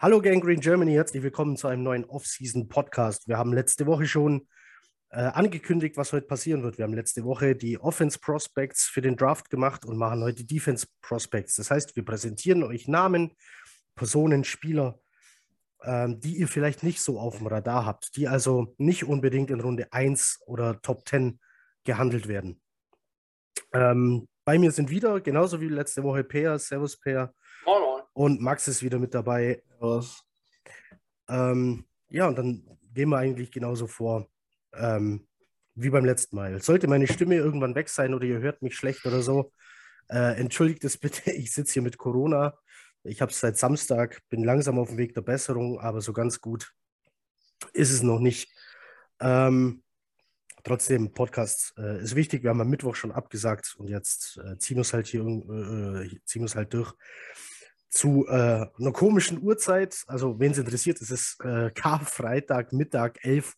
Hallo Gang Green Germany, herzlich willkommen zu einem neuen Off-Season-Podcast. Wir haben letzte Woche schon angekündigt, was heute passieren wird. Wir haben letzte Woche die Offense Prospects für den Draft gemacht und machen heute die Defense Prospects. Das heißt, wir präsentieren euch Namen, Personen, Spieler, die ihr vielleicht nicht so auf dem Radar habt, die also nicht unbedingt in Runde 1 oder Top 10 gehandelt werden. Bei mir sind wieder, genauso wie letzte Woche, Peer, Servus Peer, Moin, moin. und Max ist wieder mit dabei. Ja, und dann gehen wir eigentlich genauso vor wie beim letzten Mal. Sollte meine Stimme irgendwann weg sein oder ihr hört mich schlecht oder so, entschuldigt es bitte. Ich sitze hier mit Corona. Ich habe es seit Samstag, bin langsam auf dem Weg der Besserung, aber so ganz gut ist es noch nicht. Trotzdem, Podcast ist wichtig. Wir haben am Mittwoch schon abgesagt und jetzt ziehen wir es halt ziehen wir es halt durch zu einer komischen Uhrzeit. Also, wen es interessiert, es ist Karfreitag, Mittag,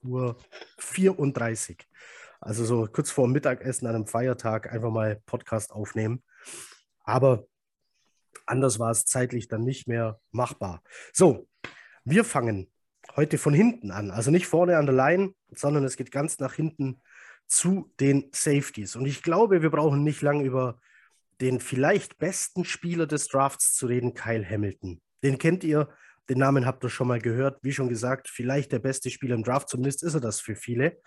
11:34 Uhr. Also so kurz vor dem Mittagessen an einem Feiertag einfach mal Podcast aufnehmen. Aber anders war es zeitlich dann nicht mehr machbar. So, wir fangen heute von hinten an. Also nicht vorne an der Line, sondern es geht ganz nach hinten zu den Safeties. Und ich glaube, wir brauchen nicht lange über den vielleicht besten Spieler des Drafts zu reden, Kyle Hamilton. Den kennt ihr, den Namen habt ihr schon mal gehört. Wie schon gesagt, vielleicht der beste Spieler im Draft, zumindest ist er das für viele.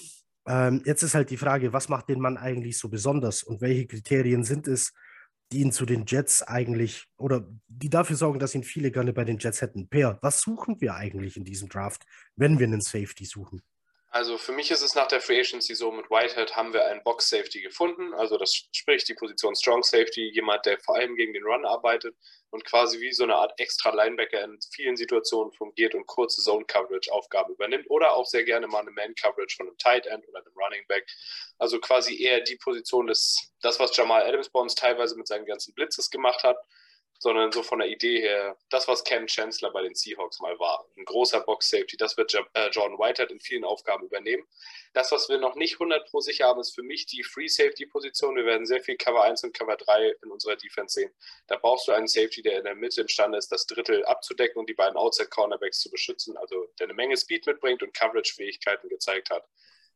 Jetzt ist halt die Frage, was macht den Mann eigentlich so besonders und welche Kriterien sind es, die ihn zu den Jets eigentlich oder die dafür sorgen, dass ihn viele gerne bei den Jets hätten. Per, was suchen wir eigentlich in diesem Draft, wenn wir einen Safety suchen? Also für mich ist es nach der Free Agency so, mit Whitehead haben wir einen Box Safety gefunden, also das spricht die Position Strong Safety, jemand, der vor allem gegen den Run arbeitet und quasi wie so eine Art extra Linebacker in vielen Situationen fungiert und kurze Zone Coverage Aufgaben übernimmt oder auch sehr gerne mal eine Man Coverage von einem Tight End oder einem Running Back. Also quasi eher die Position das was Jamal Adams bei uns teilweise mit seinen ganzen Blitzes gemacht hat, sondern so von der Idee her, das, was Ken Chancellor bei den Seahawks mal war. Ein großer Box-Safety, das wird Jordan Whitehead in vielen Aufgaben übernehmen. Das, was wir noch nicht 100% sicher haben, ist für mich die Free-Safety-Position. Wir werden sehr viel Cover 1 und Cover 3 in unserer Defense sehen. Da brauchst du einen Safety, der in der Mitte imstande ist, das Drittel abzudecken und die beiden Outside-Cornerbacks zu beschützen, also der eine Menge Speed mitbringt und Coverage-Fähigkeiten gezeigt hat.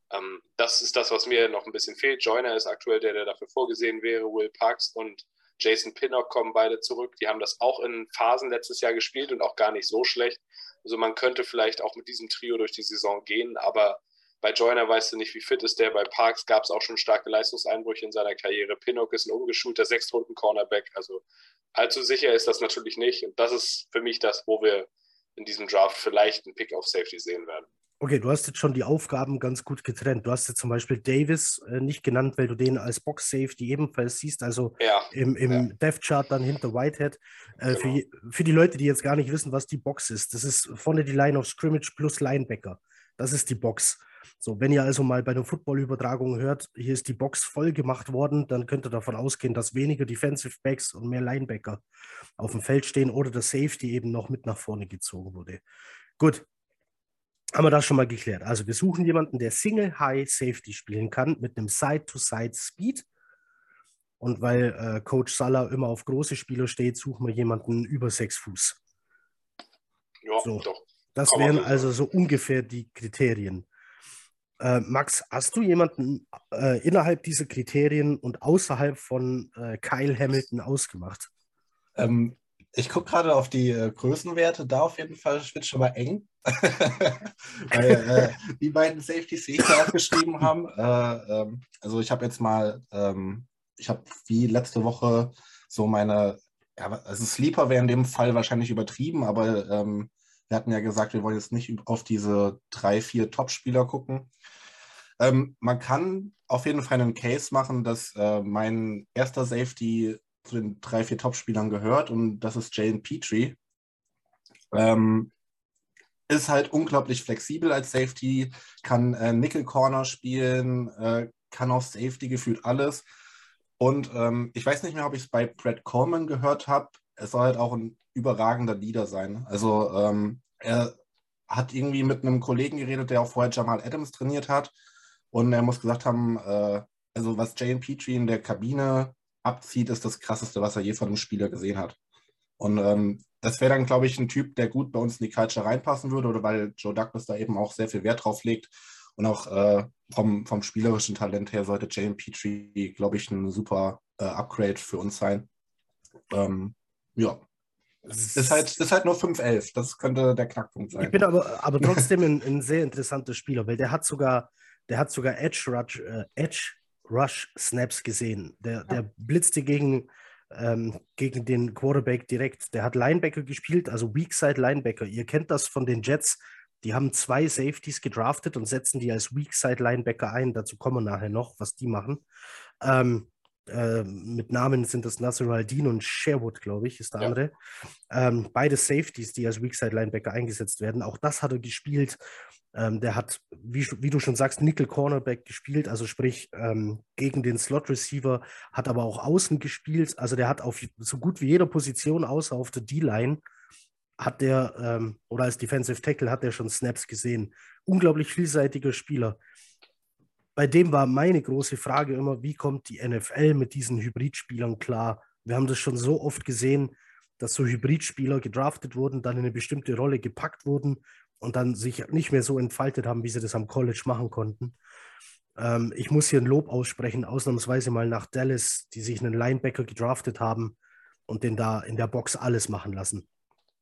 Das ist das, was mir noch ein bisschen fehlt. Joyner ist aktuell der dafür vorgesehen wäre. Will Parks und Jason Pinnock kommen beide zurück. Die haben das auch in Phasen letztes Jahr gespielt und auch gar nicht so schlecht. Also man könnte vielleicht auch mit diesem Trio durch die Saison gehen, aber bei Joyner weißt du nicht, wie fit ist der. Bei Parks gab es auch schon starke Leistungseinbrüche in seiner Karriere. Pinnock ist ein umgeschulter Sechstrunden-Cornerback. Also allzu sicher ist das natürlich nicht. Und das ist für mich das, wo wir in diesem Draft vielleicht einen Pick auf Safety sehen werden. Okay, du hast jetzt schon die Aufgaben ganz gut getrennt. Du hast jetzt zum Beispiel Davis nicht genannt, weil du den als Box-Safety ebenfalls siehst, also Ja, im Depth-Chart dann hinter Whitehead. genau. Für die Leute, die jetzt gar nicht wissen, was die Box ist, das ist vorne die Line of Scrimmage plus Linebacker. Das ist die Box. So, wenn ihr also mal bei einer Football-Übertragung hört, hier ist die Box voll gemacht worden, dann könnt ihr davon ausgehen, dass weniger Defensive Backs und mehr Linebacker auf dem Feld stehen oder der Safety eben noch mit nach vorne gezogen wurde. Gut, haben wir das schon mal geklärt. Also wir suchen jemanden, der Single High Safety spielen kann mit einem Side-to-Side Speed. Und weil Coach Salah immer auf große Spieler steht, suchen wir jemanden über 6 Fuß. Ja, So, doch. das Kann man wären so also sagen. so ungefähr die Kriterien. Max, hast du jemanden innerhalb dieser Kriterien und außerhalb von Kyle Hamilton ausgemacht? Ähm, Ich gucke gerade auf die Größenwerte, da auf jeden Fall wird schon mal eng. Weil die beiden Safeties, die ich da aufgeschrieben habe, also ich habe jetzt mal, ich habe wie letzte Woche so meine, ja, also Sleeper wäre in dem Fall wahrscheinlich übertrieben, aber wir hatten ja gesagt, wir wollen jetzt nicht auf diese 3, 4 Top-Spieler gucken. Man kann auf jeden Fall einen Case machen, dass mein erster Safety zu den 3, 4 Top-Spielern gehört und das ist Jalen Petrie. Ist halt unglaublich flexibel als Safety, kann Nickel Corner spielen, kann auf Safety gefühlt alles. Und ich weiß nicht mehr, ob ich es bei Brett Coleman gehört habe. Es soll halt auch ein überragender Leader sein. Also er hat irgendwie mit einem Kollegen geredet, der auch vorher Jamal Adams trainiert hat. Und er muss gesagt haben, also was Jalen Petrie in der Kabine abzieht, ist das Krasseste, was er je von einem Spieler gesehen hat. Und das wäre dann, glaube ich, ein Typ, der gut bei uns in die Culture reinpassen würde, oder weil Joe Douglas da eben auch sehr viel Wert drauf legt. Und auch vom spielerischen Talent her sollte Jalen Petrie, glaube ich, ein super Upgrade für uns sein. Ja. Ist halt nur 5'11". Das könnte der Knackpunkt sein. Ich bin aber trotzdem ein sehr interessanter Spieler, weil der hat sogar Edge Rush Snaps gesehen. Der blitzte gegen den Quarterback direkt. Der hat Linebacker gespielt, also Weakside Linebacker. Ihr kennt das von den Jets. Die haben 2 Safeties gedraftet und setzen die als Weakside Linebacker ein. Dazu kommen wir nachher noch, was die machen. Mit Namen sind das Nasir Al-Din und Sherwood, glaube ich, ist der andere. Beide Safeties, die als Weakside Linebacker eingesetzt werden. Auch das hat er gespielt. Der hat, wie du schon sagst, Nickel Cornerback gespielt, also sprich gegen den Slot Receiver, hat aber auch außen gespielt. Also der hat auf so gut wie jeder Position außer auf der D-Line hat der, oder als Defensive Tackle hat der schon Snaps gesehen. Unglaublich vielseitiger Spieler. Bei dem war meine große Frage immer, wie kommt die NFL mit diesen Hybridspielern klar? Wir haben das schon so oft gesehen, dass so Hybridspieler gedraftet wurden, dann in eine bestimmte Rolle gepackt wurden und dann sich nicht mehr so entfaltet haben, wie sie das am College machen konnten. Ich muss hier ein Lob aussprechen, ausnahmsweise mal nach Dallas, die sich einen Linebacker gedraftet haben und den da in der Box alles machen lassen.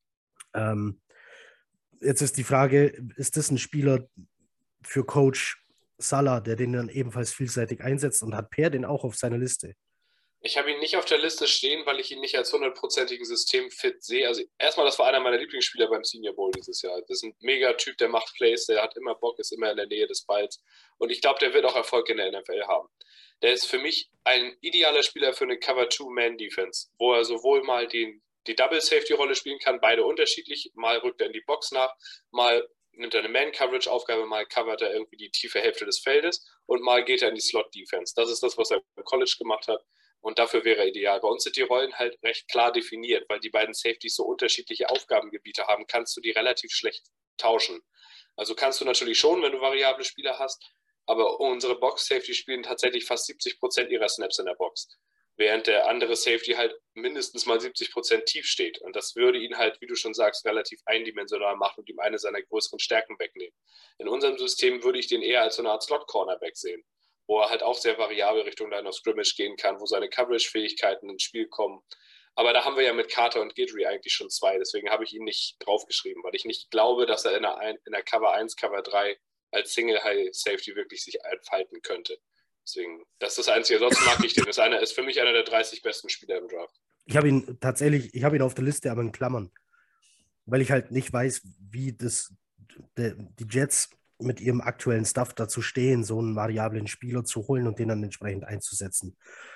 Jetzt ist die Frage, ist das ein Spieler für Coach Salah, der den dann ebenfalls vielseitig einsetzt, und hat Per den auch auf seiner Liste? Ich habe ihn nicht auf der Liste stehen, weil ich ihn nicht als 100%igen Systemfit sehe. Also erstmal, das war einer meiner Lieblingsspieler beim Senior Bowl dieses Jahr. Das ist ein mega Typ, der macht Plays, der hat immer Bock, ist immer in der Nähe des Balls. Und ich glaube, der wird auch Erfolg in der NFL haben. Der ist für mich ein idealer Spieler für eine Cover-2-Man-Defense, wo er sowohl mal die Double-Safety-Rolle spielen kann, beide unterschiedlich. Mal rückt er in die Box nach, mal nimmt er eine Man-Coverage-Aufgabe, mal covert er irgendwie die tiefe Hälfte des Feldes und mal geht er in die Slot-Defense. Das ist das, was er im College gemacht hat. Und dafür wäre er ideal. Bei uns sind die Rollen halt recht klar definiert, weil die beiden Safeties so unterschiedliche Aufgabengebiete haben, kannst du die relativ schlecht tauschen. Also kannst du natürlich schon, wenn du variable Spieler hast, aber unsere Box-Safety spielen tatsächlich fast 70% ihrer Snaps in der Box, während der andere Safety halt mindestens mal 70% tief steht. Und das würde ihn halt, wie du schon sagst, relativ eindimensional machen und ihm eine seiner größeren Stärken wegnehmen. In unserem System würde ich den eher als so eine Art Slot-Cornerback sehen, wo er halt auch sehr variabel Richtung Line of Scrimmage gehen kann, wo seine Coverage-Fähigkeiten ins Spiel kommen. Aber da haben wir ja mit Carter und Guidry eigentlich schon 2, deswegen habe ich ihn nicht draufgeschrieben, weil ich nicht glaube, dass er in der Cover 1, Cover 3 als Single-High-Safety wirklich sich entfalten könnte. Deswegen, das ist das Einzige. Sonst mag ich den. Ist für mich einer der 30 besten Spieler im Draft. Ich habe ihn auf der Liste, aber in Klammern, weil ich halt nicht weiß, wie die Jets mit ihrem aktuellen Stuff dazu stehen, so einen variablen Spieler zu holen und den dann entsprechend einzusetzen.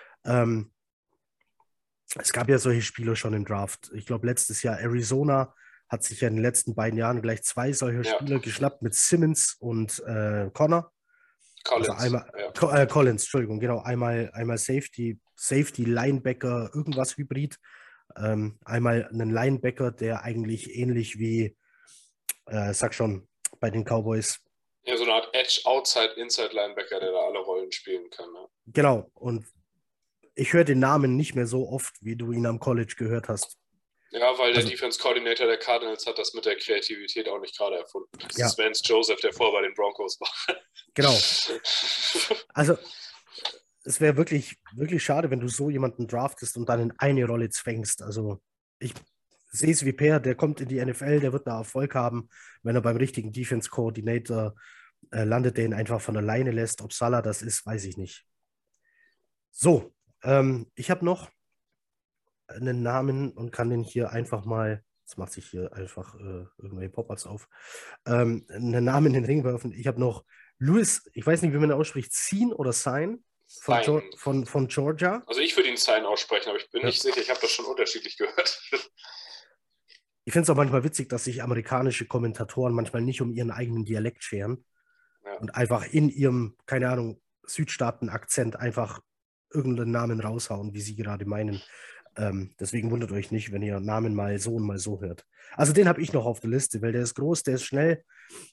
Es gab ja solche Spieler schon im Draft. Ich glaube, letztes Jahr Arizona hat sich ja in den letzten beiden Jahren gleich 2 solcher Spieler geschnappt mit Simmons und Connor. Collins. Also einmal, Collins, Entschuldigung, genau. Einmal Safety, Linebacker, irgendwas Hybrid. Einmal einen Linebacker, der eigentlich ähnlich wie, sag schon, bei den Cowboys. Ja, so eine Art Edge-Outside-Inside-Linebacker, der da alle Rollen spielen kann. Ne? Genau, und ich höre den Namen nicht mehr so oft, wie du ihn am College gehört hast. Ja, weil der Defense Coordinator der Cardinals hat das mit der Kreativität auch nicht gerade erfunden. Das ist Vance Joseph, der vorher bei den Broncos war. Genau. Also, es wäre wirklich, wirklich schade, wenn du so jemanden draftest und dann in eine Rolle zwängst. Also, ich sehe es wie Per, der kommt in die NFL, der wird da Erfolg haben, wenn er beim richtigen Defense Coordinator landet, der ihn einfach von alleine lässt. Ob Salah das ist, weiß ich nicht. So, ich habe noch einen Namen und kann den hier einfach mal, jetzt macht sich hier einfach irgendwelche Pop-ups auf, einen Namen in den Ring werfen. Ich habe noch Louis, ich weiß nicht, wie man ihn ausspricht, Sign oder Sign von Georgia. Also ich würde ihn Sign aussprechen, aber ich bin nicht sicher, ich habe das schon unterschiedlich gehört. Ich finde es auch manchmal witzig, dass sich amerikanische Kommentatoren manchmal nicht um ihren eigenen Dialekt scheren und einfach in ihrem, keine Ahnung, Südstaaten-Akzent einfach irgendeinen Namen raushauen, wie sie gerade meinen. Deswegen wundert euch nicht, wenn ihr Namen mal so und mal so hört. Also den habe ich noch auf der Liste, weil der ist groß, der ist schnell,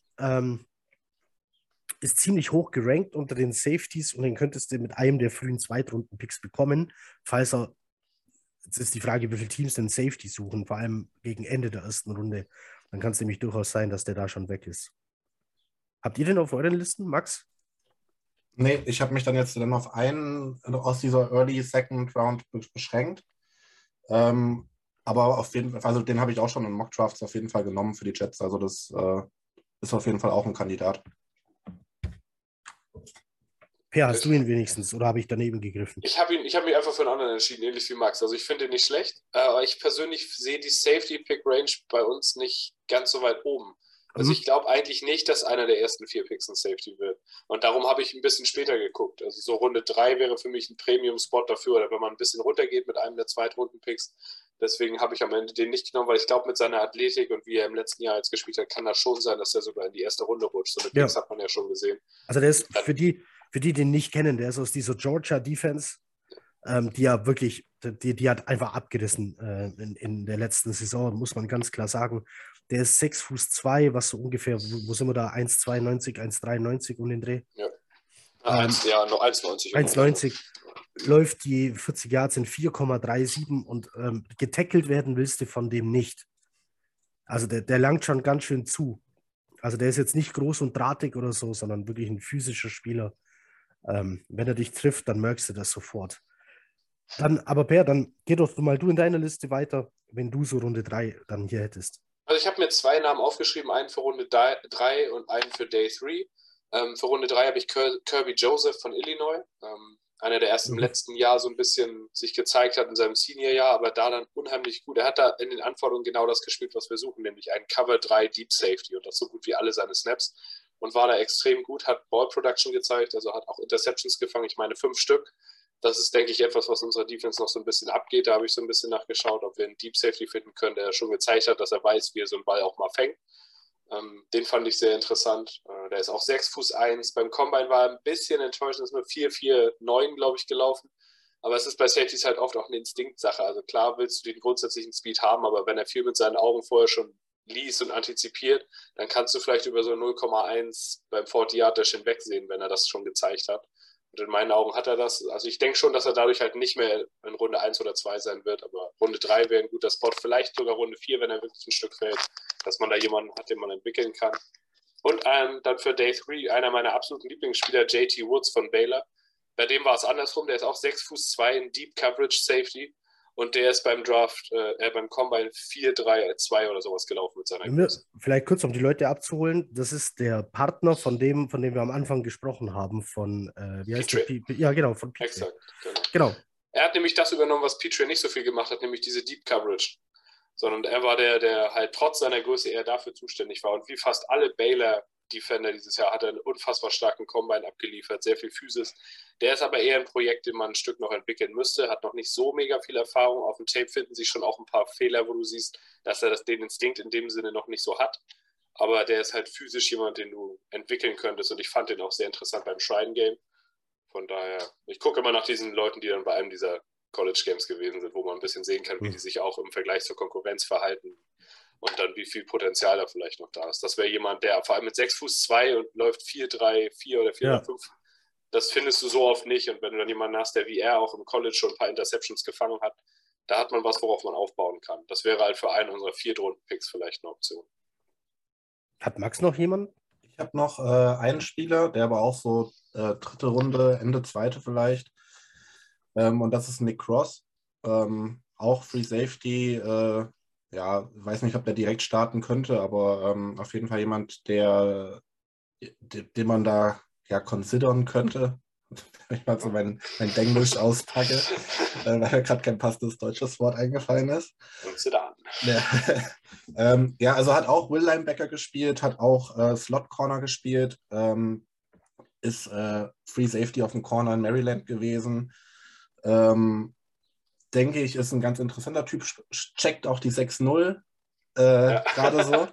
ist ziemlich hoch gerankt unter den Safeties und den könntest du mit einem der frühen Zweitrunden-Picks bekommen, falls er Jetzt ist die Frage, wie viele Teams denn Safety suchen, vor allem gegen Ende der ersten Runde. Dann kann es nämlich durchaus sein, dass der da schon weg ist. Habt ihr den auf euren Listen, Max? Nee, ich habe mich dann jetzt dann auf einen aus dieser Early Second Round beschränkt. Aber auf jeden Fall, also den habe ich auch schon in Mock Drafts auf jeden Fall genommen für die Jets. Also das ist auf jeden Fall auch ein Kandidat. Per, hast du ihn wenigstens oder habe ich daneben gegriffen? Ich habe mich einfach für einen anderen entschieden, ähnlich wie Max. Also ich finde ihn nicht schlecht, aber ich persönlich sehe die Safety-Pick-Range bei uns nicht ganz so weit oben. Also ich glaube eigentlich nicht, dass einer der ersten 4 Picks ein Safety wird. Und darum habe ich ein bisschen später geguckt. Also so Runde 3 wäre für mich ein Premium-Spot dafür, oder wenn man ein bisschen runtergeht mit einem der Zweitrunden-Picks. Deswegen habe ich am Ende den nicht genommen, weil ich glaube, mit seiner Athletik und wie er im letzten Jahr jetzt gespielt hat, kann das schon sein, dass er sogar in die erste Runde rutscht. So eine Picks hat man ja schon gesehen. Also der ist für die den nicht kennen, der ist aus dieser Georgia Defense, die ja wirklich, die hat einfach abgerissen in der letzten Saison, muss man ganz klar sagen. Der ist 6'2", was so ungefähr, wo sind wir da? 1,92, 1,93 um den Dreh. Ja, nur 1,90. 1,90. Läuft die 40 Yards in 4,37 und getackelt werden willst du von dem nicht. Also der langt schon ganz schön zu. Also der ist jetzt nicht groß und drahtig oder so, sondern wirklich ein physischer Spieler. Wenn er dich trifft, dann merkst du das sofort. Dann, aber Per, dann geh doch mal du in deiner Liste weiter, wenn du so Runde 3 dann hier hättest. Also ich habe mir 2 Namen aufgeschrieben, einen für Runde 3 und einen für Day 3. Für Runde 3 habe ich Kirby Joseph von Illinois. Einer, der erst im letzten Jahr so ein bisschen sich gezeigt hat in seinem Senior-Jahr, aber da dann unheimlich gut. Er hat da in den Anforderungen genau das gespielt, was wir suchen, nämlich einen Cover 3 Deep Safety und das so gut wie alle seine Snaps und war da extrem gut, hat Ball Production gezeigt, also hat auch Interceptions gefangen, ich meine 5 Stück. Das ist, denke ich, etwas, was unserer Defense noch so ein bisschen abgeht. Da habe ich so ein bisschen nachgeschaut, ob wir einen Deep Safety finden können, der schon gezeigt hat, dass er weiß, wie er so einen Ball auch mal fängt. Den fand ich sehr interessant. Der ist auch 6'1". Beim Combine war er ein bisschen enttäuschend, ist nur 4,49, glaube ich, gelaufen. Aber es ist bei Safeties halt oft auch eine Instinktsache. Also klar willst du den grundsätzlichen Speed haben, aber wenn er viel mit seinen Augen vorher schon liest und antizipiert, dann kannst du vielleicht über so 0,1 beim 40-Yard-Dash hinwegsehen, wenn er das schon gezeigt hat. Und in meinen Augen hat er das. Also ich denke schon, dass er dadurch halt nicht mehr in Runde 1 oder 2 sein wird, aber Runde 3 wäre ein guter Spot, vielleicht sogar Runde 4, wenn er wirklich ein Stück fällt, dass man da jemanden hat, den man entwickeln kann. Und dann für Day 3 einer meiner absoluten Lieblingsspieler, JT Woods von Baylor. Bei dem war es andersrum, der ist auch 6'2", ein Deep Coverage Safety und der ist beim Draft, beim Combine 4,3,2 oder sowas gelaufen mit seiner Größe. Vielleicht kurz, um die Leute abzuholen, das ist der Partner von dem wir am Anfang gesprochen haben, von, wie heißt der? Ja, genau, von Petrie. Exakt, genau. Er hat nämlich das übernommen, was Petrie nicht so viel gemacht hat, nämlich diese Deep Coverage. Sondern er war der halt trotz seiner Größe eher dafür zuständig war. Und wie fast alle Baylor-Defender dieses Jahr hat er einen unfassbar starken Combine abgeliefert, sehr viel Physis. Der ist aber eher ein Projekt, den man ein Stück noch entwickeln müsste, hat noch nicht so mega viel Erfahrung. Auf dem Tape finden sich schon auch ein paar Fehler, wo du siehst, dass er den Instinkt in dem Sinne noch nicht so hat. Aber der ist halt physisch jemand, den du entwickeln könntest. Und ich fand den auch sehr interessant beim Shrine-Game. Von daher, ich gucke immer nach diesen Leuten, die dann bei einem dieser College Games gewesen sind, wo man ein bisschen sehen kann, wie die sich auch im Vergleich zur Konkurrenz verhalten und dann wie viel Potenzial da vielleicht noch da ist. Das wäre jemand, der vor allem mit 6'2" und läuft 4,3,4 oder 4,5. Ja. Das findest du so oft nicht. Und wenn du dann jemanden hast, der wie er auch im College schon ein paar Interceptions gefangen hat, da hat man was, worauf man aufbauen kann. Das wäre halt für einen unserer 4-Runden-Picks vielleicht eine Option. Hat Max noch jemanden? Ich habe noch einen Spieler, der aber auch so 3. Runde, Ende 2. vielleicht. Und das ist Nick Cross. Auch Free Safety. Ja, weiß nicht, ob der direkt starten könnte, aber auf jeden Fall jemand, den man da ja considern könnte. Wenn ich mal so mein Denglisch auspacke, weil mir gerade kein passendes deutsches Wort eingefallen ist. Ja, also hat auch Will Linebacker gespielt, hat auch Slot Corner gespielt, ist Free Safety auf dem Corner in Maryland gewesen. Denke ich, ist ein ganz interessanter Typ, checkt auch die 6-0 gerade so.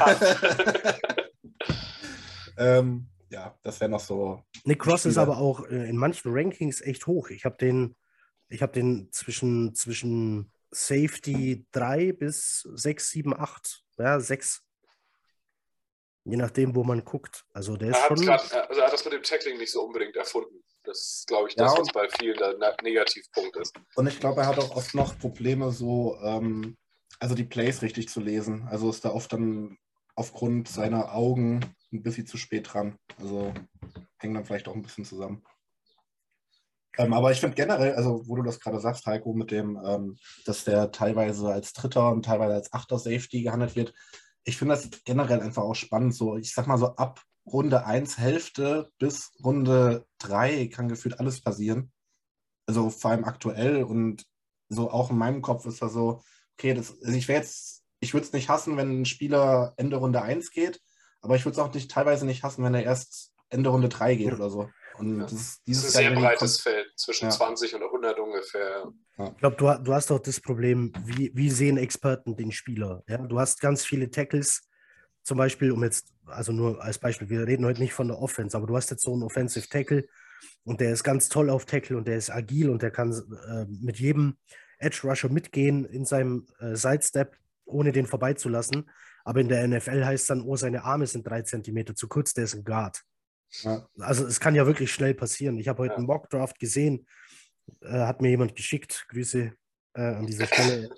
Ja, das wäre noch so. Nick Cross ist aber auch in manchen Rankings echt hoch. Ich habe den zwischen Safety 3 bis 6, 7, 8. Ja, 6. Je nachdem, wo man guckt. Also der ist schon... Er hat das mit dem Tackling nicht so unbedingt erfunden. Das ist, glaube ich, das, was bei vielen der Negativpunkt ist. Und ich glaube, er hat auch oft noch Probleme, so also die Plays richtig zu lesen. Also ist da oft dann aufgrund seiner Augen ein bisschen zu spät dran. Also hängt dann vielleicht auch ein bisschen zusammen. Aber ich finde generell, also wo du das gerade sagst, Heiko, mit dem, dass der teilweise als Dritter und teilweise als Achter Safety gehandelt wird, ich finde das generell einfach auch spannend. So, ich sag mal so ab Runde 1 Hälfte bis Runde 3 kann gefühlt alles passieren. Also vor allem aktuell und so auch in meinem Kopf ist da so, okay, also ich würde es nicht hassen, wenn ein Spieler Ende Runde 1 geht, aber ich würde es auch teilweise nicht hassen, wenn er erst Ende Runde 3 geht oder so. Und das ist ein sehr breites Feld, zwischen 20 und 100 ungefähr. Ja. Ich glaube, du hast doch das Problem, wie sehen Experten den Spieler? Ja? Du hast ganz viele Tackles, zum Beispiel, also nur als Beispiel, wir reden heute nicht von der Offense, aber du hast jetzt so einen Offensive Tackle und der ist ganz toll auf Tackle und der ist agil und der kann mit jedem Edge Rusher mitgehen in seinem Sidestep, ohne den vorbeizulassen. Aber in der NFL heißt dann, oh, seine Arme sind 3 Zentimeter zu kurz, der ist ein Guard. Ja. Also es kann ja wirklich schnell passieren. Ich habe heute einen Mock-Draft gesehen, hat mir jemand geschickt, Grüße an dieser Stelle.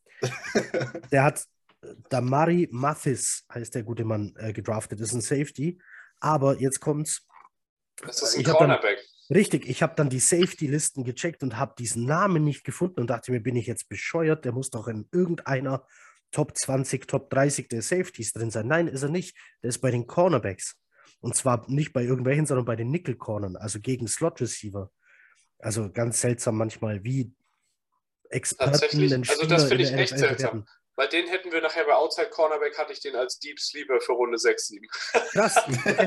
Der hat Damari Mathis, heißt der gute Mann, gedraftet, ist ein Safety, aber jetzt kommt's. Das ist ein Cornerback. Richtig, ich habe dann die Safety-Listen gecheckt und habe diesen Namen nicht gefunden und dachte mir, bin ich jetzt bescheuert, der muss doch in irgendeiner Top 20, Top 30 der Safeties drin sein. Nein, ist er nicht, der ist bei den Cornerbacks. Und zwar nicht bei irgendwelchen, sondern bei den Nickel-Cornern, also gegen Slot-Receiver. Also ganz seltsam manchmal, wie Experten den Spieler das finde ich echt seltsam. Bei den hätten wir nachher bei Outside Cornerback, hatte ich den als Deep Sleeper für Runde 6, 7. Krass.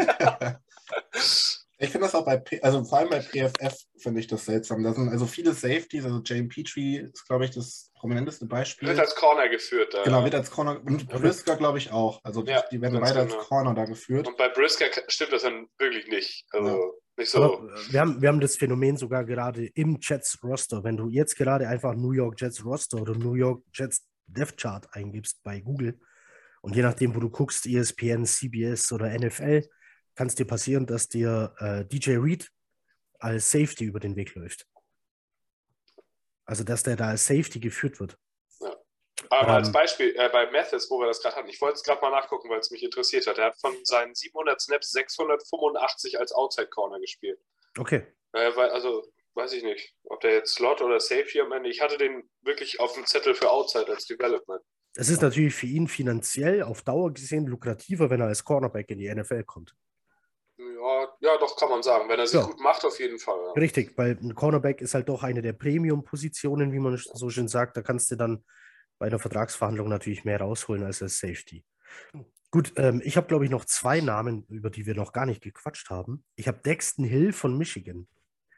Ich finde das auch vor allem bei PFF finde ich das seltsam. Da sind also viele Safeties, also Jane Petrie ist, glaube ich, das prominenteste Beispiel. Wird als Corner geführt. Genau, wird als Corner. Und Brisker, glaube ich, auch. Also die werden beide als Corner da geführt. Und bei Brisker stimmt das dann wirklich nicht. Also nicht so. Aber wir haben das Phänomen sogar gerade im Jets-Roster. Wenn du jetzt gerade einfach New York Jets-Roster oder New York Jets Depth Chart eingibst bei Google und je nachdem, wo du guckst, ESPN, CBS oder NFL, kann es dir passieren, dass dir DJ Reed als Safety über den Weg läuft. Also, dass der da als Safety geführt wird. Ja. Aber als Beispiel, bei Mathis, wo wir das gerade hatten, ich wollte es gerade mal nachgucken, weil es mich interessiert hat. Er hat von seinen 700 Snaps 685 als Outside Corner gespielt. Okay. Also, weiß ich nicht, ob der jetzt Slot oder Safety am Ende. Ich hatte den wirklich auf dem Zettel für Outside als Development. Es ist natürlich für ihn finanziell auf Dauer gesehen lukrativer, wenn er als Cornerback in die NFL kommt. Ja, doch, kann man sagen. Wenn er sich gut macht, auf jeden Fall. Ja. Richtig, weil ein Cornerback ist halt doch eine der Premium-Positionen, wie man so schön sagt. Da kannst du dann bei der Vertragsverhandlung natürlich mehr rausholen als Safety. Gut, ich habe, glaube ich, noch 2 Namen, über die wir noch gar nicht gequatscht haben. Ich habe Daxton Hill von Michigan.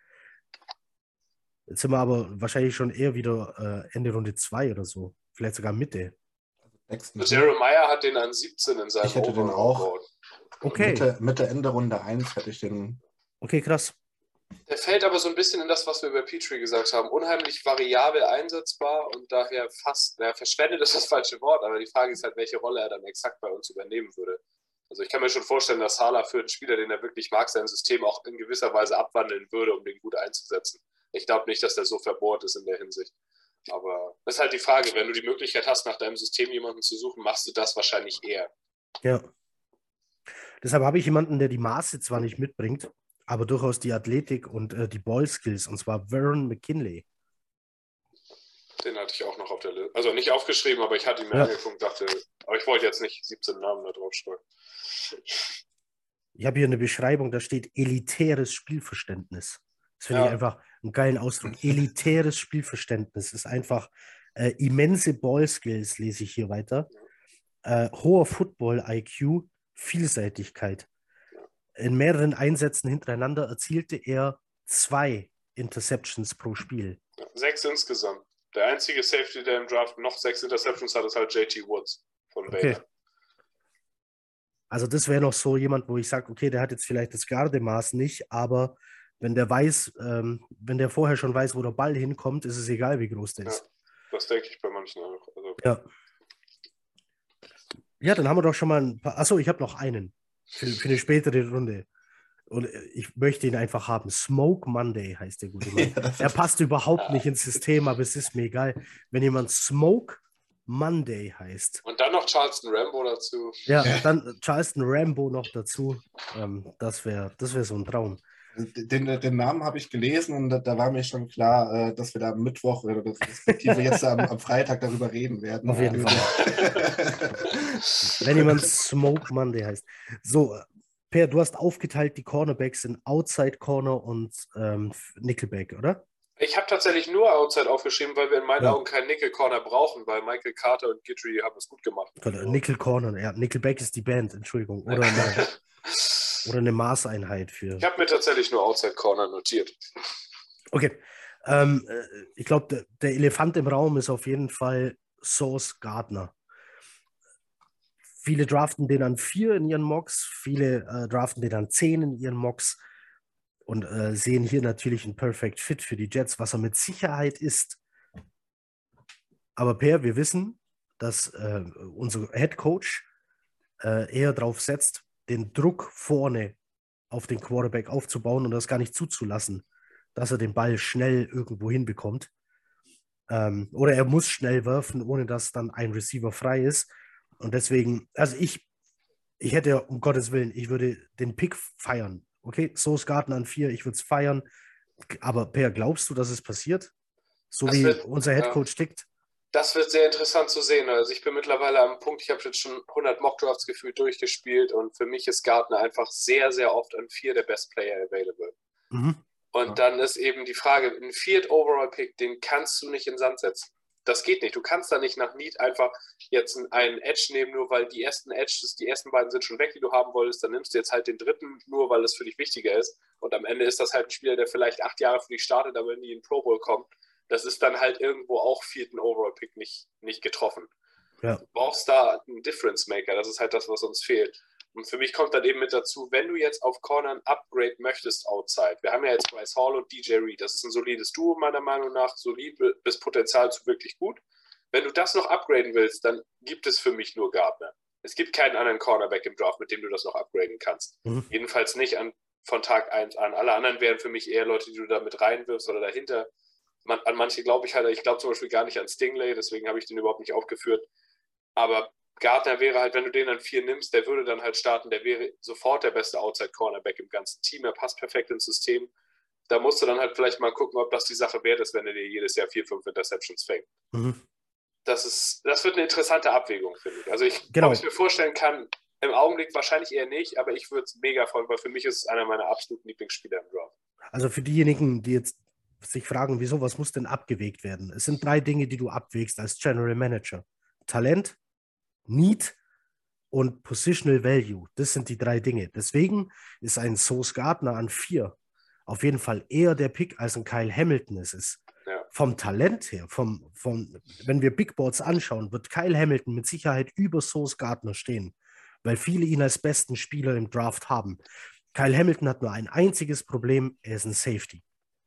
Jetzt sind wir aber wahrscheinlich schon eher wieder Ende Runde 2 oder so. Vielleicht sogar Mitte. Jeremiah hat den an 17 in seinem Ich hätte den auch. Board. Okay. Mitte, Ende Runde 1 hätte ich den. Okay, krass. Der fällt aber so ein bisschen in das, was wir über Petrie gesagt haben. Unheimlich variabel einsetzbar und daher verschwendet ist das falsche Wort, aber die Frage ist halt, welche Rolle er dann exakt bei uns übernehmen würde. Also ich kann mir schon vorstellen, dass Saleh für einen Spieler, den er wirklich mag, sein System auch in gewisser Weise abwandeln würde, um den gut einzusetzen. Ich glaube nicht, dass der so verbohrt ist in der Hinsicht. Aber das ist halt die Frage, wenn du die Möglichkeit hast, nach deinem System jemanden zu suchen, machst du das wahrscheinlich eher. Ja. Deshalb habe ich jemanden, der die Maße zwar nicht mitbringt, aber durchaus die Athletik und die Ballskills, und zwar Vernon McKinley. Den hatte ich auch noch auf der Liste. Also nicht aufgeschrieben, aber ich hatte ihn mir angeguckt, dachte, aber ich wollte jetzt nicht 17 Namen da drauf schreiben. Ich habe hier eine Beschreibung, da steht elitäres Spielverständnis. Das finde ich einfach einen geilen Ausdruck. Elitäres Spielverständnis ist einfach immense Ballskills, lese ich hier weiter. Hoher Football-IQ, Vielseitigkeit. In mehreren Einsätzen hintereinander erzielte er 2 Interceptions pro Spiel. 6 insgesamt. Der einzige Safety, der im Draft noch 6 Interceptions hat, ist halt JT Woods von Baylor. Also das wäre noch so jemand, wo ich sage, okay, der hat jetzt vielleicht das Gardemaß nicht, aber wenn der weiß, wenn der vorher schon weiß, wo der Ball hinkommt, ist es egal, wie groß der ist. Das denke ich bei manchen auch. Also. Ja, dann haben wir doch schon mal ein paar. Achso, ich habe noch einen für eine spätere Runde. Und ich möchte ihn einfach haben. Smoke Monday heißt der gute Mann. Ja, Er passt überhaupt nicht ins System, aber es ist mir egal. Wenn jemand Smoke Monday heißt. Und dann noch Charleston Rambo dazu. Ja, dann Charleston Rambo noch dazu. Das wär so ein Traum. Den Namen habe ich gelesen und da war mir schon klar, dass wir da am Mittwoch oder respektive jetzt am Freitag darüber reden werden. Auf jeden Fall. Wenn jemand Smoke Monday heißt. So, Per, du hast aufgeteilt die Cornerbacks in Outside Corner und Nickelback, oder? Ich habe tatsächlich nur Outside aufgeschrieben, weil wir in meinen Ja. Augen keinen Nickel Corner brauchen, weil Michael Carter und Guidry haben es gut gemacht. Nickel Corner, ja. Nickelback ist die Band, Entschuldigung. Oder eine Maßeinheit für. Ich habe mir tatsächlich nur Outside Corner notiert. Okay. Ich glaube, der Elefant im Raum ist auf jeden Fall Sauce Gardner. Viele draften den an 4 in ihren Mocks, viele draften den an 10 in ihren Mocks und sehen hier natürlich einen Perfect Fit für die Jets, was er mit Sicherheit ist. Aber Per, wir wissen, dass unser Head Coach eher darauf setzt, den Druck vorne auf den Quarterback aufzubauen und das gar nicht zuzulassen, dass er den Ball schnell irgendwo hinbekommt. Oder er muss schnell werfen, ohne dass dann ein Receiver frei ist. Und deswegen, also ich hätte, um Gottes Willen, ich würde den Pick feiern. Okay, Sauce Gardner an 4, ich würde es feiern. Aber Per, glaubst du, dass es passiert? So wie unser Headcoach tickt? Das wird sehr interessant zu sehen. Also ich bin mittlerweile am Punkt, ich habe jetzt schon 100 Mockdrafts gefühlt durchgespielt und für mich ist Gardner einfach sehr, sehr oft an 4 der Best Player available. Mhm. Und dann ist eben die Frage, ein 4th Overall Pick, den kannst du nicht in den Sand setzen. Das geht nicht. Du kannst da nicht nach Need einfach jetzt einen Edge nehmen, nur weil die ersten Edges, die ersten beiden sind schon weg, die du haben wolltest. Dann nimmst du jetzt halt den dritten, nur weil es für dich wichtiger ist. Und am Ende ist das halt ein Spieler, der vielleicht 8 Jahre für dich startet, aber nie in den Pro Bowl kommt. Das ist dann halt irgendwo auch 4. Overall Pick nicht getroffen. Ja. Du brauchst da einen Difference Maker. Das ist halt das, was uns fehlt. Und für mich kommt dann eben mit dazu, wenn du jetzt auf Corner ein Upgrade möchtest outside. Wir haben ja jetzt Bryce Hall und DJ Reed. Das ist ein solides Duo meiner Meinung nach. Solid bis Potenzial zu wirklich gut. Wenn du das noch upgraden willst, dann gibt es für mich nur Gardner. Es gibt keinen anderen Cornerback im Draft, mit dem du das noch upgraden kannst. Mhm. Jedenfalls nicht von Tag 1 an. Alle anderen wären für mich eher Leute, die du da mit reinwirfst oder dahinter. An manche glaube ich halt, ich glaube zum Beispiel gar nicht an Stingley, deswegen habe ich den überhaupt nicht aufgeführt. Aber Gardner wäre halt, wenn du den an 4 nimmst, der würde dann halt starten, der wäre sofort der beste Outside-Cornerback im ganzen Team, er passt perfekt ins System. Da musst du dann halt vielleicht mal gucken, ob das die Sache wert ist, wenn er dir jedes Jahr 4, 5 Interceptions fängt. Mhm. Das wird eine interessante Abwägung, finde ich. Also ob ich mir vorstellen kann, im Augenblick wahrscheinlich eher nicht, aber ich würde es mega freuen, weil für mich ist es einer meiner absoluten Lieblingsspieler im Draft. Also für diejenigen, die jetzt sich fragen, wieso, was muss denn abgewägt werden? Es sind 3 Dinge, die du abwägst als General Manager. Talent, Need und Positional Value. Das sind die 3 Dinge. Deswegen ist ein Sauce Gardner an 4 auf jeden Fall eher der Pick, als ein Kyle Hamilton es ist. Ja. Vom Talent her, wenn wir Big Boards anschauen, wird Kyle Hamilton mit Sicherheit über Sauce Gardner stehen, weil viele ihn als besten Spieler im Draft haben. Kyle Hamilton hat nur ein einziges Problem, er ist ein Safety.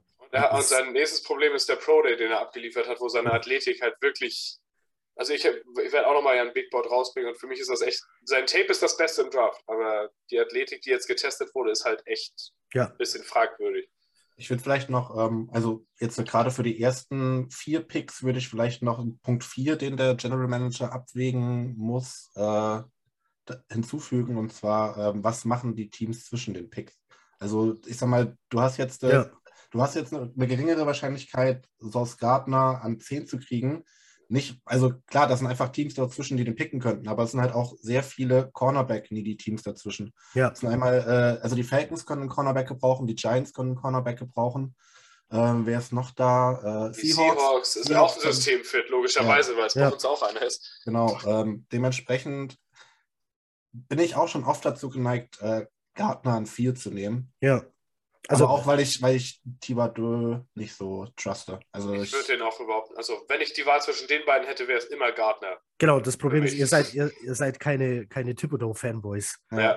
Und sein nächstes Problem ist der Pro Day, den er abgeliefert hat, wo seine Athletik halt wirklich. Also ich werde auch nochmal ein Big Board rausbringen und für mich ist das echt. Sein Tape ist das Beste im Draft, aber die Athletik, die jetzt getestet wurde, ist halt echt ein bisschen fragwürdig. Ich würde vielleicht noch, also jetzt gerade für die ersten 4 Picks würde ich vielleicht noch einen Punkt 4, den der General Manager abwägen muss, hinzufügen, und zwar, was machen die Teams zwischen den Picks? Also ich sag mal, du hast jetzt eine geringere Wahrscheinlichkeit, Sauce Gardner an 10 zu kriegen. Nicht, also klar, das sind einfach Teams dazwischen, die den picken könnten, aber es sind halt auch sehr viele Cornerback-needy-Teams dazwischen. Ja. Das sind einmal, also die Falcons können einen Cornerback gebrauchen, die Giants können einen Cornerback gebrauchen. Wer ist noch da? Die Seahawks ist auch ein Systemfit, logischerweise, weil es bei uns auch einer ist. Genau, dementsprechend bin ich auch schon oft dazu geneigt, Gardner an 4 zu nehmen. Ja. Also aber auch, weil ich Thibodeau nicht so truste. Also ich würde den auch überhaupt, also wenn ich die Wahl zwischen den beiden hätte, wäre es immer Gardner. Genau, das Problem ist, ihr seid keine Thibodeau-Fanboys. Ja.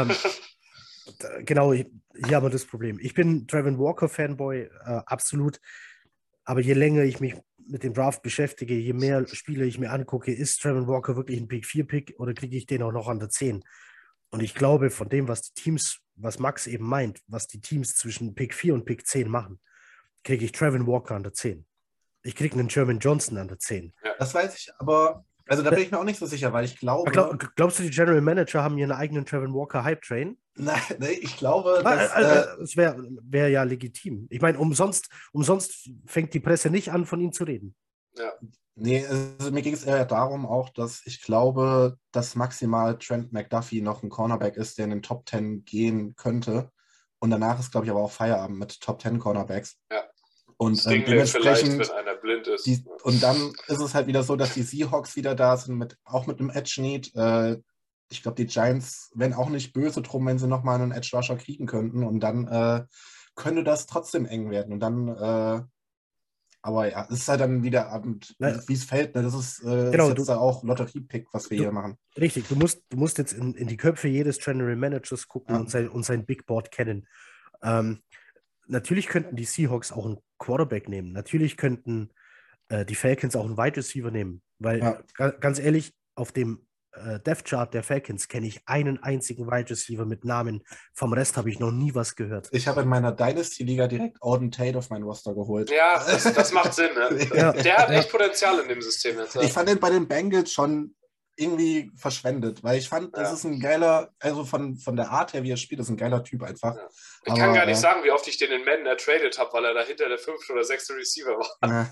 Genau, hier haben wir das Problem. Ich bin Trevin Walker-Fanboy, absolut. Aber je länger ich mich mit dem Draft beschäftige, je mehr Spiele ich mir angucke, ist Trevor Walker wirklich ein Pick-4-Pick oder kriege ich den auch noch an der 10? Und ich glaube, von dem, was die Teams, was Max eben meint, was die Teams zwischen Pick 4 und Pick 10 machen, kriege ich Trevor Walker an der 10. Ich kriege einen German Johnson an der 10. Das weiß ich, aber also da bin ich mir auch nicht so sicher, weil ich glaube. Glaubst du, die General Manager haben ihren eigenen Trevor Walker Hype-Train? Nein, ich glaube, es wäre ja legitim. Ich meine, umsonst fängt die Presse nicht an, von ihm zu reden. Ja. Nee, also mir ging es eher darum auch, dass ich glaube, dass maximal Trent McDuffie noch ein Cornerback ist, der in den Top 10 gehen könnte. Und danach ist, glaube ich, aber auch Feierabend mit Top 10 Cornerbacks. Ja. Und dementsprechend, wenn einer blind ist. Und dann ist es halt wieder so, dass die Seahawks wieder da sind, auch mit einem Edge-Need. Ich glaube, die Giants wären auch nicht böse drum, wenn sie nochmal einen Edge-Rusher kriegen könnten. Und dann könnte das trotzdem eng werden. Und dann, aber ja, es ist halt dann wieder Abend, wie es fällt. Ne? Das ist, genau, ist jetzt auch Lotterie-Pick, was wir hier machen. Richtig, du musst jetzt in die Köpfe jedes General Managers gucken und sein Big Board kennen. Natürlich könnten die Seahawks auch einen Quarterback nehmen. Natürlich könnten die Falcons auch einen Wide Receiver nehmen. Weil, ganz ehrlich, auf dem Depth Chart der Falcons kenne ich einen einzigen Wide Receiver mit Namen. Vom Rest habe ich noch nie was gehört. Ich habe in meiner Dynasty-Liga direkt Auden Tate auf mein Roster geholt. Ja, das macht Sinn. Ne? Der hat echt Potenzial in dem System jetzt. Ja. Ich fand den bei den Bengals schon irgendwie verschwendet, weil ich fand, das ist ein geiler, also von der Art her, wie er spielt, ist ein geiler Typ einfach. Ja. Ich kann gar nicht sagen, wie oft ich den in Madden ertradet habe, weil er dahinter der 5. oder 6. Receiver war. Ja.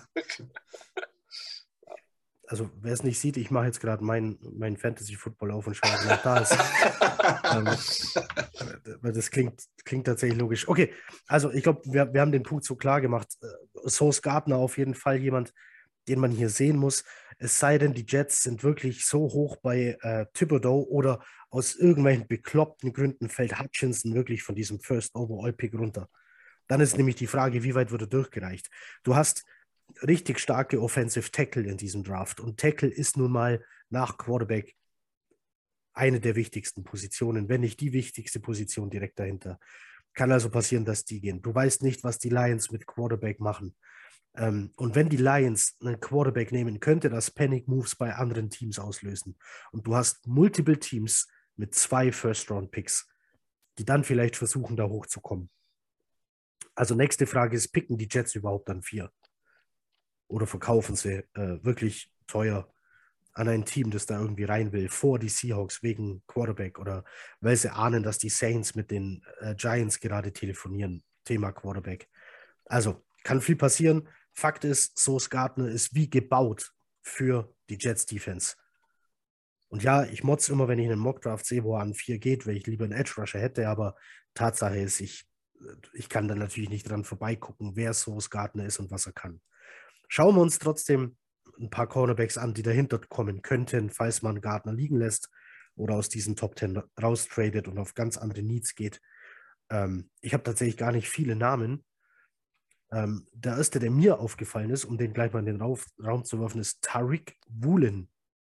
Also, wer es nicht sieht, ich mache jetzt gerade mein Fantasy-Football auf und schaue, wer da ist. Das klingt tatsächlich logisch. Okay, also ich glaube, wir haben den Punkt so klar gemacht. Sauce Gardner auf jeden Fall jemand, den man hier sehen muss. Es sei denn, die Jets sind wirklich so hoch bei Thibodeau oder aus irgendwelchen bekloppten Gründen fällt Hutchinson wirklich von diesem First Overall Pick runter. Dann ist nämlich die Frage, wie weit wird er durchgereicht? Du hast richtig starke Offensive Tackle in diesem Draft und Tackle ist nun mal nach Quarterback eine der wichtigsten Positionen, wenn nicht die wichtigste Position direkt dahinter. Kann also passieren, dass die gehen. Du weißt nicht, was die Lions mit Quarterback machen. Und wenn die Lions einen Quarterback nehmen, könnte das Panic Moves bei anderen Teams auslösen. Und du hast multiple Teams mit 2 First-Round-Picks, die dann vielleicht versuchen, da hochzukommen. Also nächste Frage ist, picken die Jets überhaupt dann 4? Oder verkaufen sie wirklich teuer an ein Team, das da irgendwie rein will, vor die Seahawks wegen Quarterback oder weil sie ahnen, dass die Saints mit den Giants gerade telefonieren, Thema Quarterback. Also kann viel passieren. Fakt ist, Sauce Gardner ist wie gebaut für die Jets-Defense. Und ja, ich motze immer, wenn ich einen Mockdraft sehe, wo er an 4 geht, weil ich lieber einen Edge-Rusher hätte, aber Tatsache ist, ich kann da natürlich nicht dran vorbeigucken, wer Sauce Gardner ist und was er kann. Schauen wir uns trotzdem ein paar Cornerbacks an, die dahinter kommen könnten, falls man Gardner liegen lässt oder aus diesen Top 10 raustradet und auf ganz andere Needs geht. Ich habe tatsächlich gar nicht viele Namen. Der erste, der mir aufgefallen ist, um den gleich mal in den Raum zu werfen, ist Tariq Woolen.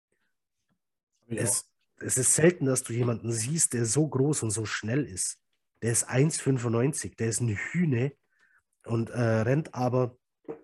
Es ist selten, dass du jemanden siehst, der so groß und so schnell ist. Der ist 1,95, der ist ein Hühne und rennt aber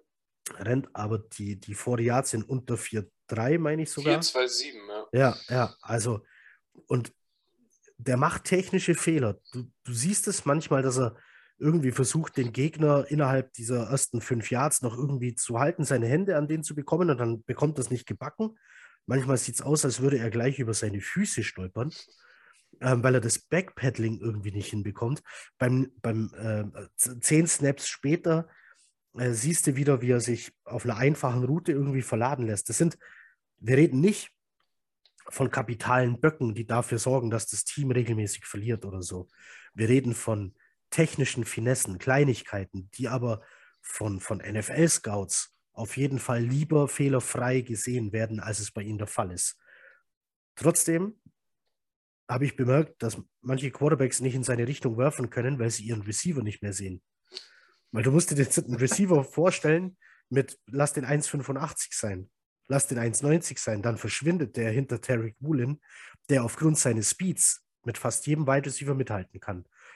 die 40 Yards sind unter 4,3, meine ich sogar. 4,27, ja. Ja, also und der macht technische Fehler. Du siehst es manchmal, dass er irgendwie versucht, den Gegner innerhalb dieser ersten 5 Yards noch irgendwie zu halten, seine Hände an den zu bekommen und dann bekommt er es nicht gebacken. Manchmal sieht es aus, als würde er gleich über seine Füße stolpern, weil er das Backpedaling irgendwie nicht hinbekommt. Beim 10 Snaps später siehst du wieder, wie er sich auf einer einfachen Route irgendwie verladen lässt. Wir reden nicht von kapitalen Böcken, die dafür sorgen, dass das Team regelmäßig verliert oder so. Wir reden von technischen Finessen, Kleinigkeiten, die aber von NFL-Scouts auf jeden Fall lieber fehlerfrei gesehen werden, als es bei ihnen der Fall ist. Trotzdem habe ich bemerkt, dass manche Quarterbacks nicht in seine Richtung werfen können, weil sie ihren Receiver nicht mehr sehen. Weil du musst dir jetzt einen Receiver vorstellen mit, lass den 1,85 sein, lass den 1,90 sein, dann verschwindet der hinter Tariq Woolen, der aufgrund seines Speeds mit fast jedem Wide Receiver mithalten kann.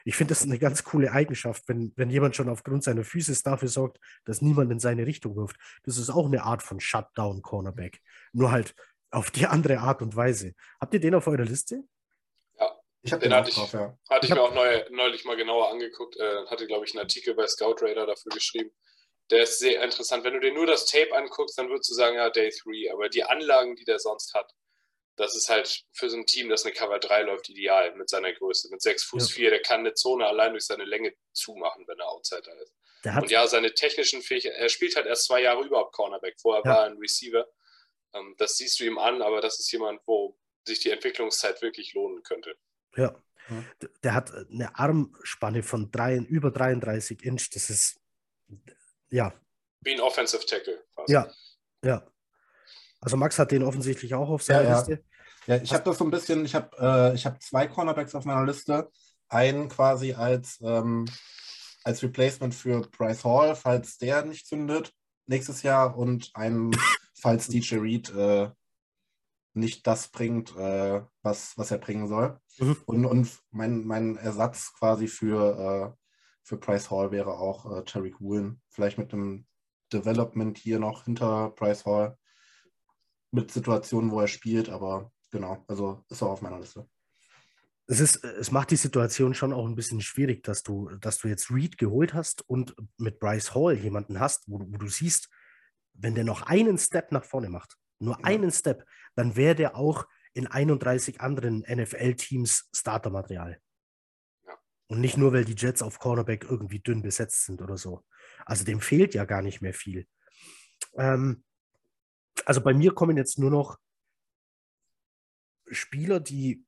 Ich finde das eine ganz coole Eigenschaft, wenn jemand schon aufgrund seiner Physis dafür sorgt, dass niemand in seine Richtung wirft. Das ist auch eine Art von Shutdown-Cornerback. Nur halt auf die andere Art und Weise. Habt ihr den auf eurer Liste? Ja, Ich habe den den auch hatte drauf, ja. ich mir auch neulich mal genauer angeguckt. Hatte, glaube ich, einen Artikel bei Scout Radar dafür geschrieben. Der ist sehr interessant. Wenn du dir nur das Tape anguckst, dann würdest du sagen, ja, Day 3. Aber die Anlagen, die der sonst hat, das ist halt für so ein Team, das eine Cover 3 läuft, ideal mit seiner Größe. Mit 6'4", der kann eine Zone allein durch seine Länge zumachen, wenn er Outsider ist. Und ja, seine technischen Fähigkeiten, er spielt halt erst 2 Jahre überhaupt Cornerback. Vorher war er ein Receiver. Das siehst du ihm an, aber das ist jemand, wo sich die Entwicklungszeit wirklich lohnen könnte. Ja. Der hat eine Armspanne von über 33 Inch. Das ist, ja. Wie ein Offensive Tackle. Fast. Ja. Also Max hat den offensichtlich auch auf seiner Liste. Ja, ich habe das so ein bisschen, ich habe 2 Cornerbacks auf meiner Liste. Einen quasi als Replacement für Bryce Hall, falls der nicht zündet nächstes Jahr, und einen, falls DJ Reed nicht das bringt, was er bringen soll. Und mein Ersatz quasi für Bryce Hall wäre auch Tariq Woolen. Vielleicht mit einem Development hier noch hinter Bryce Hall. Mit Situationen, wo er spielt, aber genau, also ist auch auf meiner Liste. Es macht die Situation schon auch ein bisschen schwierig, dass du jetzt Reed geholt hast und mit Bryce Hall jemanden hast, wo du siehst, wenn der noch einen Step nach vorne macht, nur einen Step, dann wäre der auch in 31 anderen NFL-Teams Startermaterial. Ja. Und nicht nur, weil die Jets auf Cornerback irgendwie dünn besetzt sind oder so. Also dem fehlt ja gar nicht mehr viel. Also bei mir kommen jetzt nur noch Spieler, die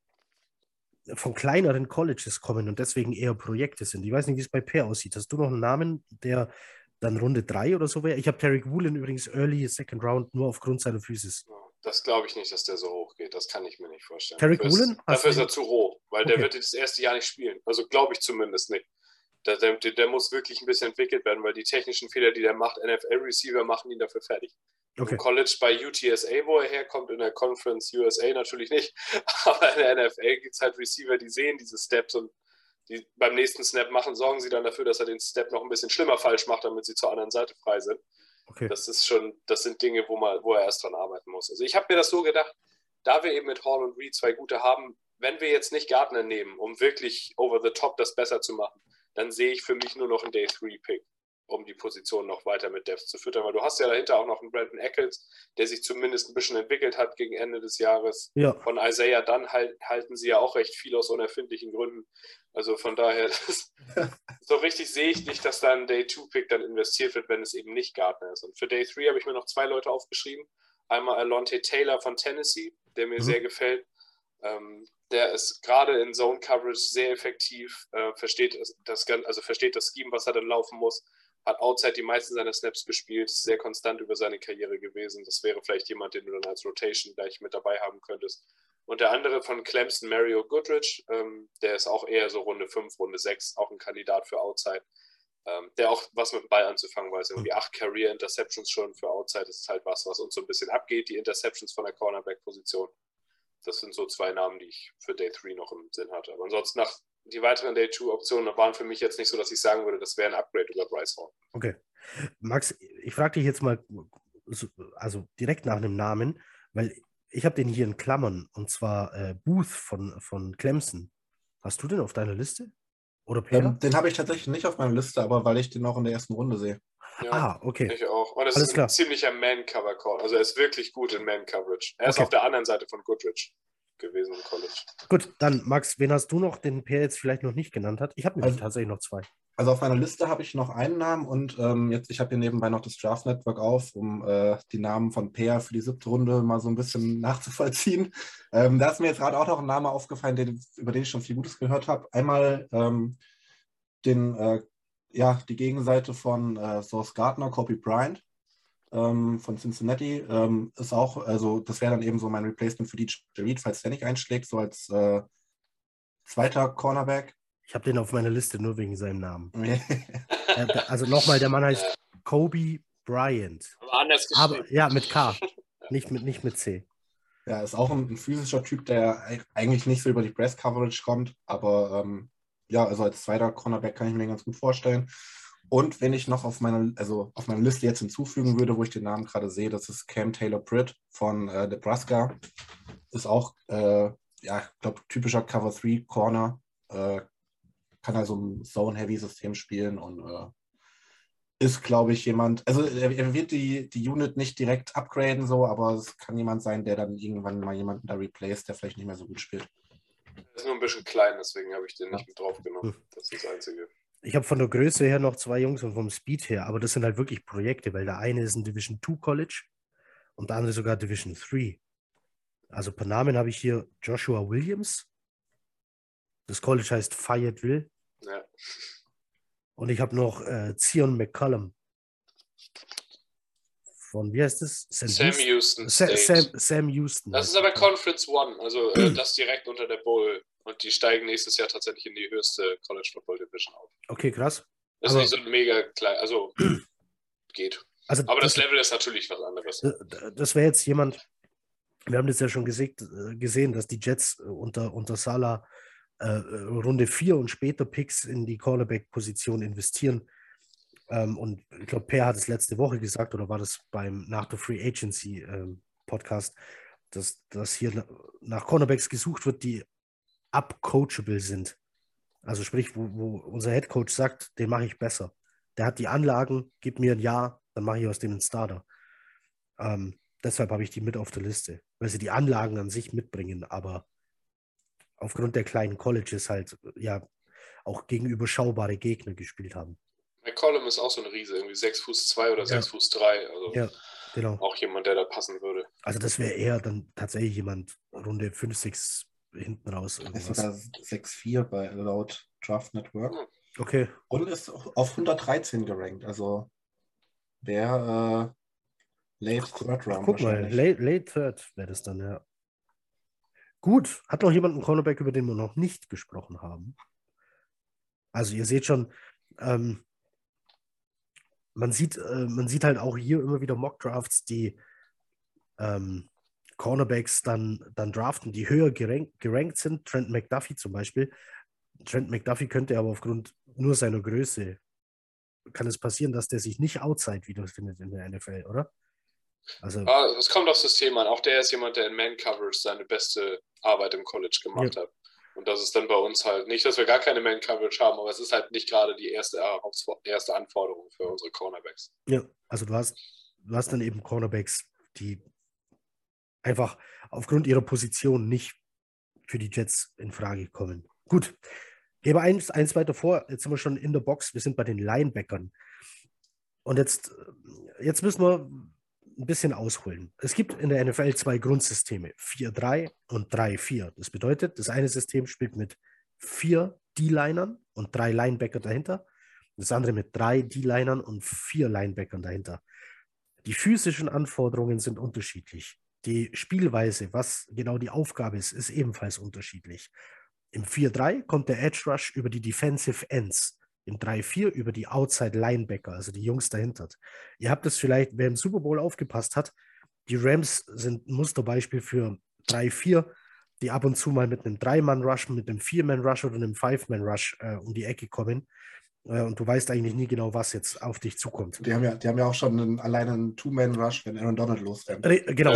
von kleineren Colleges kommen und deswegen eher Projekte sind. Ich weiß nicht, wie es bei Per aussieht. Hast du noch einen Namen, der dann Runde 3 oder so wäre? Ich habe Tariq Woolen übrigens Early Second Round nur aufgrund seiner Physis. Das glaube ich nicht, dass der so hoch geht. Das kann ich mir nicht vorstellen. Tariq Woolen? Dafür ist er zu roh, weil der wird das erste Jahr nicht spielen. Also glaube ich zumindest nicht. Der muss wirklich ein bisschen entwickelt werden, weil die technischen Fehler, die der macht, NFL-Receiver machen ihn dafür fertig. Im College bei UTSA, wo er herkommt, in der Conference USA natürlich nicht. Aber in der NFL gibt es halt Receiver, die sehen diese Steps und die beim nächsten Snap sorgen sie dann dafür, dass er den Step noch ein bisschen schlimmer falsch macht, damit sie zur anderen Seite frei sind. Das sind Dinge, wo er erst dran arbeiten muss. Also ich habe mir das so gedacht, da wir eben mit Hall und Reed 2 gute haben, wenn wir jetzt nicht Gardner nehmen, um wirklich over the top das besser zu machen, dann sehe ich für mich nur noch einen Day 3 Pick, um die Position noch weiter mit Depth zu füttern, weil du hast ja dahinter auch noch einen Brandon Eccles, der sich zumindest ein bisschen entwickelt hat gegen Ende des Jahres. Ja. Von Isaiah Dunn halten sie ja auch recht viel aus unerfindlichen Gründen. Also von daher, so richtig sehe ich nicht, dass da ein Day 2 Pick dann investiert wird, wenn es eben nicht Gardner ist. Und für Day 3 habe ich mir noch 2 Leute aufgeschrieben. Einmal Alontae Taylor von Tennessee, der mir sehr gefällt. Der ist gerade in Zone Coverage sehr effektiv, versteht das Scheme, was er dann laufen muss, hat Outside die meisten seiner Snaps gespielt, ist sehr konstant über seine Karriere gewesen. Das wäre vielleicht jemand, den du dann als Rotation gleich mit dabei haben könntest. Und der andere von Clemson, Mario Goodrich, der ist auch eher so Runde 5, Runde 6, auch ein Kandidat für Outside, der auch was mit dem Ball anzufangen weiß. Irgendwie 8 Career-Interceptions schon für Outside, das ist halt was uns so ein bisschen abgeht, die Interceptions von der Cornerback-Position. Das sind so 2 Namen, die ich für Day 3 noch im Sinn hatte. Aber ansonsten die weiteren Day 2 Optionen waren für mich jetzt nicht so, dass ich sagen würde, das wäre ein Upgrade über Bryce Hall. Okay. Max, ich frage dich jetzt mal also direkt nach einem Namen, weil ich habe den hier in Klammern, und zwar Booth von Clemson. Hast du den auf deiner Liste? Oder den habe ich tatsächlich nicht auf meiner Liste, aber weil ich den auch in der ersten Runde sehe. Ja, okay. Ich auch. Und das ist ein ziemlicher Man-Cover-Call. Also er ist wirklich gut in Man-Coverage. Er ist auf der anderen Seite von Goodrich gewesen im College. Gut, dann Max, wen hast du noch, den Per jetzt vielleicht noch nicht genannt hat? Ich habe nämlich tatsächlich noch 2. Also auf meiner Liste habe ich noch einen Namen und ich habe hier nebenbei noch das Draft Network auf, um die Namen von Per für die 7. Runde mal so ein bisschen nachzuvollziehen. Da ist mir jetzt gerade auch noch ein Name aufgefallen, über den ich schon viel Gutes gehört habe. Einmal die Gegenseite von Sauce Gardner, Kobe Bryant von Cincinnati. Ist auch, also das wäre dann eben so mein Replacement für DJ Reed, falls der nicht einschlägt, so als zweiter Cornerback. Ich habe den auf meiner Liste nur wegen seinem Namen. Also nochmal, der Mann heißt Kobe Bryant. Aber anders geschrieben. Aber, ja, mit K, nicht mit C. Ja, ist auch ein physischer Typ, der eigentlich nicht so über die Press-Coverage kommt, aber ja, also als zweiter Cornerback kann ich mir den ganz gut vorstellen. Und wenn ich noch auf meine Liste jetzt hinzufügen würde, wo ich den Namen gerade sehe, das ist Cam Taylor-Britt von Nebraska. Ist auch, ich glaube, typischer Cover-3-Corner. Kann also ein Zone-Heavy-System spielen und ist, glaube ich, jemand, also er wird die Unit nicht direkt upgraden, so, aber es kann jemand sein, der dann irgendwann mal jemanden da replaced, der vielleicht nicht mehr so gut spielt. Er ist nur ein bisschen klein, deswegen habe ich den nicht mit drauf genommen. Das ist das Einzige. Ich habe von der Größe her noch 2 Jungs und vom Speed her, aber das sind halt wirklich Projekte, weil der eine ist ein Division 2 College und der andere sogar Division 3. Also per Namen habe ich hier Joshua Williams. Das College heißt Fayetteville. Ja. Und ich habe noch Zion McCollum. Von, wie heißt das? Sam Houston State. Sam Houston. Das ist aber Conference One, also das direkt unter der Bowl. Und die steigen nächstes Jahr tatsächlich in die höchste College Football Division auf. Okay, krass. Das ist nicht so mega klein, also geht. Also aber das Level ist natürlich was anderes. Das wäre jetzt jemand, wir haben das ja schon gesehen, dass die Jets unter Saleh Runde 4 und später Picks in die Cornerback-Position investieren. Und ich glaube, Per hat es letzte Woche gesagt, oder war das nach der Free Agency Podcast, dass hier nach Cornerbacks gesucht wird, die upcoachable sind. Also sprich, wo unser Head Coach sagt, den mache ich besser. Der hat die Anlagen, gib mir ein Jahr, dann mache ich aus dem einen Starter. Deshalb habe ich die mit auf der Liste, weil sie die Anlagen an sich mitbringen, aber aufgrund der kleinen Colleges halt ja auch gegen überschaubare Gegner gespielt haben. McCollum ist auch so ein Riese, irgendwie 6'2" oder 6'3". Also ja, genau. Auch jemand, der da passen würde. Also das wäre eher dann tatsächlich jemand Runde 5, 6 hinten raus. Ist da 6'4" bei laut Draft Network. Okay. Und ist auf 113 gerankt. Also der Late Third Round. Guck mal, Late Third wäre das dann, ja. Gut, hat noch jemand einen Cornerback, über den wir noch nicht gesprochen haben? Also ihr seht schon, man sieht halt auch hier immer wieder Mock-Drafts, die Cornerbacks dann draften, die höher gerankt sind. Trent McDuffie zum Beispiel. Trent McDuffie könnte aber aufgrund nur seiner Größe, kann es passieren, dass der sich nicht outside wiederfindet in der NFL, oder? Also, es kommt aufs System an. Auch der ist jemand, der in Man-Coverage seine beste Arbeit im College gemacht hat. Und das ist dann bei uns halt nicht, dass wir gar keine Man-Coverage haben, aber es ist halt nicht gerade die erste Anforderung für unsere Cornerbacks. Ja, also du hast dann eben Cornerbacks, die einfach aufgrund ihrer Position nicht für die Jets in Frage kommen. Gut, gebe eins weiter vor. Jetzt sind wir schon in der Box. Wir sind bei den Linebackern. Und jetzt müssen wir ein bisschen ausholen. Es gibt in der NFL 2 Grundsysteme, 4-3 und 3-4. Das bedeutet, das eine System spielt mit 4 D-Linern und 3 Linebacker dahinter. Das andere mit 3 D-Linern und 4 Linebackern dahinter. Die physischen Anforderungen sind unterschiedlich. Die Spielweise, was genau die Aufgabe ist ebenfalls unterschiedlich. Im 4-3 kommt der Edge Rush über die Defensive Ends. Im 3-4 über die Outside Linebacker, also die Jungs dahinter. Ihr habt es vielleicht, wer im Super Bowl aufgepasst hat, die Rams sind ein Musterbeispiel für 3-4, die ab und zu mal mit einem 3-Mann-Rush, mit einem 4-Man-Rush oder einem 5-Man-Rush um die Ecke kommen. Und du weißt eigentlich nie genau, was jetzt auf dich zukommt. Die haben ja auch schon alleine einen 2-Man-Rush, wenn Aaron Donald losrennt. Genau,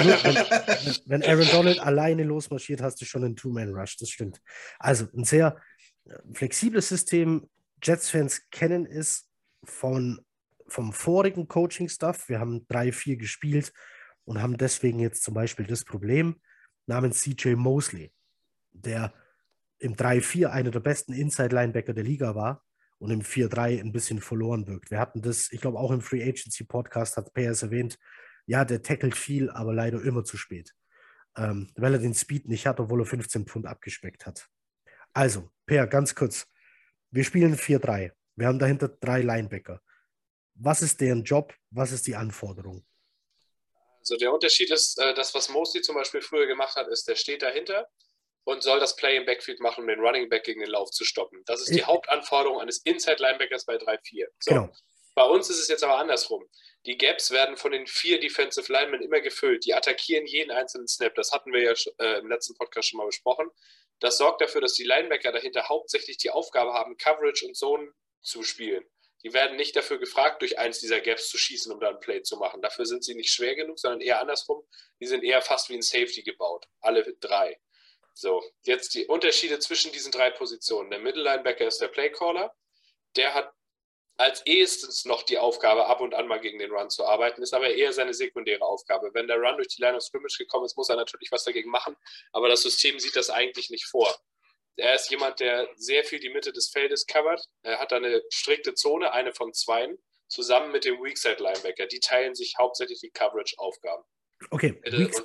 wenn Aaron Donald alleine losmarschiert, hast du schon einen 2-Man-Rush, das stimmt. Also ein sehr flexibles System. Jets-Fans kennen es vom vorigen Coaching-Stuff. Wir haben 3-4 gespielt und haben deswegen jetzt zum Beispiel das Problem namens CJ Mosley, der im 3-4 einer der besten Inside-Linebacker der Liga war und im 4-3 ein bisschen verloren wirkt. Wir hatten das, ich glaube auch im Free Agency Podcast hat PS erwähnt, ja, der tackelt viel, aber leider immer zu spät, weil er den Speed nicht hat, obwohl er 15 Pfund abgespeckt hat. Also, Per, ganz kurz, wir spielen 4-3. Wir haben dahinter 3 Linebacker. Was ist deren Job? Was ist die Anforderung? Also der Unterschied ist, das, was Mosley zum Beispiel früher gemacht hat, ist, der steht dahinter und soll das Play im Backfield machen, um den Running Back gegen den Lauf zu stoppen. Das ist die Hauptanforderung eines Inside-Linebackers bei 3-4. So. Genau. Bei uns ist es jetzt aber andersrum. Die Gaps werden von den 4 Defensive Linemen immer gefüllt. Die attackieren jeden einzelnen Snap. Das hatten wir ja im letzten Podcast schon mal besprochen. Das sorgt dafür, dass die Linebacker dahinter hauptsächlich die Aufgabe haben, Coverage und Zone zu spielen. Die werden nicht dafür gefragt, durch eins dieser Gaps zu schießen, um da ein Play zu machen. Dafür sind sie nicht schwer genug, sondern eher andersrum. Die sind eher fast wie ein Safety gebaut. Alle 3. So, jetzt die Unterschiede zwischen diesen 3 Positionen. Der Middle-Linebacker ist der Playcaller. Der hat als ehestens noch die Aufgabe, ab und an mal gegen den Run zu arbeiten, ist aber eher seine sekundäre Aufgabe. Wenn der Run durch die Line of Scrimmage gekommen ist, muss er natürlich was dagegen machen, aber das System sieht das eigentlich nicht vor. Er ist jemand, der sehr viel die Mitte des Feldes covert. Er hat da eine strikte Zone, eine von 2, zusammen mit dem Weakside-Linebacker. Die teilen sich hauptsächlich die Coverage-Aufgaben. Okay,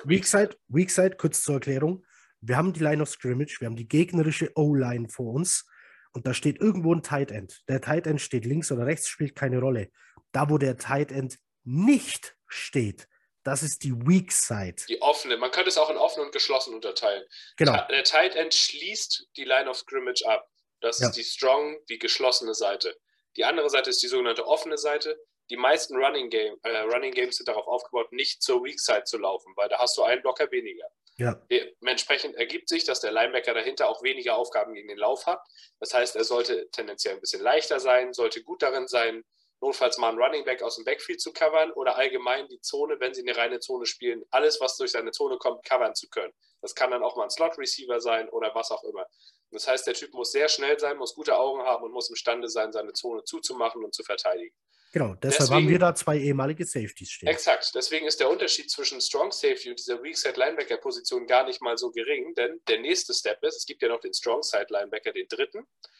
Weakside, kurz zur Erklärung. Wir haben die Line of Scrimmage, wir haben die gegnerische O-Line vor uns und da steht irgendwo ein Tight End. Der Tight End steht links oder rechts, spielt keine Rolle. Da, wo der Tight End nicht steht, das ist die Weak Side. Die offene. Man könnte es auch in offen und geschlossen unterteilen. Genau. Der Tight End schließt die Line of Scrimmage ab. Das ist die strong, die geschlossene Seite. Die andere Seite ist die sogenannte offene Seite. Die meisten Running Games sind darauf aufgebaut, nicht zur Weak Side zu laufen, weil da hast du einen Blocker weniger. Ja. Dementsprechend ergibt sich, dass der Linebacker dahinter auch weniger Aufgaben gegen den Lauf hat. Das heißt, er sollte tendenziell ein bisschen leichter sein, sollte gut darin sein, notfalls mal einen Running Back aus dem Backfield zu covern oder allgemein die Zone, wenn sie eine reine Zone spielen, alles, was durch seine Zone kommt, covern zu können. Das kann dann auch mal ein Slot-Receiver sein oder was auch immer. Das heißt, der Typ muss sehr schnell sein, muss gute Augen haben und muss imstande sein, seine Zone zuzumachen und zu verteidigen. Genau, deshalb haben wir da 2 ehemalige Safeties stehen. Exakt, deswegen ist der Unterschied zwischen Strong Safety und dieser Weak Side Linebacker Position gar nicht mal so gering, denn der nächste Step ist, es gibt ja noch den Strong Side Linebacker, den 3.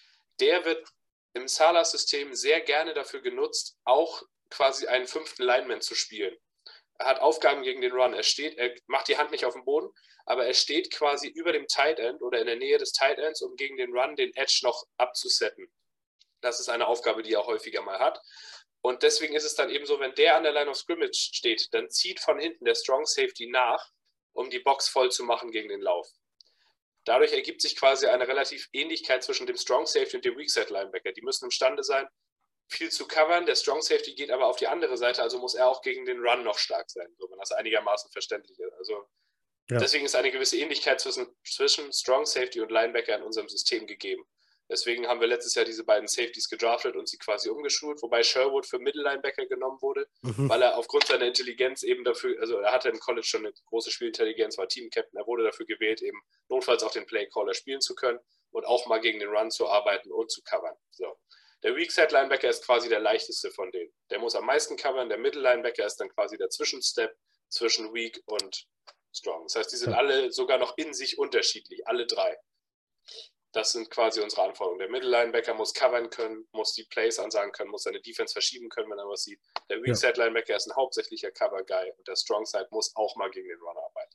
Der wird im Salah-System sehr gerne dafür genutzt, auch quasi einen 5. Lineman zu spielen. Er hat Aufgaben gegen den Run, er macht die Hand nicht auf dem Boden, aber er steht quasi über dem Tight End oder in der Nähe des Tight Ends, um gegen den Run den Edge noch abzusetten. Das ist eine Aufgabe, die er häufiger mal hat. Und deswegen ist es dann eben so, wenn der an der Line of Scrimmage steht, dann zieht von hinten der Strong Safety nach, um die Box voll zu machen gegen den Lauf. Dadurch ergibt sich quasi eine relativ Ähnlichkeit zwischen dem Strong Safety und dem Weak Side Linebacker. Die müssen imstande sein, viel zu covern. Der Strong Safety geht aber auf die andere Seite, also muss er auch gegen den Run noch stark sein, so wenn das einigermaßen verständlich ist. Also deswegen ist eine gewisse Ähnlichkeit zwischen Strong Safety und Linebacker in unserem System gegeben. Deswegen haben wir letztes Jahr diese beiden Safeties gedraftet und sie quasi umgeschult, wobei Sherwood für Mittellinebacker genommen wurde, weil er aufgrund seiner Intelligenz eben dafür, also er hatte im College schon eine große Spielintelligenz, war Team-Captain, er wurde dafür gewählt, eben notfalls auch den Playcaller spielen zu können und auch mal gegen den Run zu arbeiten und zu covern. So. Der Weak-Side-Linebacker ist quasi der leichteste von denen. Der muss am meisten covern, der Mittellinebacker ist dann quasi der Zwischenstep zwischen Weak und Strong. Das heißt, die sind alle sogar noch in sich unterschiedlich, alle 3. Das sind quasi unsere Anforderungen. Der Mittellinebacker muss covern können, muss die Plays ansagen können, muss seine Defense verschieben können, wenn er was sieht. Der Weak-Side-Linebacker ist ein hauptsächlicher Cover-Guy und der Strong-Side muss auch mal gegen den Run arbeiten.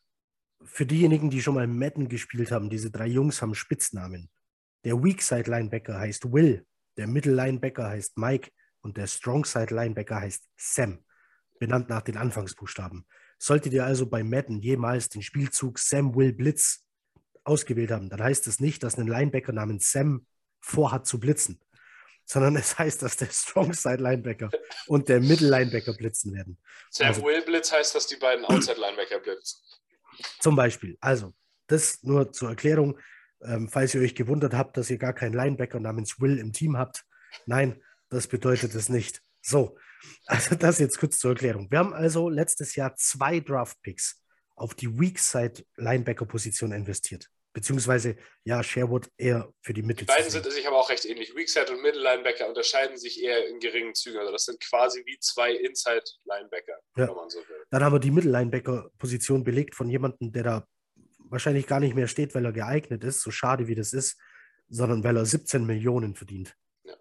Für diejenigen, die schon mal Madden gespielt haben, diese 3 Jungs haben Spitznamen. Der Weak-Side-Linebacker heißt Will, der Middle-Linebacker heißt Mike und der Strong-Side-Linebacker heißt Sam, benannt nach den Anfangsbuchstaben. Solltet ihr also bei Madden jemals den Spielzug Sam Will Blitz ausgewählt haben, dann heißt es nicht, dass ein Linebacker namens Sam vorhat zu blitzen, sondern es heißt, dass der Strong-Side-Linebacker und der Middle-Linebacker blitzen werden. Sam Will Blitz heißt, dass die beiden Outside-Linebacker blitzen. Zum Beispiel. Also, das nur zur Erklärung, falls ihr euch gewundert habt, dass ihr gar keinen Linebacker namens Will im Team habt. Nein, das bedeutet es nicht. So, also das jetzt kurz zur Erklärung. Wir haben also letztes Jahr 2 Draft-Picks auf die Weak-Side-Linebacker-Position investiert. Beziehungsweise, ja, Sherwood eher für die Mitte. Die beiden sind sich aber auch recht ähnlich. Weakside und Middle-Linebacker unterscheiden sich eher in geringen Zügen. Also das sind quasi wie 2 Inside-Linebacker, wenn man so will. Dann haben wir die Middle-Linebacker-Position belegt von jemandem, der da wahrscheinlich gar nicht mehr steht, weil er geeignet ist, so schade wie das ist, sondern weil er 17 Millionen verdient. Ja.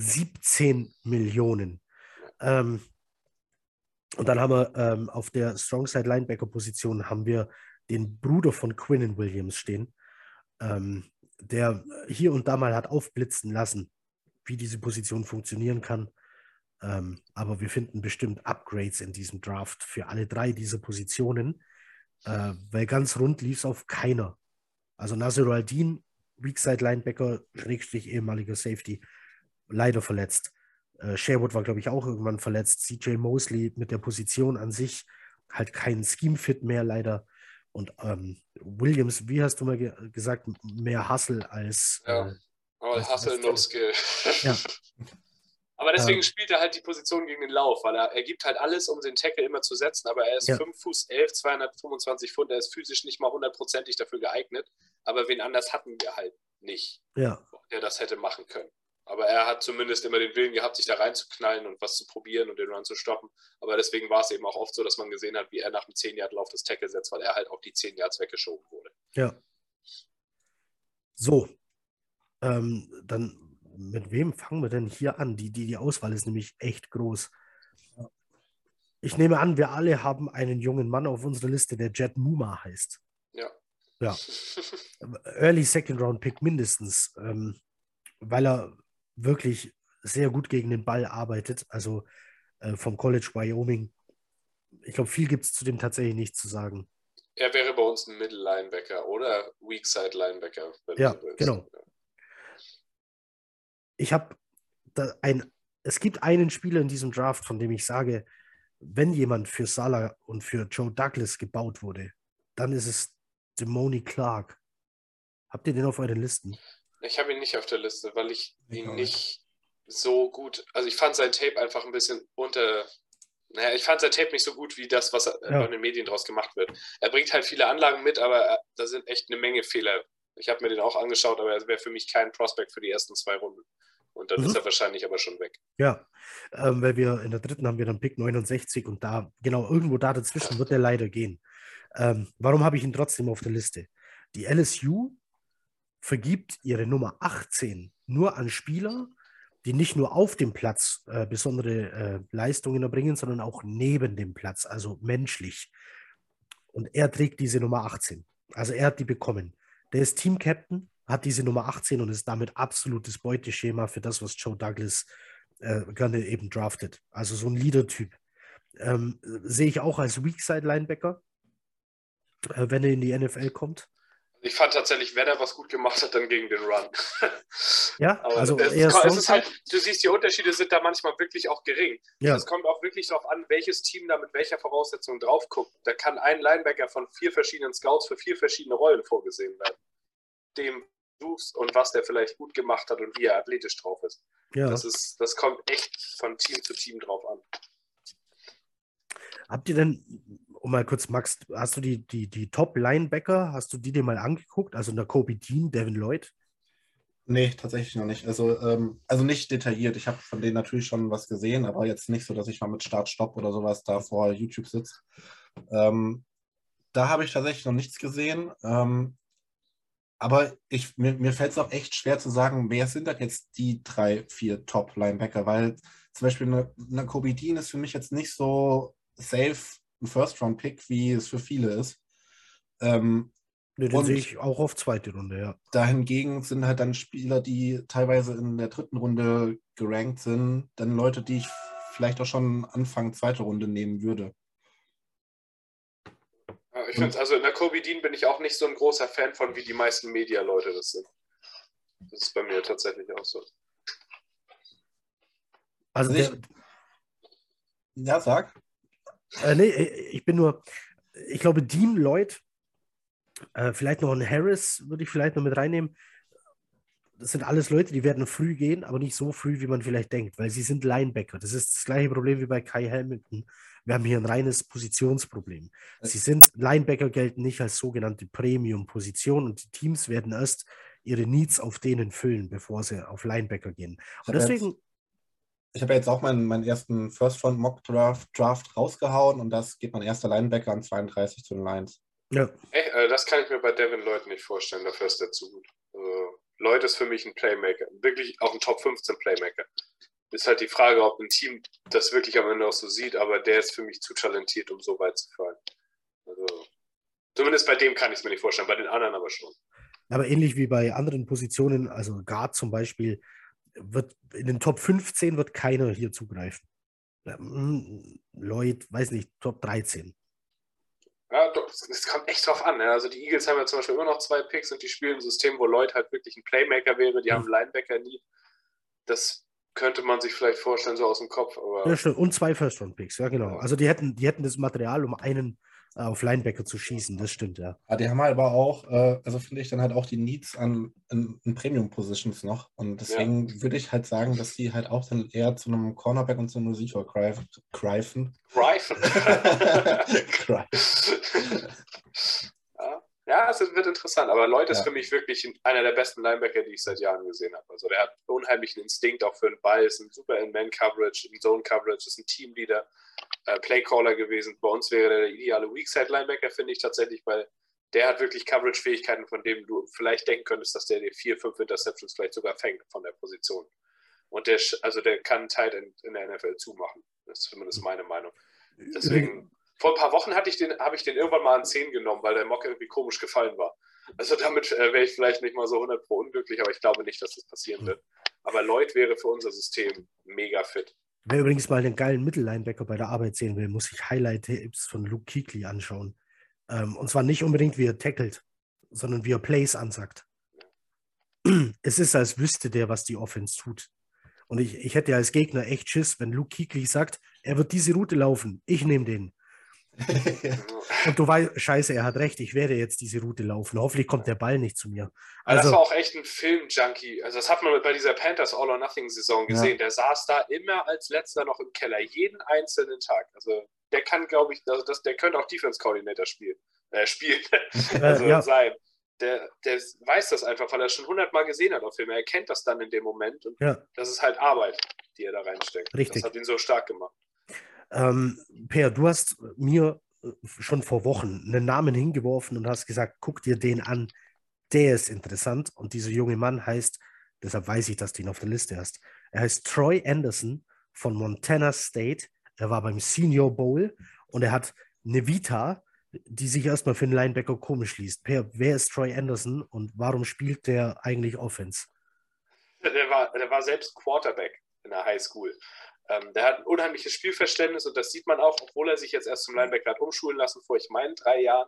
17 Millionen. Ja. Und dann haben wir auf der Strongside-Linebacker-Position haben wir den Bruder von Quinnen Williams stehen, der hier und da mal hat aufblitzen lassen, wie diese Position funktionieren kann. Aber wir finden bestimmt Upgrades in diesem Draft für alle 3 dieser Positionen, weil ganz rund lief es auf keiner. Also Nasir Al-Din, Weakside-Linebacker, / ehemaliger Safety, leider verletzt. Sherwood war, glaube ich, auch irgendwann verletzt. CJ Mosley mit der Position an sich halt kein Scheme-Fit mehr, leider. Und Williams, wie hast du mal gesagt, mehr Hustle als Ja, aber Hustle, no Skill. Ja. Aber deswegen spielt er halt die Position gegen den Lauf, weil er gibt halt alles, um den Tackle immer zu setzen, aber er ist 5 Fuß 11, 225 Pfund, er ist physisch nicht mal 100%ig dafür geeignet, aber wen anders hatten wir halt nicht, der das hätte machen können. Aber er hat zumindest immer den Willen gehabt, sich da reinzuknallen und was zu probieren und den Run zu stoppen. Aber deswegen war es eben auch oft so, dass man gesehen hat, wie er nach dem 10-Yard-Lauf das Tackle setzt, weil er halt auch die 10 Yards weggeschoben wurde. Ja. So, dann mit wem fangen wir denn hier an? Die Auswahl ist nämlich echt groß. Ich nehme an, wir alle haben einen jungen Mann auf unserer Liste, der Jet Muma heißt. Ja. Early Second Round Pick mindestens, weil er wirklich sehr gut gegen den Ball arbeitet. Also vom College Wyoming. Ich glaube, viel gibt es zu dem tatsächlich nicht zu sagen. Er wäre bei uns ein Middle Linebacker oder Weak Side Linebacker. Ja, genau. Es gibt einen Spieler in diesem Draft, von dem ich sage, wenn jemand für Salah und für Joe Douglas gebaut wurde, dann ist es Damone Clark. Habt ihr den auf euren Listen? Ich habe ihn nicht auf der Liste, weil ich ihn nicht so gut, also ich fand sein Tape einfach ein bisschen ich fand sein Tape nicht so gut wie das, was bei den Medien draus gemacht wird. Er bringt halt viele Anlagen mit, aber da sind echt eine Menge Fehler. Ich habe mir den auch angeschaut, aber er wäre für mich kein Prospect für die ersten 2 Runden. Und dann ist er wahrscheinlich aber schon weg. Ja, weil wir in der dritten haben wir dann Pick 69 und da, genau, irgendwo da dazwischen wird er leider gehen. Warum habe ich ihn trotzdem auf der Liste? Die LSU vergibt ihre Nummer 18 nur an Spieler, die nicht nur auf dem Platz besondere Leistungen erbringen, sondern auch neben dem Platz, also menschlich. Und er trägt diese Nummer 18. Also er hat die bekommen. Der ist Team-Captain, hat diese Nummer 18 und ist damit absolutes Beuteschema für das, was Joe Douglas gerne eben draftet. Also so ein Leader-Typ. Sehe ich auch als Weak-Side-Linebacker, wenn er in die NFL kommt. Ich fand tatsächlich, wenn er was gut gemacht hat, dann gegen den Run. Ja, aber also es ist halt, du siehst, die Unterschiede sind da manchmal wirklich auch gering. Ja. Es kommt auch wirklich darauf an, welches Team da mit welcher Voraussetzung drauf guckt. Da kann ein Linebacker von 4 verschiedenen Scouts für 4 verschiedene Rollen vorgesehen werden. Dem suchst und was der vielleicht gut gemacht hat und wie er athletisch drauf ist. Ja. Das kommt echt von Team zu Team drauf an. Habt ihr denn, mal kurz, Max, hast du die Top-Linebacker, hast du die dir mal angeguckt? Also Nakobe Dean, Devin Lloyd? Nee, tatsächlich noch nicht. Also nicht detailliert. Ich habe von denen natürlich schon was gesehen, aber jetzt nicht so, dass ich mal mit Start-Stopp oder sowas da vor YouTube sitze. Da habe ich tatsächlich noch nichts gesehen. Aber mir fällt es auch echt schwer zu sagen, wer sind denn jetzt die 3, 4 Top-Linebacker, weil zum Beispiel Nakobe Dean ist für mich jetzt nicht so safe ein First-Round-Pick, wie es für viele ist. Den sehe ich auch auf 2. Runde, ja. Dahingegen sind halt dann Spieler, die teilweise in der 3. Runde gerankt sind, dann Leute, die ich vielleicht auch schon Anfang 2. Runde nehmen würde. Ich finde, also in der Nakobe Dean bin ich auch nicht so ein großer Fan von, wie die meisten Media-Leute das sind. Das ist bei mir tatsächlich auch so. Also ja, sag. Nee, ich glaube, Dean Lloyd, vielleicht noch ein Harris würde ich vielleicht noch mit reinnehmen. Das sind alles Leute, die werden früh gehen, aber nicht so früh, wie man vielleicht denkt, weil sie sind Linebacker. Das ist das gleiche Problem wie bei Kai Hamilton. Wir haben hier ein reines Positionsproblem. Linebacker gelten nicht als sogenannte Premium-Position und die Teams werden erst ihre Needs auf denen füllen, bevor sie auf Linebacker gehen. Und deswegen... Ich habe jetzt auch meinen ersten First-Round-Mock-Draft rausgehauen und das geht mein erster Linebacker an 32 zu den Lions. Ja. Das kann ich mir bei Devin Lloyd nicht vorstellen, dafür ist der zu gut. Lloyd ist für mich ein Playmaker, wirklich auch ein Top 15 Playmaker. Ist halt die Frage, ob ein Team das wirklich am Ende auch so sieht, aber der ist für mich zu talentiert, um so weit zu fallen. Also, zumindest bei dem kann ich es mir nicht vorstellen, bei den anderen aber schon. Aber ähnlich wie bei anderen Positionen, also Guard zum Beispiel, wird in den Top 15 wird keiner hier zugreifen. Lloyd, weiß nicht, Top 13. Ja, es kommt echt drauf an. Ne? Also die Eagles haben ja zum Beispiel immer noch 2 Picks und die spielen ein System, wo Lloyd halt wirklich ein Playmaker wäre. Die haben Linebacker nie. Das könnte man sich vielleicht vorstellen, so aus dem Kopf. Aber ja, stimmt. Und 2 First-Round-Picks, ja genau. Ja. Also die hätten das Material, um einen auf Linebacker zu schießen, das stimmt, ja. Ja, die haben halt aber auch, also finde ich dann halt auch die Needs in Premium-Positions noch. Und deswegen würde ich halt sagen, dass die halt auch dann eher zu einem Cornerback und zu einem Receiver greifen. Ja, es wird interessant. Aber Lloyd ist Ja. für mich wirklich einer der besten Linebacker, die ich seit Jahren gesehen habe. Also der hat unheimlichen Instinkt auch für den Ball, ist ein super In-Man-Coverage, in Zone-Coverage, ist ein Teamleader, Playcaller gewesen. Bei uns wäre der ideale Weakside-Linebacker, finde ich tatsächlich, weil der hat wirklich Coverage-Fähigkeiten, von dem du vielleicht denken könntest, dass der dir 4, 5 Interceptions vielleicht sogar fängt von der Position. Und der kann Tight End in der NFL zumachen. Das ist zumindest meine Meinung. Deswegen, vor ein paar Wochen habe ich den irgendwann mal an 10 genommen, weil der Mock irgendwie komisch gefallen war. Also damit wäre ich vielleicht nicht mal so 100% unglücklich, aber ich glaube nicht, dass das passieren wird. Aber Lloyd wäre für unser System mega fit. Wer übrigens mal einen geilen Mittellinebacker bei der Arbeit sehen will, muss sich Highlight-Tipps von Luke Kuechly anschauen. Und zwar nicht unbedingt, wie er tackelt, sondern wie er Plays ansagt. Es ist, als wüsste der, was die Offense tut. Und ich hätte als Gegner echt Schiss, wenn Luke Kuechly sagt, er wird diese Route laufen, ich nehme den. Und du weißt, scheiße, er hat recht, ich werde jetzt diese Route laufen. Hoffentlich kommt der Ball nicht zu mir. Also, das war auch echt ein Film-Junkie. Also das hat man bei dieser Panthers All-or-Nothing-Saison gesehen. Ja. Der saß da immer als Letzter noch im Keller, jeden einzelnen Tag. Also der kann, glaube ich, der könnte auch Defense-Coordinator spielen. Sein. Der weiß das einfach, weil er es schon 100-mal gesehen hat auf Film. Er kennt das dann in dem Moment und das ist halt Arbeit, die er da reinsteckt. Richtig. Das hat ihn so stark gemacht. Per, du hast mir schon vor Wochen einen Namen hingeworfen und hast gesagt, guck dir den an, der ist interessant. Und dieser junge Mann heißt, deshalb weiß ich, dass du ihn auf der Liste hast, er heißt Troy Anderson von Montana State. Er war beim Senior Bowl und er hat eine Vita, die sich erstmal für einen Linebacker komisch liest. Per, wer ist Troy Anderson und warum spielt der eigentlich Offense? Der war selbst Quarterback in der High School. Der hat ein unheimliches Spielverständnis und das sieht man auch, obwohl er sich jetzt erst zum Linebacker hat umschulen lassen, vor ich meine 3 Jahren.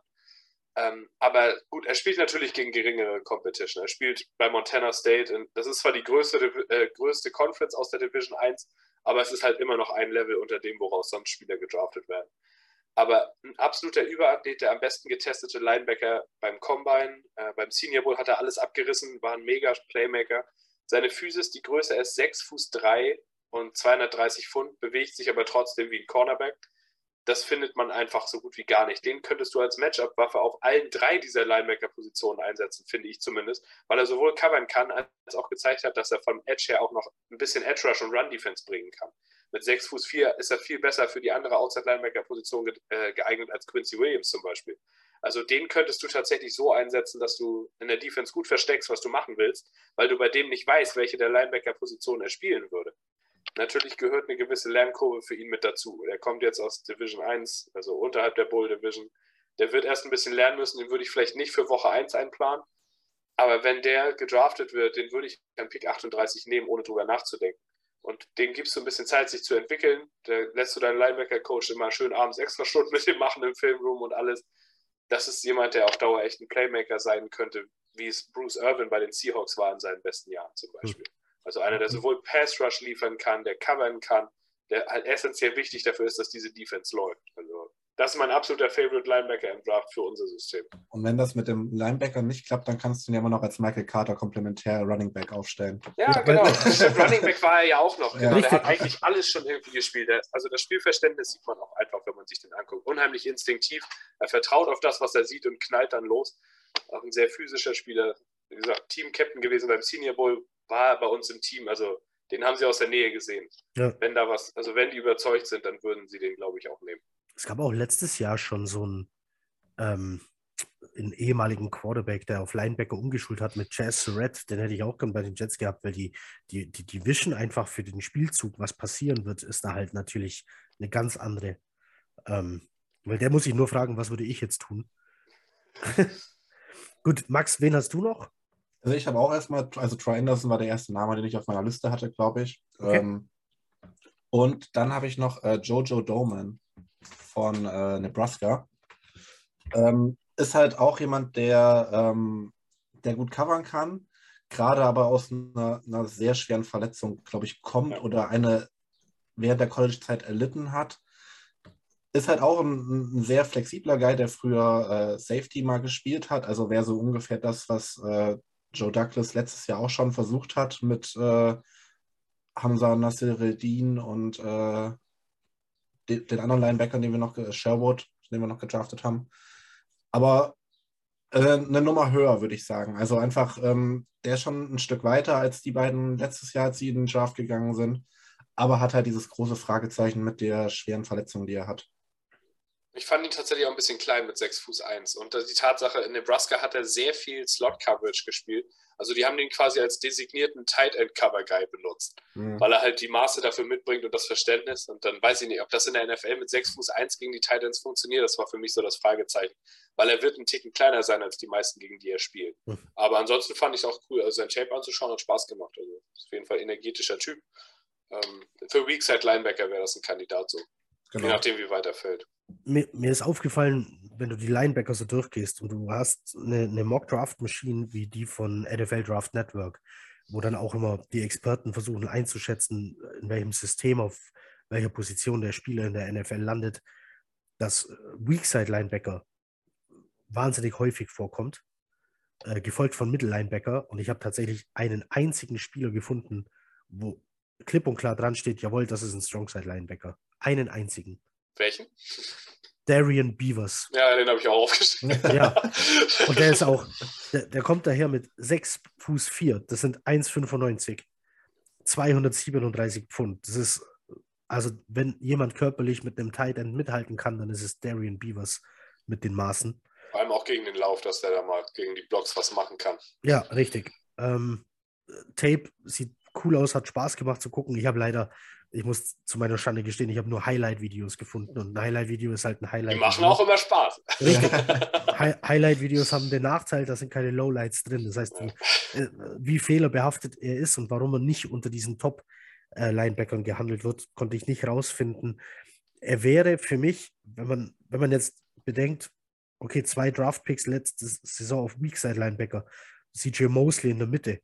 Aber gut, er spielt natürlich gegen geringere Competition. Er spielt bei Montana State und das ist zwar die größte Conference aus der Division 1, aber es ist halt immer noch ein Level unter dem, woraus sonst Spieler gedraftet werden. Aber ein absoluter Überathlet, der am besten getestete Linebacker beim Combine, beim Senior Bowl hat er alles abgerissen, war ein mega Playmaker. Seine Physis, die Größe, er ist 6'3" und 230 Pfund, bewegt sich aber trotzdem wie ein Cornerback. Das findet man einfach so gut wie gar nicht. Den könntest du als Matchup-Waffe auf allen 3 dieser Linebacker-Positionen einsetzen, finde ich zumindest, weil er sowohl covern kann, als auch gezeigt hat, dass er vom Edge her auch noch ein bisschen Edge-Rush und Run-Defense bringen kann. Mit 6'4" ist er viel besser für die andere Outside-Linebacker-Position geeignet als Quincy Williams zum Beispiel. Also den könntest du tatsächlich so einsetzen, dass du in der Defense gut versteckst, was du machen willst, weil du bei dem nicht weißt, welche der Linebacker-Position er spielen würde. Natürlich gehört eine gewisse Lernkurve für ihn mit dazu. Er kommt jetzt aus Division 1, also unterhalb der Bowl Division. Der wird erst ein bisschen lernen müssen, den würde ich vielleicht nicht für Woche 1 einplanen. Aber wenn der gedraftet wird, den würde ich an Pick 38 nehmen, ohne drüber nachzudenken. Und dem gibst du ein bisschen Zeit, sich zu entwickeln. Da lässt du deinen Linebacker-Coach immer schön abends extra Stunden mit dem machen im Filmroom und alles. Das ist jemand, der auf Dauer echt ein Playmaker sein könnte, wie es Bruce Irvin bei den Seahawks war in seinen besten Jahren zum Beispiel. Also einer, der sowohl Pass-Rush liefern kann, der covern kann, der halt essentiell wichtig dafür ist, dass diese Defense läuft. Also das ist mein absoluter Favorite Linebacker im Draft für unser System. Und wenn das mit dem Linebacker nicht klappt, dann kannst du ihn ja immer noch als Michael Carter komplementär Running Back aufstellen. Ja, genau. Running Back war er ja auch noch. Genau. Der hat eigentlich alles schon irgendwie gespielt. Also das Spielverständnis sieht man auch einfach, wenn man sich den anguckt. Unheimlich instinktiv. Er vertraut auf das, was er sieht und knallt dann los. Auch ein sehr physischer Spieler. Wie gesagt, Team-Captain gewesen beim Senior Bowl, war bei uns im Team. Also den haben sie aus der Nähe gesehen. Ja. Wenn die überzeugt sind, dann würden sie den, glaube ich, auch nehmen. Es gab auch letztes Jahr schon so einen ehemaligen Quarterback, der auf Linebacker umgeschult hat mit Chaz Surratt. Den hätte ich auch gern bei den Jets gehabt, weil die Vision einfach für den Spielzug, was passieren wird, ist da halt natürlich eine ganz andere. Weil der muss sich nur fragen, was würde ich jetzt tun? Gut, Max, wen hast du noch? Also ich habe auch erstmal, also Troy Anderson war der erste Name, den ich auf meiner Liste hatte, glaube ich. Okay. Und dann habe ich noch Jojo Doman von Nebraska. Ist halt auch jemand, der gut covern kann, gerade aber aus einer sehr schweren Verletzung, glaube ich, kommt oder eine während der College-Zeit erlitten hat. ist halt auch ein sehr flexibler Guy, der früher Safety mal gespielt hat. Also wäre so ungefähr das, was Joe Douglas letztes Jahr auch schon versucht hat mit Hamza Nasiruddin und den anderen Linebackern, Sherwood, den wir noch gedraftet haben. Aber eine Nummer höher, würde ich sagen. Also einfach, der ist schon ein Stück weiter als die beiden letztes Jahr, als sie in den Draft gegangen sind. Aber hat halt dieses große Fragezeichen mit der schweren Verletzung, die er hat. Ich fand ihn tatsächlich auch ein bisschen klein mit 6'1". Und die Tatsache, in Nebraska hat er sehr viel Slot-Coverage gespielt. Also die haben den quasi als designierten Tight-End-Cover-Guy benutzt, weil er halt die Maße dafür mitbringt und das Verständnis. Und dann weiß ich nicht, ob das in der NFL mit 6'1" gegen die Tight-Ends funktioniert. Das war für mich so das Fragezeichen. Weil er wird einen Ticken kleiner sein als die meisten, gegen die er spielt. Aber ansonsten fand ich es auch cool. Also sein Shape anzuschauen hat Spaß gemacht. Also ist auf jeden Fall ein energetischer Typ. Für Weakside-Linebacker wäre das ein Kandidat so. Genau. Je nachdem, wie weit er fällt. Mir ist aufgefallen, wenn du die Linebacker so durchgehst und du hast eine Mock-Draft-Maschine wie die von NFL Draft Network, wo dann auch immer die Experten versuchen einzuschätzen, in welchem System, auf welcher Position der Spieler in der NFL landet, dass Weakside-Linebacker wahnsinnig häufig vorkommt, gefolgt von Mittellinebacker. Und ich habe tatsächlich einen einzigen Spieler gefunden, wo klipp und klar dran steht, jawohl, das ist ein Strongside-Linebacker. Einen einzigen. Welchen? Darian Beavers. Ja, den habe ich auch aufgeschrieben. Ja, und der ist auch, der kommt daher mit 6'4". Das sind 1,95. 237 Pfund. Das ist, also wenn jemand körperlich mit einem Tight End mithalten kann, dann ist es Darian Beavers mit den Maßen. Vor allem auch gegen den Lauf, dass der da mal gegen die Blocks was machen kann. Ja, richtig. Tape sieht cool aus, hat Spaß gemacht zu gucken. Ich muss zu meiner Schande gestehen, ich habe nur Highlight-Videos gefunden und ein Highlight-Video ist halt ein Highlight-Video. Die machen auch immer Spaß. Richtig. Highlight-Videos haben den Nachteil, da sind keine Lowlights drin. Das heißt, wie fehlerbehaftet er ist und warum er nicht unter diesen Top-Linebackern gehandelt wird, konnte ich nicht rausfinden. Er wäre für mich, wenn man jetzt bedenkt, okay, 2 Draft-Picks letzte Saison auf Weakside-Linebacker, CJ Mosley in der Mitte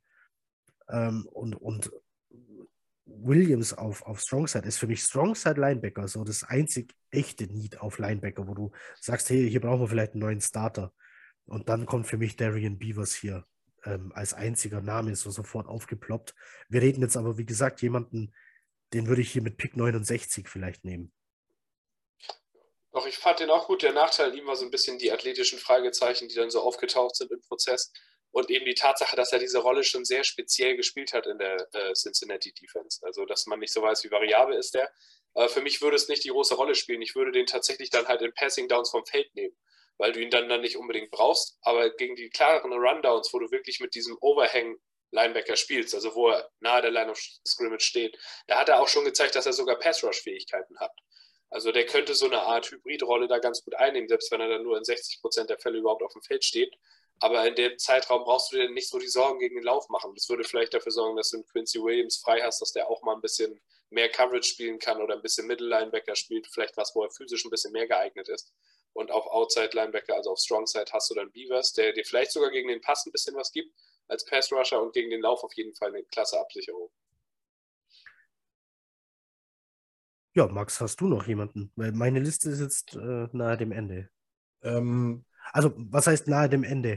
und Williams auf Strongside ist für mich Strongside-Linebacker so das einzig echte Need auf Linebacker, wo du sagst, hey, hier brauchen wir vielleicht einen neuen Starter. Und dann kommt für mich Darian Beavers hier als einziger Name so sofort aufgeploppt. Wir reden jetzt aber, wie gesagt, jemanden, den würde ich hier mit Pick 69 vielleicht nehmen. Doch, ich fand den auch gut. Der Nachteil an ihm war so ein bisschen die athletischen Fragezeichen, die dann so aufgetaucht sind im Prozess. Und eben die Tatsache, dass er diese Rolle schon sehr speziell gespielt hat in der Cincinnati Defense. Also, dass man nicht so weiß, wie variabel ist der. Für mich würde es nicht die große Rolle spielen. Ich würde den tatsächlich dann halt in Passing Downs vom Feld nehmen, weil du ihn dann nicht unbedingt brauchst. Aber gegen die klareren Rundowns, wo du wirklich mit diesem Overhang-Linebacker spielst, also wo er nahe der Line of Scrimmage steht, da hat er auch schon gezeigt, dass er sogar Pass-Rush-Fähigkeiten hat. Also der könnte so eine Art Hybridrolle da ganz gut einnehmen, selbst wenn er dann nur in 60% der Fälle überhaupt auf dem Feld steht. Aber in dem Zeitraum brauchst du dir nicht so die Sorgen gegen den Lauf machen. Das würde vielleicht dafür sorgen, dass du einen Quincy Williams frei hast, dass der auch mal ein bisschen mehr Coverage spielen kann oder ein bisschen Middle-Linebacker spielt, vielleicht was, wo er physisch ein bisschen mehr geeignet ist. Und auf Outside-Linebacker, also auf Strongside, hast du dann Beavers, der dir vielleicht sogar gegen den Pass ein bisschen was gibt als Pass-Rusher und gegen den Lauf auf jeden Fall eine klasse Absicherung. Ja, Max, hast du noch jemanden? Weil meine Liste ist jetzt nahe dem Ende. Also, was heißt nahe dem Ende?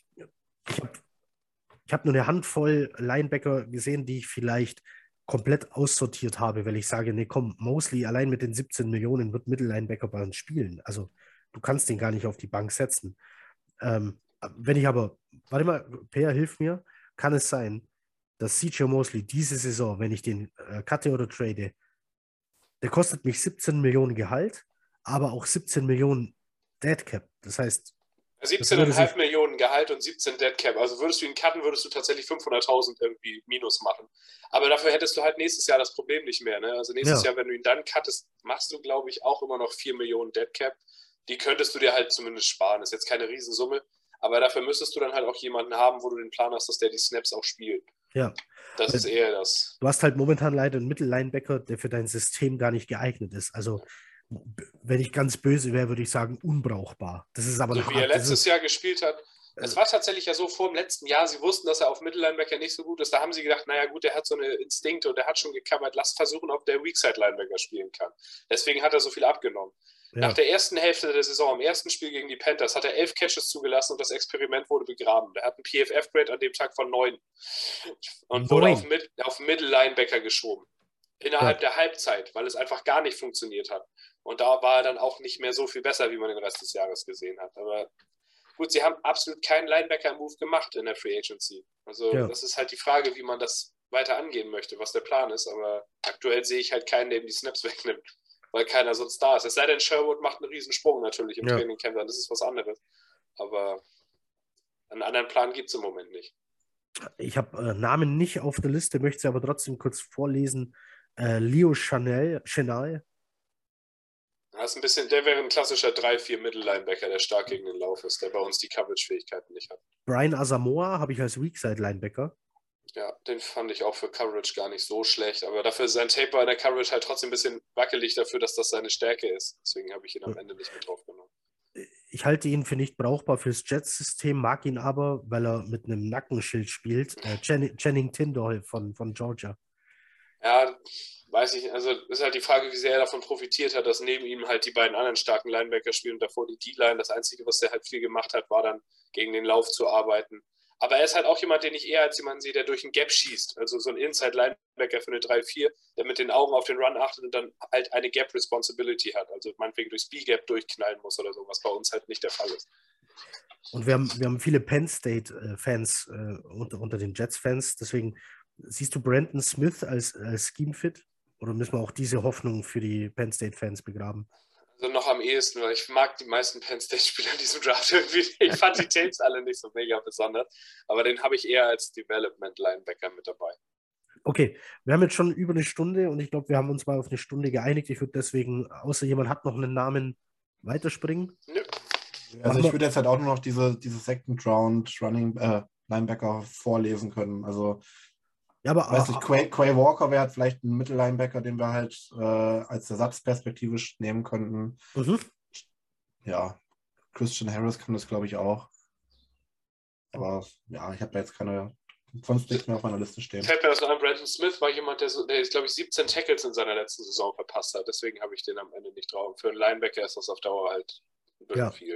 Ich hab nur eine Handvoll Linebacker gesehen, die ich vielleicht komplett aussortiert habe, weil ich sage, nee, komm, Mosley allein mit den 17 Millionen wird Mittellinebacker bei uns spielen. Also, du kannst den gar nicht auf die Bank setzen. Wenn ich aber, warte mal, Per, hilf mir, kann es sein, dass CJ Mosley diese Saison, wenn ich den cutte oder trade, der kostet mich 17 Millionen Gehalt, aber auch 17 Millionen Dead Cap. Das heißt, 17,5 Millionen Gehalt und 17 Dead Cap. Also würdest du ihn cutten, würdest du tatsächlich 500.000 irgendwie Minus machen. Aber dafür hättest du halt nächstes Jahr das Problem nicht mehr. Ne? Also nächstes Jahr, wenn du ihn dann cuttest, machst du, glaube ich, auch immer noch 4 Millionen Dead Cap. Die könntest du dir halt zumindest sparen. Das ist jetzt keine Riesensumme. Aber dafür müsstest du dann halt auch jemanden haben, wo du den Plan hast, dass der die Snaps auch spielt. Ja. Das ist eher das. Du hast halt momentan leider einen Mittellinebacker, der für dein System gar nicht geeignet ist. Also, wenn ich ganz böse wäre, würde ich sagen, unbrauchbar. Das ist aber so wie er letztes Jahr gespielt hat, Es war tatsächlich ja so vor dem letzten Jahr, sie wussten, dass er auf Mittellinebacker nicht so gut ist. Da haben sie gedacht, naja gut, der hat so eine Instinkte und der hat schon gecovert, lass versuchen, ob der Weakside-Linebacker spielen kann. Deswegen hat er so viel abgenommen. Ja. Nach der ersten Hälfte der Saison, im ersten Spiel gegen die Panthers, hat er 11 Catches zugelassen und das Experiment wurde begraben. Der hat einen PFF-Grade an dem Tag von 9 und wurde auf Mittellinebacker geschoben. Innerhalb der Halbzeit, weil es einfach gar nicht funktioniert hat. Und da war er dann auch nicht mehr so viel besser, wie man den Rest des Jahres gesehen hat. Aber gut, sie haben absolut keinen Linebacker-Move gemacht in der Free Agency. Also das ist halt die Frage, wie man das weiter angehen möchte, was der Plan ist. Aber aktuell sehe ich halt keinen, der ihm die Snaps wegnimmt, weil keiner sonst da ist. Es sei denn, Sherwood macht einen Riesensprung natürlich im Trainingcamp, dann ist es was anderes. Aber einen anderen Plan gibt es im Moment nicht. Ich habe Namen nicht auf der Liste, möchte sie aber trotzdem kurz vorlesen. Leo Chenal. Das ist ein bisschen, der wäre ein klassischer 3-4 Mittellinebacker, der stark gegen den Lauf ist, der bei uns die Coverage-Fähigkeiten nicht hat. Brian Asamoah habe ich als Weakside-Linebacker. Ja, den fand ich auch für Coverage gar nicht so schlecht, aber dafür ist sein Tape in der Coverage halt trotzdem ein bisschen wackelig dafür, dass das seine Stärke ist. Deswegen habe ich ihn am Ende nicht mit drauf genommen. Ich halte ihn für nicht brauchbar fürs Jets-System, mag ihn aber, weil er mit einem Nackenschild spielt. Channing Tindall von Georgia. Ja, weiß ich, also ist halt die Frage, wie sehr er davon profitiert hat, dass neben ihm halt die beiden anderen starken Linebacker spielen und davor die D-Line. Das Einzige, was der halt viel gemacht hat, war dann gegen den Lauf zu arbeiten. Aber er ist halt auch jemand, den ich eher als jemanden sehe, der durch einen Gap schießt. Also so ein Inside-Linebacker für eine 3-4, der mit den Augen auf den Run achtet und dann halt eine Gap-Responsibility hat. Also meinetwegen durchs B-Gap durchknallen muss oder so, was bei uns halt nicht der Fall ist. Und wir haben viele Penn State-Fans unter den Jets-Fans. Deswegen siehst du Brandon Smith als Scheme-Fit? Oder müssen wir auch diese Hoffnung für die Penn State-Fans begraben? Also noch am ehesten, weil ich mag die meisten Penn State-Spieler in diesem Draft irgendwie. Ich fand die Tapes alle nicht so mega besonders, aber den habe ich eher als Development-Linebacker mit dabei. Okay, wir haben jetzt schon über eine Stunde und ich glaube, wir haben uns mal auf eine Stunde geeinigt. Ich würde deswegen, außer jemand hat noch einen Namen, weiterspringen. Nö. Also ich würde jetzt halt auch nur noch diese Second Round Running Linebacker vorlesen können. Also ja, aber weiß nicht, Quay Walker wäre halt vielleicht ein Mittellinebacker, den wir halt als Ersatz perspektivisch nehmen könnten. Ja, Christian Harris kann das, glaube ich, auch. Aber ja, ich habe da jetzt sonst nichts mehr auf meiner Liste stehen. Fällt mir das noch an, Brandon Smith war jemand, der jetzt, glaube ich, 17 Tackles in seiner letzten Saison verpasst hat. Deswegen habe ich den am Ende nicht drauf. Für einen Linebacker ist das auf Dauer halt ein bisschen viel.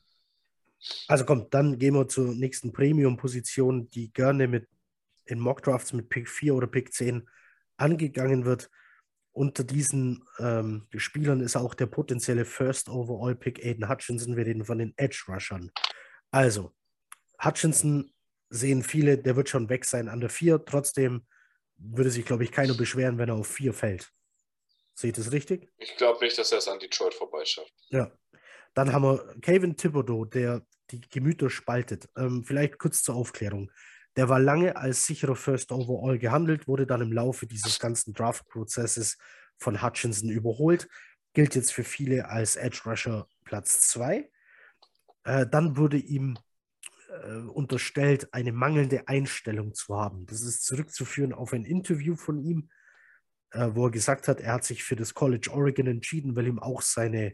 Also komm, dann gehen wir zur nächsten Premium-Position, die gerne in Mockdrafts mit Pick 4 oder Pick 10 angegangen wird. Unter diesen Spielern ist auch der potenzielle First Overall Pick Aiden Hutchinson. Wir reden von den Edge Rushern. Also, Hutchinson sehen viele, der wird schon weg sein an der 4. Trotzdem würde sich, glaube ich, keiner beschweren, wenn er auf 4 fällt. Seht ihr das richtig? Ich glaube nicht, dass er es an Detroit vorbeischafft. Ja. Dann haben wir Kayvon Thibodeau, der die Gemüter spaltet. Vielleicht kurz zur Aufklärung. Der war lange als sicherer First Overall gehandelt, wurde dann im Laufe dieses ganzen Draft-Prozesses von Hutchinson überholt, gilt jetzt für viele als Edge Rusher Platz 2. Dann wurde ihm unterstellt, eine mangelnde Einstellung zu haben. Das ist zurückzuführen auf ein Interview von ihm, wo er gesagt hat, er hat sich für das College Oregon entschieden, weil ihm auch seine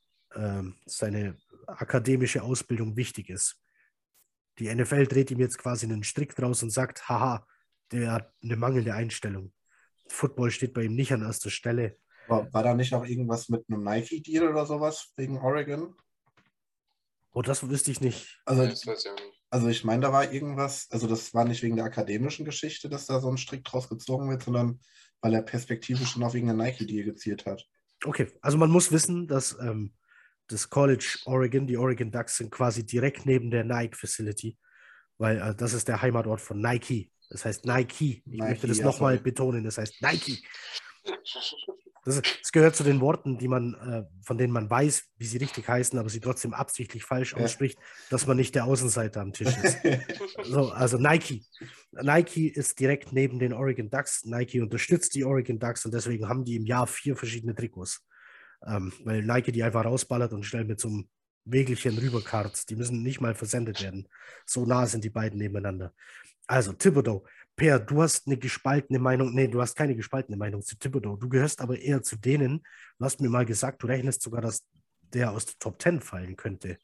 akademische Ausbildung wichtig ist. Die NFL dreht ihm jetzt quasi einen Strick draus und sagt, haha, der hat eine mangelnde Einstellung. Football steht bei ihm nicht an erster Stelle. War da nicht auch irgendwas mit einem Nike-Deal oder sowas wegen Oregon? Oh, das wüsste ich nicht. Also ich meine, da war irgendwas, also das war nicht wegen der akademischen Geschichte, dass da so ein Strick draus gezogen wird, sondern weil er perspektivisch schon auf irgendeinen Nike-Deal gezielt hat. Okay, also man muss wissen, dass das College Oregon, die Oregon Ducks sind quasi direkt neben der Nike Facility, weil das ist der Heimatort von Nike. Das heißt Nike. Ich möchte das nochmal betonen, das heißt Nike. Das gehört zu den Worten, von denen man weiß, wie sie richtig heißen, aber sie trotzdem absichtlich falsch ausspricht, dass man nicht der Außenseiter am Tisch ist. So, also Nike. Nike ist direkt neben den Oregon Ducks. Nike unterstützt die Oregon Ducks und deswegen haben die im Jahr 4 verschiedene Trikots. Weil Nike die einfach rausballert und schnell mit so einem Wägelchen rüberkarrt. Die müssen nicht mal versendet werden. So nah sind die beiden nebeneinander. Also Thibodeau. Per, du hast eine gespaltene Meinung. Nee, du hast keine gespaltene Meinung zu Thibodeau. Du gehörst aber eher zu denen, du hast mir mal gesagt, du rechnest sogar, dass der aus der Top 10 fallen könnte.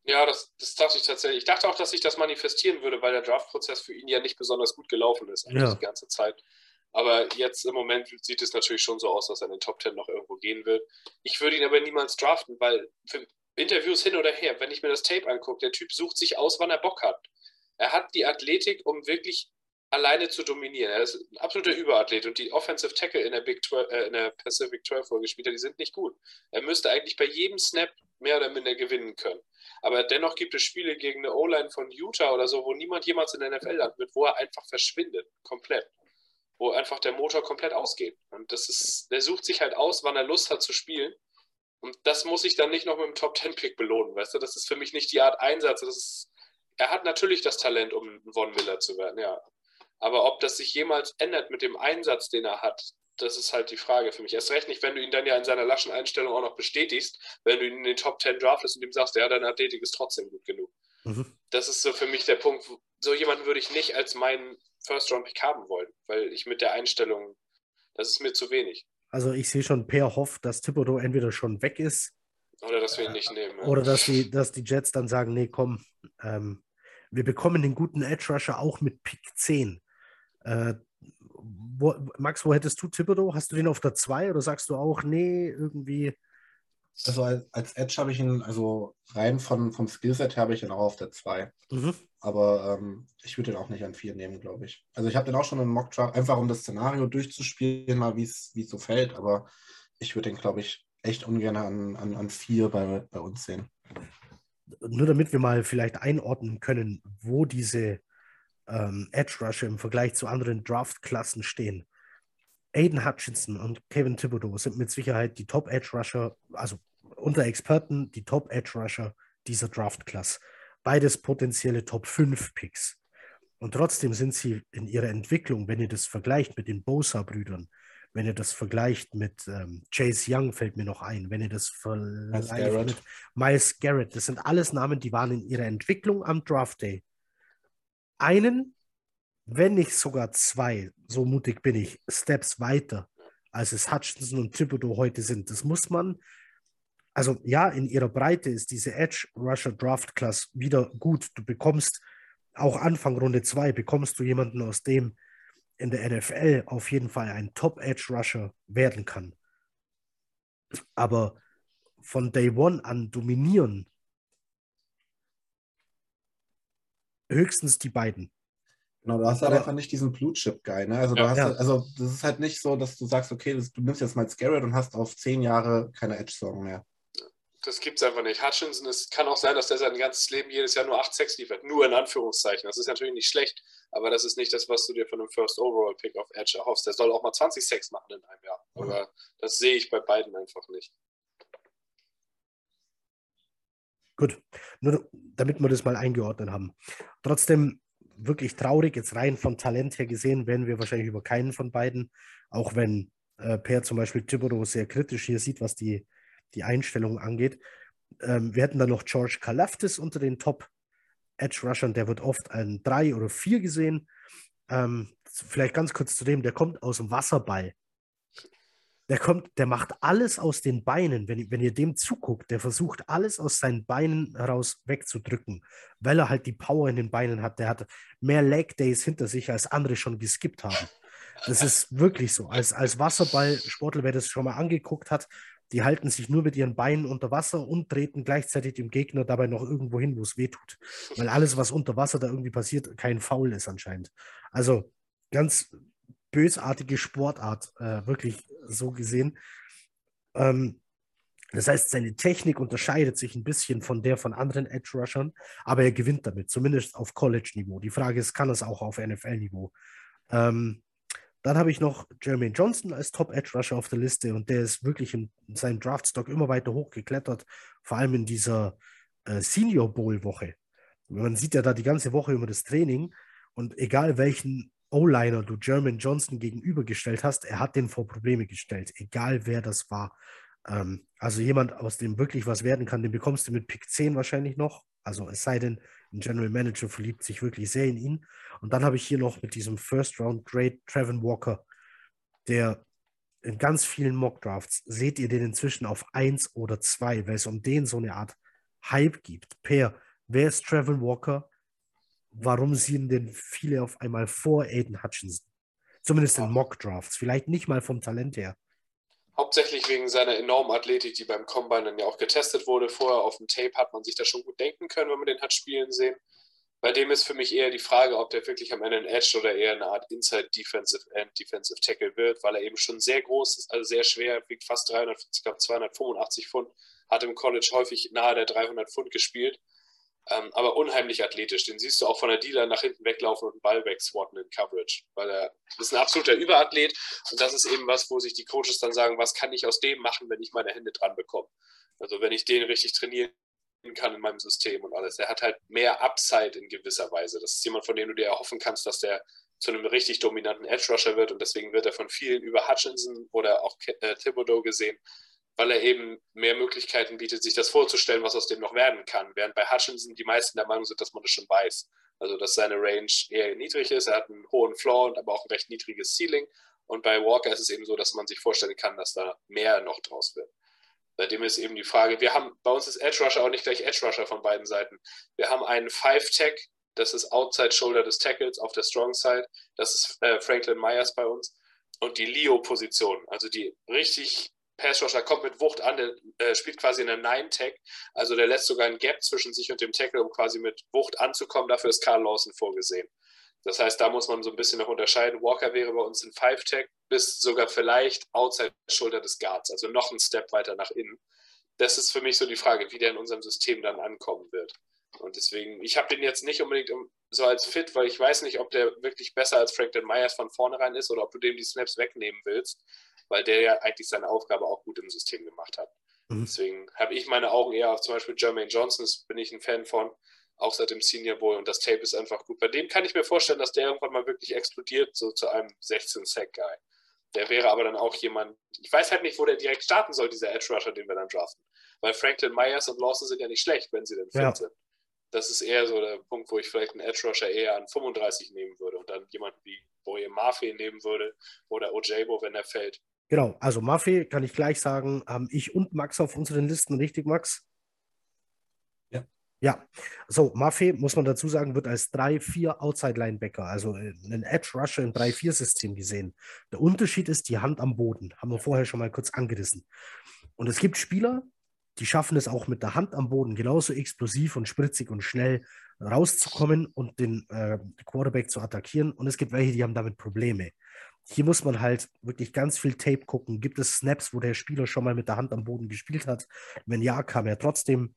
Ja, das dachte ich tatsächlich. Ich dachte auch, dass sich das manifestieren würde, weil der Draft-Prozess für ihn ja nicht besonders gut gelaufen ist, eigentlich die Ja, ganze Zeit. Aber jetzt im Moment sieht es natürlich schon so aus, dass er in den Top 10 noch irgendwo gehen wird. Ich würde ihn aber niemals draften, weil für Interviews hin oder her, wenn ich mir das Tape angucke, der Typ sucht sich aus, wann er Bock hat. Er hat die Athletik, um wirklich alleine zu dominieren. Er ist ein absoluter Überathlet und die Offensive Tackle in der in der Pacific 12 vorgespielt hat, die sind nicht gut. Er müsste eigentlich bei jedem Snap mehr oder minder gewinnen können. Aber dennoch gibt es Spiele gegen eine O-Line von Utah oder so, wo niemand jemals in der NFL landen wird, wo er einfach verschwindet, komplett. Wo einfach der Motor komplett ausgeht. Und der sucht sich halt aus, wann er Lust hat zu spielen. Und das muss ich dann nicht noch mit dem Top-10-Pick belohnen, weißt du? Das ist für mich nicht die Art Einsatz. Er hat natürlich das Talent, um ein Von Miller zu werden, ja. Aber ob das sich jemals ändert mit dem Einsatz, den er hat, das ist halt die Frage für mich. Erst recht nicht, wenn du ihn dann ja in seiner laschen Einstellung auch noch bestätigst, wenn du ihn in den Top 10 draftest und ihm sagst, ja, deine Athletik ist trotzdem gut genug. mhm. Das ist so für mich der Punkt. So jemanden würde ich nicht als meinen First-Round-Pick haben wollen, weil ich mit der Einstellung, das ist mir zu wenig. Also ich sehe schon, Per hofft, dass Thibodeau entweder schon weg ist Oder dass wir ihn nicht nehmen. Ja. oder dass die Jets dann sagen, nee, komm, wir bekommen den guten Edge Rusher auch mit Pick 10. Max, wo hättest du Thibodeau? Hast du den auf der 2 oder sagst du auch, nee, irgendwie? Also als Edge habe ich ihn, also rein vom Skillset her habe ich ihn auch auf der 2. Mhm. Aber ich würde den auch nicht an 4 nehmen, glaube ich. Also ich habe den auch schon in Mock-Draft, einfach um das Szenario durchzuspielen, mal wie es so fällt. Aber ich würde den, glaube ich, echt ungern an 4 bei uns sehen. Nur damit wir mal vielleicht einordnen können, wo diese Edge Rusher im Vergleich zu anderen Draft-Klassen stehen. Aiden Hutchinson und Kevin Thibodeau sind mit Sicherheit die Top Edge Rusher, also unter Experten die Top Edge Rusher dieser Draft-Klasse. Beides potenzielle Top 5 Picks. Und trotzdem sind sie in ihrer Entwicklung, wenn ihr das vergleicht mit den Bosa-Brüdern, wenn ihr das vergleicht mit Chase Young, fällt mir noch ein, wenn ihr das vergleicht mit Myles Garrett, das sind alles Namen, die waren in ihrer Entwicklung am Draft Day einen, wenn nicht sogar 2, so mutig bin ich, Steps weiter, als es Hutchinson und Thibodeau heute sind. Das muss man, also ja, in ihrer Breite ist diese Edge Rusher Draft Class wieder gut. Du bekommst auch Anfang Runde 2, bekommst du jemanden, aus dem in der NFL auf jeden Fall ein Top Edge Rusher werden kann. Aber von Day One an dominieren höchstens die beiden. Genau, du hast halt einfach nicht diesen Blue-Chip-Guy, ne? Also, Ja. also das ist halt nicht so, dass du sagst, okay, du nimmst jetzt mal Garrett und hast auf 10 Jahre keine Edge-Sorgen mehr. Das gibt es einfach nicht. Hutchinson, es kann auch sein, dass der sein ganzes Leben jedes Jahr nur 8 Sacks liefert. Nur in Anführungszeichen. Das ist natürlich nicht schlecht, aber das ist nicht das, was du dir von einem First Overall Pick auf Edge erhoffst. Der soll auch mal 20 Sacks machen in einem Jahr. Aber das sehe ich bei beiden einfach nicht. Gut, nur damit wir das mal eingeordnet haben. Trotzdem wirklich traurig, jetzt rein von Talent her gesehen, werden wir wahrscheinlich über keinen von beiden, auch wenn Per zum Beispiel Thibodeau sehr kritisch hier sieht, was die Einstellung angeht. Wir hätten dann noch George Karlaftis unter den Top Edge Rushern, der wird oft an 3 oder 4 gesehen. Vielleicht ganz kurz zu dem, der kommt aus dem Wasserball. Der macht alles aus den Beinen. Wenn ihr dem zuguckt, der versucht alles aus seinen Beinen heraus wegzudrücken, weil er halt die Power in den Beinen hat. Der hat mehr Leg Days hinter sich, als andere schon geskippt haben. Das ist wirklich so. Als Wasserballsportler, wer das schon mal angeguckt hat, die halten sich nur mit ihren Beinen unter Wasser und treten gleichzeitig dem Gegner dabei noch irgendwo hin, wo es weh tut. Weil alles, was unter Wasser da irgendwie passiert, kein Foul ist anscheinend. Also ganz bösartige Sportart, wirklich so gesehen. Das heißt, seine Technik unterscheidet sich ein bisschen von der von anderen Edge-Rushern, aber er gewinnt damit, zumindest auf College-Niveau. Die Frage ist, kann er es auch auf NFL-Niveau? Dann habe ich noch Jermaine Johnson als Top-Edge-Rusher auf der Liste und der ist wirklich in seinem Draftstock immer weiter hochgeklettert, vor allem in dieser Senior Bowl-Woche. Man sieht ja da die ganze Woche über das Training und egal welchen O-Liner du Jermaine Johnson gegenübergestellt hast, er hat den vor Probleme gestellt, egal wer das war. Also jemand, aus dem wirklich was werden kann, den bekommst du mit Pick 10 wahrscheinlich noch. Also es sei denn, ein General Manager verliebt sich wirklich sehr in ihn. Und dann habe ich hier noch mit diesem First-Round-Grade Trevin Walker, der in ganz vielen Mock-Drafts, seht ihr den inzwischen auf 1 oder 2, weil es um den so eine Art Hype gibt. Per, wer ist Trevor Walker? Warum sehen denn viele auf einmal vor Aiden Hutchinson? Zumindest in Mock-Drafts. Vielleicht nicht mal vom Talent her. Hauptsächlich wegen seiner enormen Athletik, die beim Combine dann ja auch getestet wurde. Vorher auf dem Tape hat man sich das schon gut denken können, wenn man den hat spielen sehen. Bei dem ist für mich eher die Frage, ob der wirklich am Ende ein Edge oder eher eine Art Inside Defensive End, Defensive Tackle wird, weil er eben schon sehr groß ist, also sehr schwer, wiegt fast 340, ich glaube 285 Pfund, hat im College häufig nahe der 300 Pfund gespielt, aber unheimlich athletisch. Den siehst du auch von der D-Line nach hinten weglaufen und einen Ball wegswatten in Coverage, weil er ist ein absoluter Überathlet und das ist eben was, wo sich die Coaches dann sagen, was kann ich aus dem machen, wenn ich meine Hände dran bekomme. Also wenn ich den richtig trainieren kann in meinem System und alles. Der hat halt mehr Upside in gewisser Weise. Das ist jemand, von dem du dir erhoffen kannst, dass der zu einem richtig dominanten Edge-Rusher wird und deswegen wird er von vielen über Hutchinson oder auch Thibodeau gesehen, weil er eben mehr Möglichkeiten bietet, sich das vorzustellen, was aus dem noch werden kann. Während bei Hutchinson die meisten der Meinung sind, dass man das schon weiß. Also, dass seine Range eher niedrig ist. Er hat einen hohen Floor und aber auch ein recht niedriges Ceiling. Und bei Walker ist es eben so, dass man sich vorstellen kann, dass da mehr noch draus wird. Bei dem ist eben die Frage, bei uns ist Edge Rusher auch nicht gleich Edge Rusher von beiden Seiten. Wir haben einen 5-Tech, das ist Outside Shoulder des Tackles auf der Strong Side. Das ist Franklin Myers bei uns. Und die Leo-Position, also die richtig Pass Rusher kommt mit Wucht an, der spielt quasi in einer 9-Tech. Also der lässt sogar ein Gap zwischen sich und dem Tackle, um quasi mit Wucht anzukommen. Dafür ist Carl Lawson vorgesehen. Das heißt, da muss man so ein bisschen noch unterscheiden. Walker wäre bei uns ein 5-Tech bis sogar vielleicht Outside Shoulder des Guards, also noch einen Step weiter nach innen. Das ist für mich so die Frage, wie der in unserem System dann ankommen wird. Und deswegen, ich habe den jetzt nicht unbedingt so als fit, weil ich weiß nicht, ob der wirklich besser als Franklin Myers von vornherein ist oder ob du dem die Snaps wegnehmen willst, weil der ja eigentlich seine Aufgabe auch gut im System gemacht hat. Deswegen habe ich meine Augen eher auf zum Beispiel Jermaine Johnson, das bin ich ein Fan von, auch seit dem Senior Bowl und das Tape ist einfach gut. Bei dem kann ich mir vorstellen, dass der irgendwann mal wirklich explodiert, so zu einem 16-Sack-Guy. Der wäre aber dann auch jemand, ich weiß halt nicht, wo der direkt starten soll, dieser Edge-Rusher, den wir dann draften. Weil Franklin Myers und Lawson sind ja nicht schlecht, wenn sie denn fit sind. Das ist eher so der Punkt, wo ich vielleicht einen Edge-Rusher eher an 35 nehmen würde und dann jemanden wie Boye Mafe nehmen würde oder Ojabo, wenn er fällt. Genau, also Mafe, kann ich gleich sagen, haben ich und Max auf unseren Listen, richtig, Max? Ja, so, Mafe, muss man dazu sagen, wird als 3-4 Outside-Linebacker, also ein Edge-Rusher im 3-4-System gesehen. Der Unterschied ist die Hand am Boden, haben wir vorher schon mal kurz angerissen. Und es gibt Spieler, die schaffen es auch mit der Hand am Boden genauso explosiv und spritzig und schnell rauszukommen und den Quarterback zu attackieren. Und es gibt welche, die haben damit Probleme. Hier muss man halt wirklich ganz viel Tape gucken. Gibt es Snaps, wo der Spieler schon mal mit der Hand am Boden gespielt hat? Wenn ja, kam er trotzdem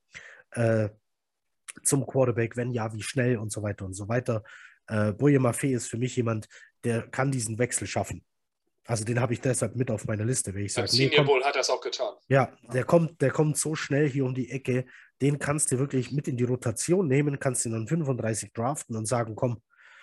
zum Quarterback, wenn ja, wie schnell und so weiter und so weiter. Boye Mafe ist für mich jemand, der kann diesen Wechsel schaffen. Also den habe ich deshalb mit auf meiner Liste, wenn ich sage, nee, Senior Bowl hat das auch getan. Ja, der kommt so schnell hier um die Ecke, den kannst du wirklich mit in die Rotation nehmen, kannst ihn dann 35 draften und sagen, komm,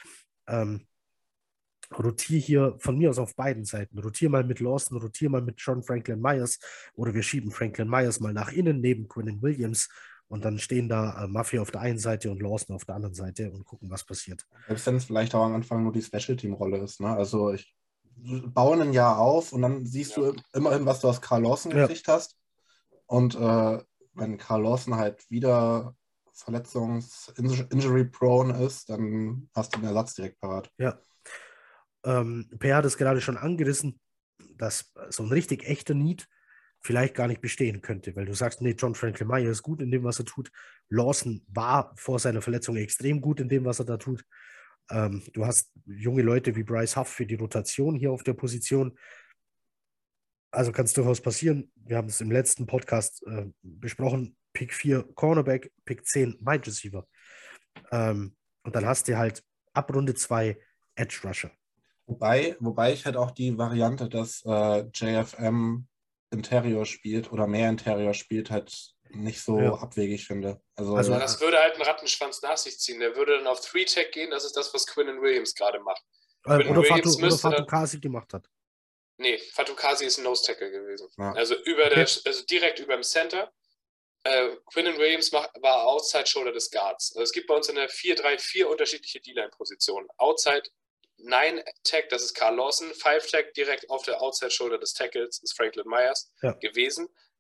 rotier hier von mir aus auf beiden Seiten. Rotier mal mit Lawson, rotier mal mit John Franklin Myers oder wir schieben Franklin Myers mal nach innen neben Quinnen Williams und dann stehen da Mafe auf der einen Seite und Lawson auf der anderen Seite und gucken, was passiert. Selbst wenn es vielleicht auch am Anfang nur die Special-Team-Rolle ist. Ne? Also ich baue ein Jahr auf und dann siehst du immerhin, was du aus Carl Lawson gekriegt hast. Und wenn Carl Lawson halt wieder Injury-prone ist, dann hast du den Ersatz direkt parat. Ja. Per hat es gerade schon angerissen, dass so ein richtig echter Need vielleicht gar nicht bestehen könnte, weil du sagst, nee, John Franklin Myers ist gut in dem, was er tut. Lawson war vor seiner Verletzung extrem gut in dem, was er da tut. Du hast junge Leute wie Bryce Huff für die Rotation hier auf der Position. Also kann es durchaus passieren. Wir haben es im letzten Podcast besprochen. Pick 4 Cornerback, Pick 10 Wide Receiver. Und dann hast du halt ab Runde 2 Edge Rusher. Wobei ich halt auch die Variante, dass JFM Interior spielt oder mehr Interior spielt, halt nicht so abwegig finde. Also das würde halt einen Rattenschwanz nach sich ziehen. Der würde dann auf 3-Tech gehen. Das ist das, was Quinnen Williams gerade macht. Oder Fatukasi gemacht hat. Nee, Fatukasi ist ein Nose-Tackle gewesen. Ja. Also direkt über dem Center. Quinnen Williams war Outside Shoulder des Guards. Also es gibt bei uns in der 4-3-4 unterschiedliche D-Line-Positionen. Outside 9-Tech, das ist Carl Lawson. 5-Tech direkt auf der Outside Shoulder des Tackles ist Franklin Myers gewesen.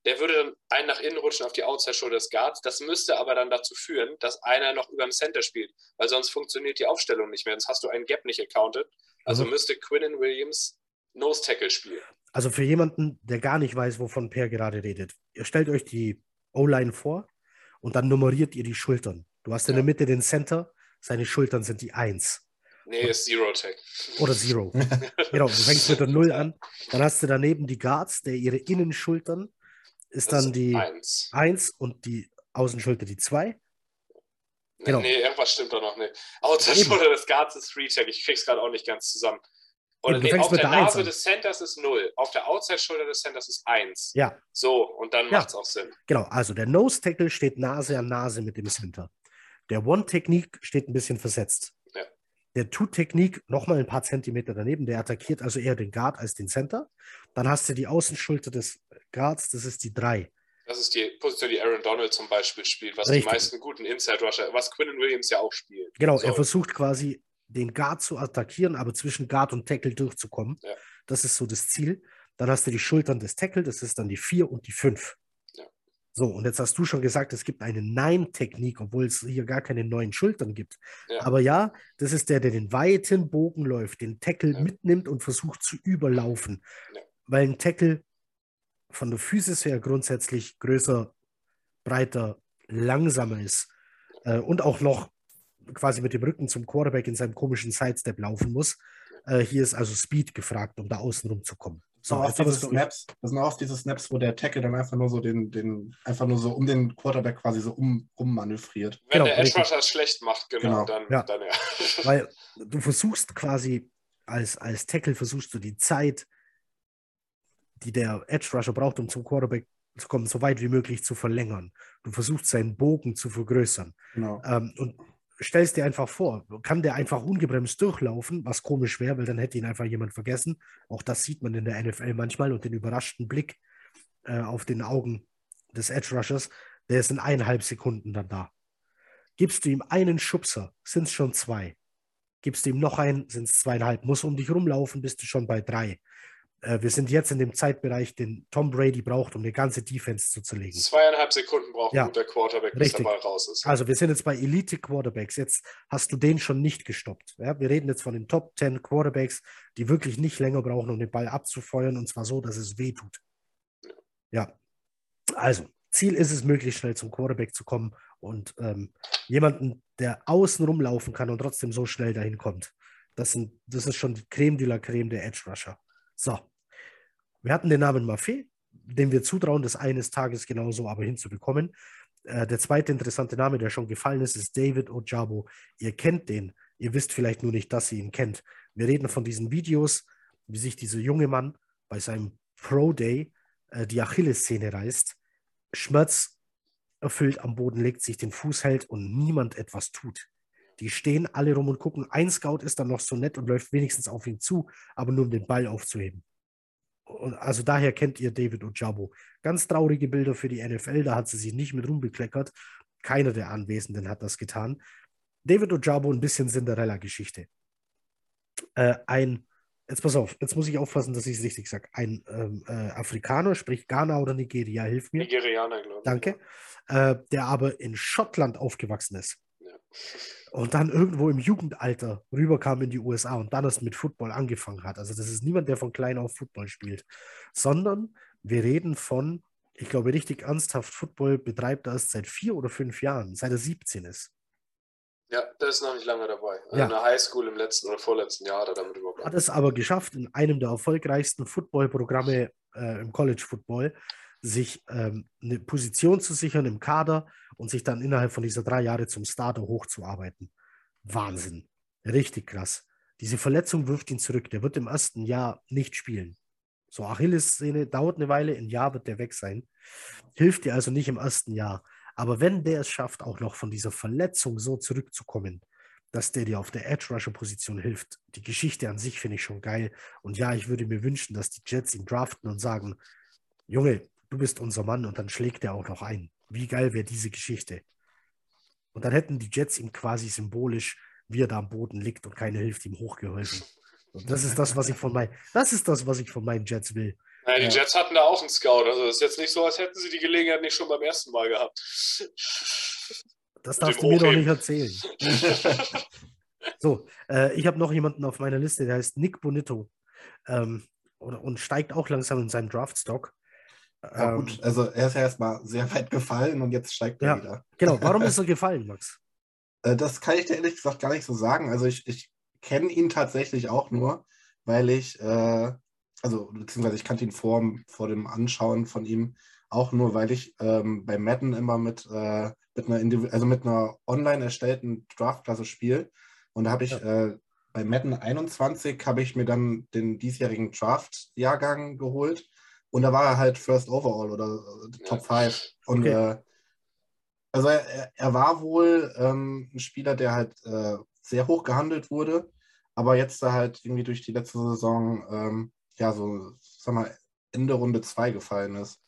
der würde dann einen nach innen rutschen auf die Outside Shoulder des Guards. Das müsste aber dann dazu führen, dass einer noch über dem Center spielt, weil sonst funktioniert die Aufstellung nicht mehr. Sonst hast du einen Gap nicht accounted. Also müsste Quinnen Williams Nose Tackle spielen. Also für jemanden, der gar nicht weiß, wovon Per gerade redet, ihr stellt euch die O-Line vor und dann nummeriert ihr die Schultern. Du hast in der Mitte den Center, seine Schultern sind die 1. Nee, ist Zero Tag. Oder Zero. Genau, du fängst mit der 0 an. Dann hast du daneben die Guards, der ihre Innenschultern ist dann die 1 und die Außenschulter die 2. Genau. Nee, irgendwas stimmt da noch nicht. Outside Shoulder des Guards ist 3 Tag. Ich krieg's gerade auch nicht ganz zusammen. Oder nee, auf der Nase des Centers ist 0. Auf der Outside Shoulder des Centers ist 1. Ja. So, und dann macht's auch Sinn. Genau, also der Nose Tackle steht Nase an Nase mit dem Center. Der One-Technique steht ein bisschen versetzt. Ja. Der Two-Technique nochmal ein paar Zentimeter daneben. Der attackiert also eher den Guard als den Center. Dann hast du die Außenschulter des Guards, das ist die 3. Das ist die Position, die Aaron Donald zum Beispiel spielt, was Richtig. Die meisten guten Inside-Rusher, was Quinnen Williams ja auch spielt. Genau, so. Er versucht quasi den Guard zu attackieren, aber zwischen Guard und Tackle durchzukommen. Ja. Das ist so das Ziel. Dann hast du die Schultern des Tackle, das ist dann die 4 und die 5. Ja. So, und jetzt hast du schon gesagt, es gibt eine 9-Technik, obwohl es hier gar keine 9 Schultern gibt. Ja. Aber ja, das ist der den weiten Bogen läuft, den Tackle mitnimmt und versucht zu überlaufen. Ja. Weil ein Tackle von der Physis her grundsätzlich größer, breiter, langsamer ist und auch noch quasi mit dem Rücken zum Quarterback in seinem komischen Sidestep laufen muss. Hier ist also Speed gefragt, um da außen rumzukommen. So, das sind auch diese Snaps, wo der Tackle dann einfach nur so einfach nur so um den Quarterback quasi so rummanövriert. Wenn der Edge Rusher es schlecht macht, dann ja. Weil du versuchst quasi als Tackle versuchst du die Zeit, die der Edge Rusher braucht, um zum Quarterback zu kommen, so weit wie möglich zu verlängern. Du versuchst seinen Bogen zu vergrößern. Genau. Und stellst dir einfach vor, kann der einfach ungebremst durchlaufen, was komisch wäre, weil dann hätte ihn einfach jemand vergessen. Auch das sieht man in der NFL manchmal und den überraschten Blick auf den Augen des Edge Rushers, der ist in 1,5 Sekunden dann da. Gibst du ihm einen Schubser, sind es schon 2. Gibst du ihm noch einen, sind es 2,5. Muss um dich rumlaufen, bist du schon bei 3. Wir sind jetzt in dem Zeitbereich, den Tom Brady braucht, um eine ganze Defense zu zerlegen. 2,5 Sekunden braucht ein guter Quarterback, bis der Ball raus ist. Also wir sind jetzt bei Elite-Quarterbacks. Jetzt hast du den schon nicht gestoppt. Ja, wir reden jetzt von den Top 10 Quarterbacks, die wirklich nicht länger brauchen, um den Ball abzufeuern, und zwar so, dass es weh tut. Ja, also Ziel ist es, möglichst schnell zum Quarterback zu kommen und jemanden, der außen rumlaufen kann und trotzdem so schnell dahin kommt. Das ist schon die Creme de la Creme der Edge Rusher. So, wir hatten den Namen Maffei, dem wir zutrauen, das eines Tages genauso aber hinzubekommen. Der zweite interessante Name, der schon gefallen ist, ist David Ojabo. Ihr kennt den, ihr wisst vielleicht nur nicht, dass ihr ihn kennt. Wir reden von diesen Videos, wie sich dieser junge Mann bei seinem Pro Day die Achillessehne reißt, schmerzerfüllt am Boden liegt, sich den Fuß hält und niemand etwas tut. Die stehen alle rum und gucken. Ein Scout ist dann noch so nett und läuft wenigstens auf ihn zu, aber nur um den Ball aufzuheben. Und also daher kennt ihr David Ojabo. Ganz traurige Bilder für die NFL, da hat sie sich nicht mit rumbekleckert. Keiner der Anwesenden hat das getan. David Ojabo, ein bisschen Cinderella-Geschichte. Jetzt pass auf, jetzt muss ich aufpassen, dass ich es richtig sage. Ein Afrikaner, sprich Ghana oder Nigeria, hilf mir. Nigerianer, glaube ich. Danke. Der aber in Schottland aufgewachsen ist. Ja. Und dann irgendwo im Jugendalter rüberkam in die USA und dann erst mit Football angefangen hat. Also das ist niemand, der von klein auf Football spielt, sondern wir reden von, ich glaube, richtig ernsthaft Football betreibt er erst seit 4 oder 5 Jahren, seit er 17 ist. Ja, der ist noch nicht lange dabei. Ja. In der Highschool im letzten oder vorletzten Jahr hat er damit überhaupt. Hat es aber geschafft, in einem der erfolgreichsten Football-Programme im College-Football sich eine Position zu sichern im Kader und sich dann innerhalb von dieser 3 Jahre zum Starter hochzuarbeiten. Wahnsinn. Richtig krass. Diese Verletzung wirft ihn zurück. Der wird im ersten Jahr nicht spielen. So, Achillessehne dauert eine Weile, ein Jahr wird der weg sein. Hilft dir also nicht im ersten Jahr. Aber wenn der es schafft, auch noch von dieser Verletzung so zurückzukommen, dass der dir auf der Edge-Rusher-Position hilft, die Geschichte an sich finde ich schon geil. Und ja, ich würde mir wünschen, dass die Jets ihn draften und sagen, Junge, du bist unser Mann, und dann schlägt er auch noch ein. Wie geil wäre diese Geschichte? Und dann hätten die Jets ihm quasi symbolisch, wie er da am Boden liegt und keiner hilft ihm, hochgeholfen. Und das ist das, was ich von meinen Jets will. Ja, die Jets hatten da auch einen Scout. Also es ist jetzt nicht so, als hätten sie die Gelegenheit nicht schon beim ersten Mal gehabt. Das darfst du mir doch nicht erzählen. So, ich habe noch jemanden auf meiner Liste, der heißt Nick Bonito. Und steigt auch langsam in seinem Draftstock. Ja, gut, also er ist ja erstmal sehr weit gefallen und jetzt steigt er wieder. Genau, warum ist er gefallen, Max? Das kann ich dir ehrlich gesagt gar nicht so sagen. Also ich kenne ihn tatsächlich auch nur, weil beziehungsweise ich kannte ihn vor dem Anschauen von ihm auch nur, weil ich bei Madden immer mit einer online erstellten Draftklasse spiele. Und da habe ich bei Madden 21 habe ich mir dann den diesjährigen Draft-Jahrgang geholt. Und da war er halt First Overall oder Top 5. Und also er war wohl ein Spieler, der halt sehr hoch gehandelt wurde, aber jetzt da halt irgendwie durch die letzte Saison Ende Runde 2 gefallen ist.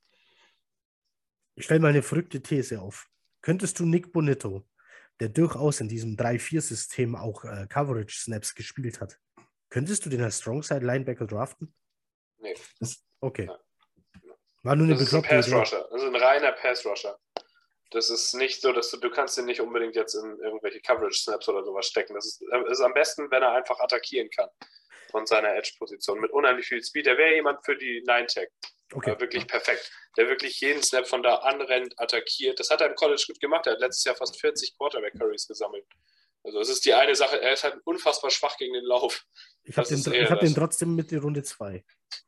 Ich stelle mal eine verrückte These auf. Könntest du Nick Bonito, der durchaus in diesem 3-4-System auch Coverage-Snaps gespielt hat, könntest du den als Strongside-Linebacker draften? Nee. Okay. Nein. War nur eine Das ist ein bekloppte Idee. Pass-Rusher. Das ist ein reiner Pass-Rusher. Das ist nicht so, dass du kannst ihn nicht unbedingt jetzt in irgendwelche Coverage-Snaps oder sowas stecken. Das ist am besten, wenn er einfach attackieren kann von seiner Edge-Position mit unheimlich viel Speed. Der wäre jemand für die Nine-Tag. Okay. Wirklich perfekt. Der wirklich jeden Snap von da anrennt, attackiert. Das hat er im College gut gemacht. Er hat letztes Jahr fast 40 Quarterback-Carries gesammelt. Also es ist die eine Sache, er ist halt unfassbar schwach gegen den Lauf. Ich habe den trotzdem mit in Runde 2.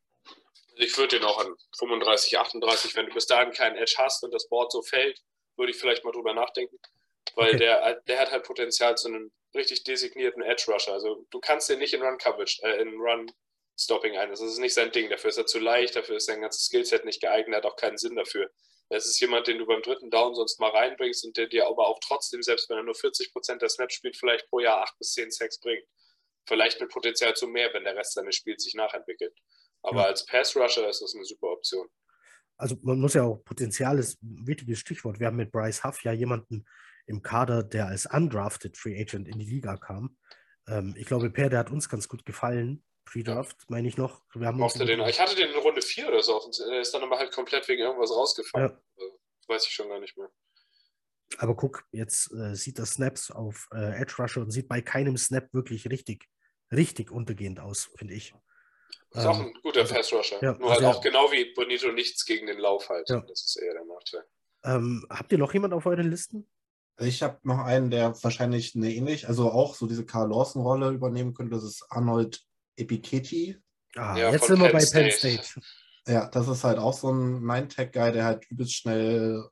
Ich würde den auch an 35, 38, wenn du bis dahin keinen Edge hast und das Board so fällt, würde ich vielleicht mal drüber nachdenken. Weil der hat halt Potenzial zu einem richtig designierten Edge-Rusher. Also du kannst den nicht in Run-Coverage, in Run-Stopping einsetzen. Das ist nicht sein Ding. Dafür ist er zu leicht, dafür ist sein ganzes Skillset nicht geeignet, hat auch keinen Sinn dafür. Das ist jemand, den du beim dritten Down sonst mal reinbringst und der dir aber auch trotzdem, selbst wenn er nur 40% der Snaps spielt, vielleicht pro Jahr 8 bis 10 Sacks bringt. Vielleicht mit Potenzial zu mehr, wenn der Rest seines Spiels sich nachentwickelt. Aber als Pass-Rusher ist das eine super Option. Also man muss ja auch, Potenzial ist ein wichtiges Stichwort. Wir haben mit Bryce Huff ja jemanden im Kader, der als undrafted Free Agent in die Liga kam. Ich glaube, Per, der hat uns ganz gut gefallen. Pre-Draft, meine ich noch. Ich hatte den in Runde 4 oder so. Und er ist dann aber halt komplett wegen irgendwas rausgefallen. Ja. Weiß ich schon gar nicht mehr. Aber guck, jetzt sieht das Snaps auf Edge Rusher und sieht bei keinem Snap wirklich richtig untergehend aus, finde ich. Ist auch ein guter Pass-Rusher. Ja, nur halt auch genau wie Bonito nichts gegen den Lauf halt. Ja. Das ist eher der Nachteil. Habt ihr noch jemanden auf euren Listen? Ich habe noch einen, der wahrscheinlich also auch so diese Carl Lawson-Rolle übernehmen könnte. Das ist Arnold Ebiketie. Jetzt sind wir bei Penn State. Ja, das ist halt auch so ein Nine-Tech-Guy, der halt übelst schnell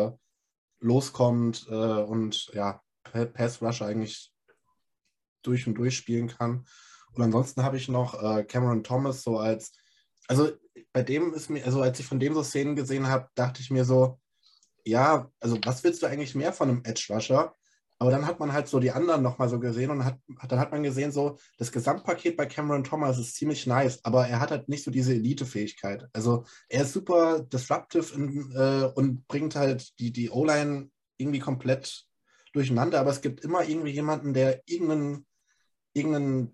loskommt und ja, Pass-Rusher eigentlich durch und durch spielen kann. Und ansonsten habe ich noch Cameron Thomas also bei dem ist mir, also als ich von dem so Szenen gesehen habe, dachte ich mir so, ja, also was willst du eigentlich mehr von einem Edge-Rusher? Aber dann hat man halt so die anderen nochmal so gesehen und dann hat man gesehen, so das Gesamtpaket bei Cameron Thomas ist ziemlich nice, aber er hat halt nicht so diese Elite-Fähigkeit. Also er ist super disruptive und bringt halt die O-Line irgendwie komplett durcheinander, aber es gibt immer irgendwie jemanden, der irgendeine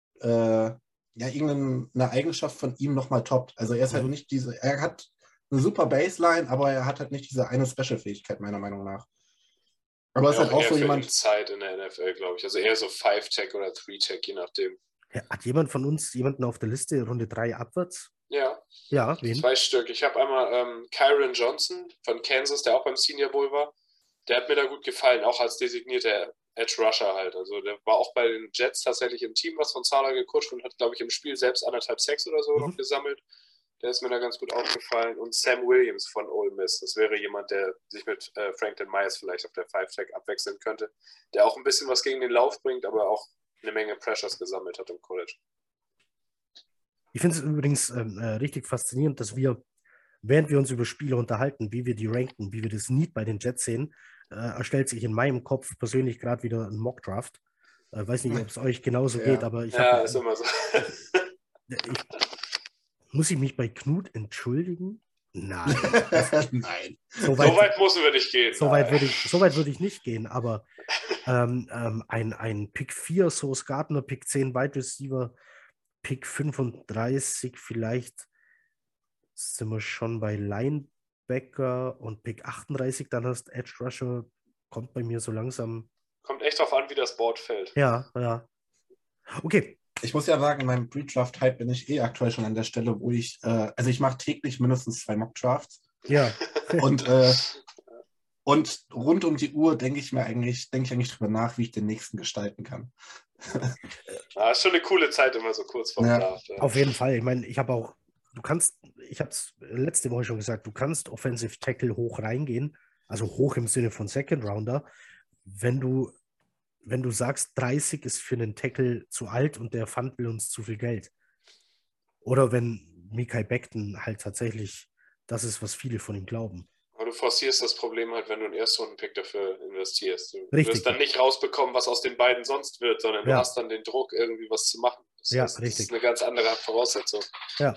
Eigenschaft von ihm nochmal toppt. Also er ist halt nicht er hat eine super Baseline, aber er hat halt nicht diese eine Special-Fähigkeit, meiner Meinung nach. Aber es ist halt auch so jemand. Zeit in der NFL, glaube ich. Also eher so 5-Tech oder 3-Tech, je nachdem. Ja, hat jemand von uns jemanden auf der Liste Runde 3 abwärts? Ja. Ja, wen? 2 Stück. Ich habe einmal Kyron Johnson von Kansas, der auch beim Senior Bowl war. Der hat mir da gut gefallen, auch als designierter Edge Rusher halt. Also der war auch bei den Jets tatsächlich im Team, was von Zahler gecoacht und hat, glaube ich, im Spiel selbst 1,5 Sacks oder so noch gesammelt. Der ist mir da ganz gut aufgefallen. Und Sam Williams von Ole Miss. Das wäre jemand, der sich mit Franklin Myers vielleicht auf der 5-Tech abwechseln könnte. Der auch ein bisschen was gegen den Lauf bringt, aber auch eine Menge Pressures gesammelt hat im College. Ich finde es übrigens richtig faszinierend, dass wir, während wir uns über Spiele unterhalten, wie wir die ranken, wie wir das Need bei den Jets sehen, erstellt sich in meinem Kopf persönlich gerade wieder ein Mock-Draft. Weiß nicht, ob es euch genauso geht, aber ich habe... Ja, ist immer so. Muss ich mich bei Knut entschuldigen? Nein. Nein. So weit müssen wir nicht gehen. So weit würde ich nicht gehen, aber ein Pick 4, Sauce Gardner, Pick 10 Wide Receiver, Pick 35 vielleicht sind wir schon bei Linebacker und Pick 38, dann hast Edge Rusher, kommt bei mir so langsam. Kommt echt drauf an, wie das Board fällt. Ja, ja. Okay. Ich muss ja sagen, in meinem Pre-Draft-Hype bin ich aktuell schon an der Stelle, wo ich, also ich mache täglich mindestens 2 Mock-Drafts. Ja. Und rund um die Uhr denke ich eigentlich drüber nach, wie ich den nächsten gestalten kann. Ja, ist schon eine coole Zeit immer so kurz vor dem Draft. Ja. Auf jeden Fall. Ich meine, ich habe es letzte Woche schon gesagt, du kannst Offensive Tackle hoch reingehen, also hoch im Sinne von Second Rounder, wenn du sagst, 30 ist für einen Tackle zu alt und der Fund will uns zu viel Geld. Oder wenn Mekhi Becton halt tatsächlich das ist, was viele von ihm glauben. Aber du forcierst das Problem halt, wenn du einen Erstrunden-Pick dafür investierst. Du Richtig. wirst dann nicht rausbekommen, was aus den beiden sonst wird, sondern du hast dann den Druck, irgendwie was zu machen. Das ist eine ganz andere Voraussetzung. Ja.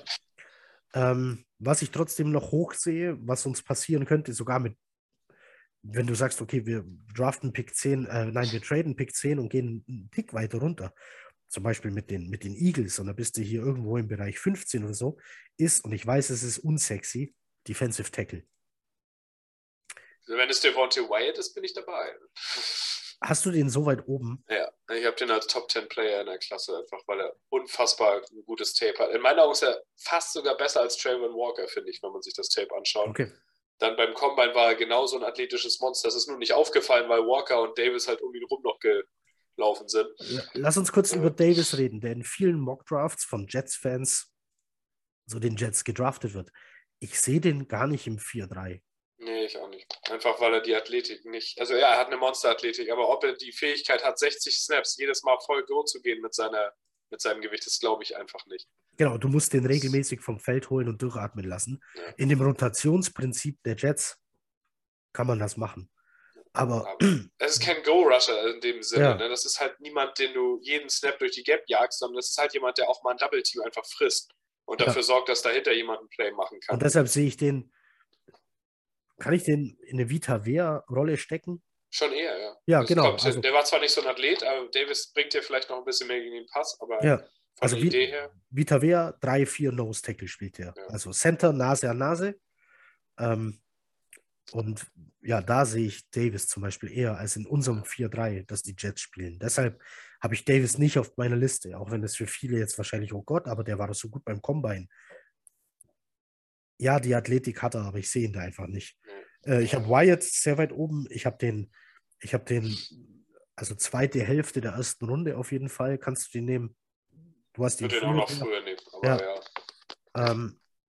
Was ich trotzdem noch hoch sehe, was uns passieren könnte, sogar wenn du sagst, okay, wir draften Pick 10, wir traden Pick 10 und gehen einen Pick weiter runter, zum Beispiel mit den Eagles, und da bist du hier irgendwo im Bereich 15 oder so, und ich weiß, es ist unsexy, Defensive Tackle. Wenn es Devontae Wyatt ist, bin ich dabei. Hast du den so weit oben? Ja, ich habe den als Top 10 Player in der Klasse, einfach weil er unfassbar ein gutes Tape hat. In meiner Augen ist er fast sogar besser als Trayvon Walker, finde ich, wenn man sich das Tape anschaut. Okay. Dann beim Combine war er genauso ein athletisches Monster. Das ist nur nicht aufgefallen, weil Walker und Davis halt um ihn rum noch gelaufen sind. Lass uns kurz über Davis reden, der in vielen Mock-Drafts von Jets-Fans, so den Jets gedraftet wird. Ich sehe den gar nicht im 4-3. Nee, ich auch nicht. Einfach, weil er die Athletik nicht... Also ja, er hat eine Monster-Athletik, aber ob er die Fähigkeit hat, 60 Snaps jedes Mal voll Go zu gehen mit seinem Gewicht, das glaube ich einfach nicht. Genau, du musst den regelmäßig vom Feld holen und durchatmen lassen. Ja. In dem Rotationsprinzip der Jets kann man das machen. Aber es ist kein Go-Rusher in dem Sinne. Ja. Ne? Das ist halt niemand, den du jeden Snap durch die Gap jagst, sondern das ist halt jemand, der auch mal ein Double-Team einfach frisst und dafür sorgt, dass dahinter jemand ein Play machen kann. Und deshalb sehe ich kann ich den in eine Vita-Vea-Rolle stecken? Schon eher, ja. Ja, das genau. Also, der war zwar nicht so ein Athlet, aber Davis bringt dir vielleicht noch ein bisschen mehr gegen den Pass, aber von der Idee her. Vita Vea, 3-4 Nose-Tackle spielt er. Ja. Also Center, Nase an Nase. Und ja, da sehe ich Davis zum Beispiel eher als in unserem 4-3, dass die Jets spielen. Deshalb habe ich Davis nicht auf meiner Liste, auch wenn das für viele jetzt wahrscheinlich, oh Gott, aber der war doch so gut beim Combine. Ja, die Athletik hat er, aber ich sehe ihn da einfach nicht. Ich habe Wyatt sehr weit oben. Ich habe den, also zweite Hälfte der ersten Runde auf jeden Fall. Kannst du den nehmen? Du hast ihn auch noch früher nehmen, aber ja.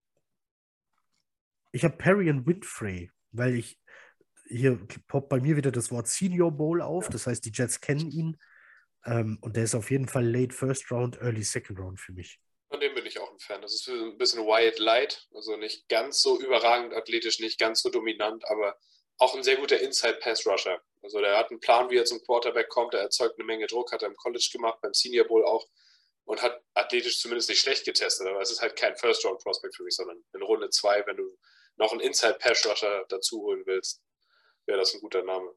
Ich habe Perry und Winfrey, weil hier poppt bei mir wieder das Wort Senior Bowl auf. Das heißt, die Jets kennen ihn. Und der ist auf jeden Fall Late First Round, Early Second Round für mich. Von dem bin ich auch ein Fan. Das ist ein bisschen Wyatt Light, also nicht ganz so überragend athletisch, nicht ganz so dominant, aber auch ein sehr guter Inside-Pass-Rusher. Also der hat einen Plan, wie er zum Quarterback kommt, er erzeugt eine Menge Druck, hat er im College gemacht, beim Senior Bowl auch und hat athletisch zumindest nicht schlecht getestet, aber es ist halt kein First-Round-Prospect für mich, sondern in Runde 2, wenn du noch einen Inside-Pass-Rusher dazu holen willst, wäre das ein guter Name.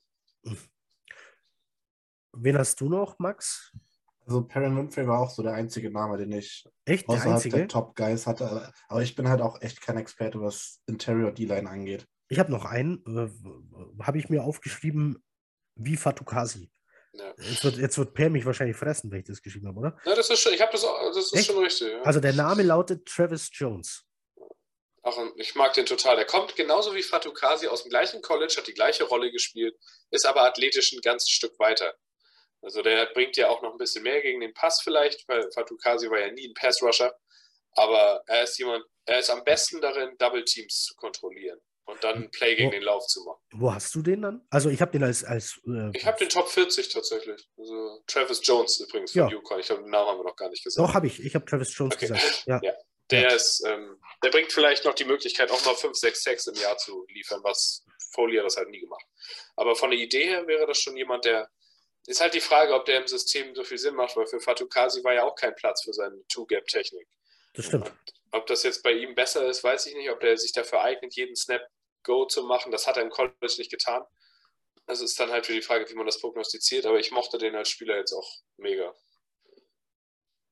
Wen hast du noch, Max? Also Perrin Winfrey war auch so der einzige Name, den ich außerhalb der Top Guys hatte. Aber ich bin halt auch echt kein Experte, was Interior D-Line angeht. Ich habe noch einen, habe ich mir aufgeschrieben, wie Fatukasi. Ja. Jetzt wird Per mich wahrscheinlich fressen, wenn ich das geschrieben habe, oder? Ja, das ist schon, das ist schon richtig. Ja. Also der Name lautet Travis Jones. Ich mag den total. Der kommt genauso wie Fatukasi aus dem gleichen College, hat die gleiche Rolle gespielt, ist aber athletisch ein ganzes Stück weiter. Also der bringt ja auch noch ein bisschen mehr gegen den Pass vielleicht, weil Fatukasi war ja nie ein Pass-Rusher, aber er ist am besten darin, Double Teams zu kontrollieren und dann ein Play gegen den Lauf zu machen. Wo hast du den dann? Also ich habe den als ich habe den Top 40 tatsächlich. Also Travis Jones übrigens von UConn. Ich glaube, den Namen haben wir noch gar nicht gesagt. Doch, habe ich. Ich habe Travis Jones gesagt. Ja. Der bringt vielleicht noch die Möglichkeit, auch noch 5, 6 Sacks im Jahr zu liefern, was Foley das halt nie gemacht. Aber von der Idee her wäre das schon jemand, der ist halt die Frage, ob der im System so viel Sinn macht, weil für Fatukasi war ja auch kein Platz für seine Two-Gap-Technik. Das stimmt. Und ob das jetzt bei ihm besser ist, weiß ich nicht. Ob der sich dafür eignet, jeden Snap Go zu machen, das hat er im College nicht getan. Also ist dann halt für die Frage, wie man das prognostiziert, aber ich mochte den als Spieler jetzt auch mega.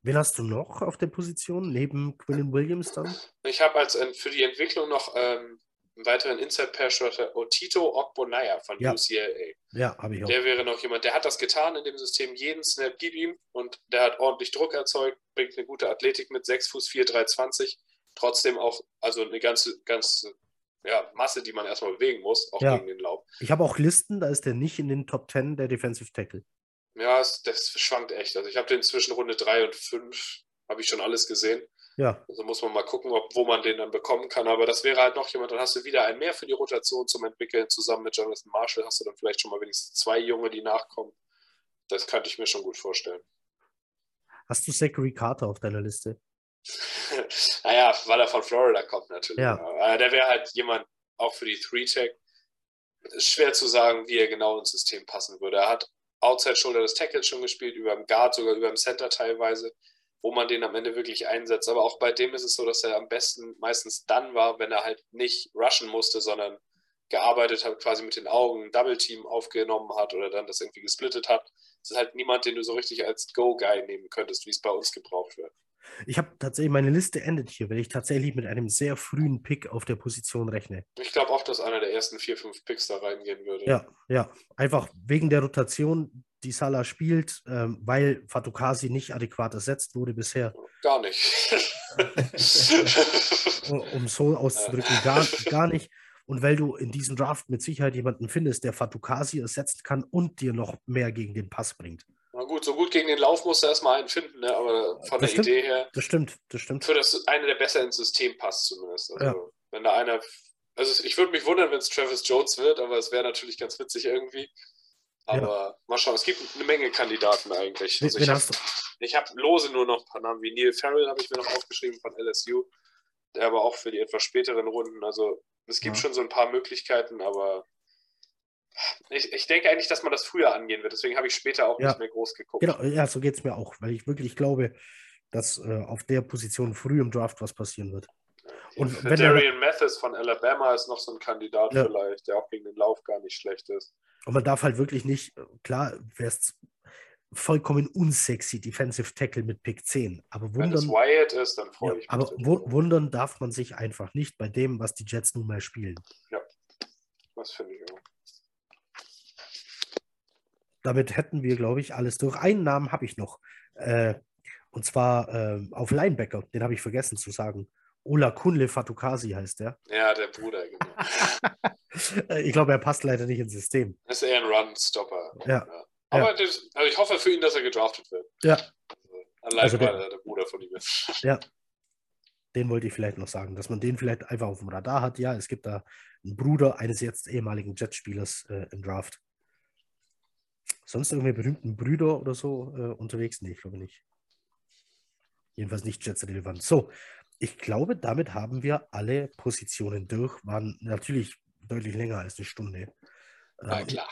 Wen hast du noch auf der Position, neben Quinnen Williams dann? Ich habe für die Entwicklung noch einen weiteren Inside-Pass-Rusher, Otito Ogbonaya von Ja. UCLA. Ja, habe ich auch. Der wäre noch jemand, der hat das getan in dem System, jeden Snap gib ihm und der hat ordentlich Druck erzeugt, bringt eine gute Athletik mit, 6 Fuß 4, 320, trotzdem auch, also eine ganze Masse, die man erstmal bewegen muss, auch Ja. gegen den Lauf. Ich habe auch Listen, da ist der nicht in den Top 10 der Defensive Tackle. Ja, das schwankt echt. Also ich habe den zwischen Runde 3 und 5, habe ich schon alles gesehen. Ja, Also muss man mal gucken, wo man den dann bekommen kann. Aber das wäre halt noch jemand, dann hast du wieder einen mehr für die Rotation zum Entwickeln. Zusammen mit Jonathan Marshall hast du dann vielleicht schon mal wenigstens 2 Junge, die nachkommen. Das könnte ich mir schon gut vorstellen. hast du Zachary Carter auf deiner Liste? Naja, weil er von Florida kommt natürlich. Ja. Aber der wäre halt jemand auch für die 3-Tech. Ist schwer zu sagen, wie er genau ins System passen würde. Er hat Outside Shoulder des Tackles schon gespielt, über dem Guard, sogar über dem Center teilweise, wo man den am Ende wirklich einsetzt. Aber auch bei dem ist es so, dass er am besten meistens dann war, wenn er halt nicht rushen musste, sondern gearbeitet hat, quasi mit den Augen, ein Double-Team aufgenommen hat oder dann das irgendwie gesplittet hat. Es ist halt niemand, den du so richtig als Go-Guy nehmen könntest, wie es bei uns gebraucht wird. Ich habe tatsächlich, meine Liste endet hier, weil ich tatsächlich mit einem sehr frühen Pick auf der Position rechne. Ich glaube auch, dass einer der ersten 4, 5 Picks da reingehen würde. Ja. Einfach wegen der Rotation, die Salah spielt, weil Fatukasi nicht adäquat ersetzt wurde bisher. Gar nicht. Um so auszudrücken, gar nicht. Und weil du in diesem Draft mit Sicherheit jemanden findest, der Fatukasi ersetzen kann und dir noch mehr gegen den Pass bringt. Na gut, so gut gegen den Lauf musst du erstmal einen finden, ne? Aber von der Idee her. Das stimmt. Für das eine, der besser ins System passt zumindest. Also, wenn da einer. Also, ich würde mich wundern, wenn es Travis Jones wird, aber es wäre natürlich ganz witzig irgendwie. Aber mal schauen, es gibt eine Menge Kandidaten eigentlich. Also ich habe lose nur noch ein paar Namen wie Neil Farrell, habe ich mir noch aufgeschrieben von LSU. Der aber auch für die etwas späteren Runden. Also, es gibt schon so ein paar Möglichkeiten, aber. Ich denke eigentlich, dass man das früher angehen wird. Deswegen habe ich später auch nicht mehr groß geguckt. Genau, ja, so geht es mir auch, weil ich wirklich glaube, dass auf der Position früh im Draft was passieren wird. Und Darian Mathis von Alabama ist noch so ein Kandidat vielleicht, der auch gegen den Lauf gar nicht schlecht ist. Und man darf halt wirklich nicht, klar, wäre es vollkommen unsexy Defensive Tackle mit Pick 10. Aber wenn es Wyatt ist, dann freue ich mich. Aber wundern darf man sich einfach nicht bei dem, was die Jets nun mal spielen. Ja, das finde ich auch. Damit hätten wir, glaube ich, alles durch. Einen Namen habe ich noch. Und zwar auf Linebacker. Den habe ich vergessen zu sagen. Olakunle Fatukasi heißt der. Ja, der Bruder, genau. Ich glaube, er passt leider nicht ins System. Das ist eher ein Run-Stopper. Ja. Aber ich hoffe für ihn, dass er gedraftet wird. Ja. Allein weil er der Bruder von ihm ist. Ja. Den wollte ich vielleicht noch sagen, dass man den vielleicht einfach auf dem Radar hat. Ja, es gibt da einen Bruder eines jetzt ehemaligen Jets-Spielers im Draft. Sonst irgendwelche berühmten Brüder oder so unterwegs? Nee, ich glaube nicht. Jedenfalls nicht Jets-relevant. So, ich glaube, damit haben wir alle Positionen durch. Waren natürlich deutlich länger als eine Stunde. Na klar.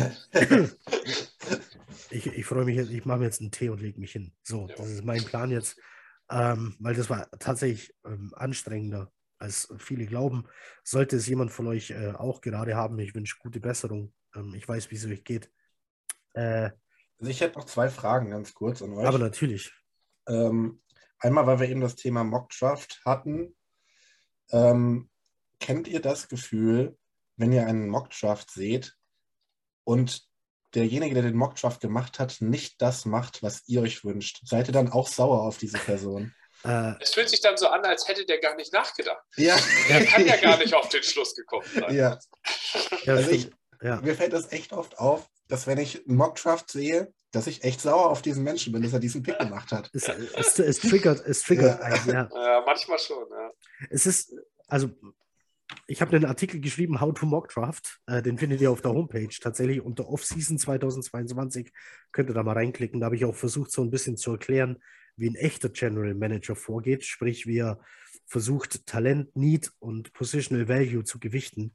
Ich freue mich jetzt, ich mache mir jetzt einen Tee und lege mich hin. So, das ist mein Plan jetzt. Weil das war tatsächlich anstrengender, als viele glauben. Sollte es jemand von euch auch gerade haben, ich wünsche gute Besserung. Ich weiß, wie es euch geht. Also ich hätte noch 2 Fragen ganz kurz an euch. Aber natürlich. Einmal, weil wir eben das Thema Mockdraft hatten. Kennt ihr das Gefühl, wenn ihr einen Mockdraft seht und derjenige, der den Mockdraft gemacht hat, nicht das macht, was ihr euch wünscht? Seid ihr dann auch sauer auf diese Person? Es fühlt sich dann so an, als hätte der gar nicht nachgedacht. Ja. Er kann ja gar nicht auf den Schluss gekommen sein. Ja. Also Ja. Mir fällt das echt oft auf, dass wenn ich einen Mockdraft sehe, dass ich echt sauer auf diesen Menschen bin, dass er diesen Pick gemacht hat. Es triggert einen, ja. Ja, manchmal schon, ja. Es ist, also ich habe einen Artikel geschrieben, How to Mock Draft. Den findet ihr auf der Homepage tatsächlich unter Off-Season 2022. Könnt ihr da mal reinklicken. Da habe ich auch versucht, so ein bisschen zu erklären, wie ein echter General Manager vorgeht. Sprich, wie er versucht, Talent, Need und Positional Value zu gewichten.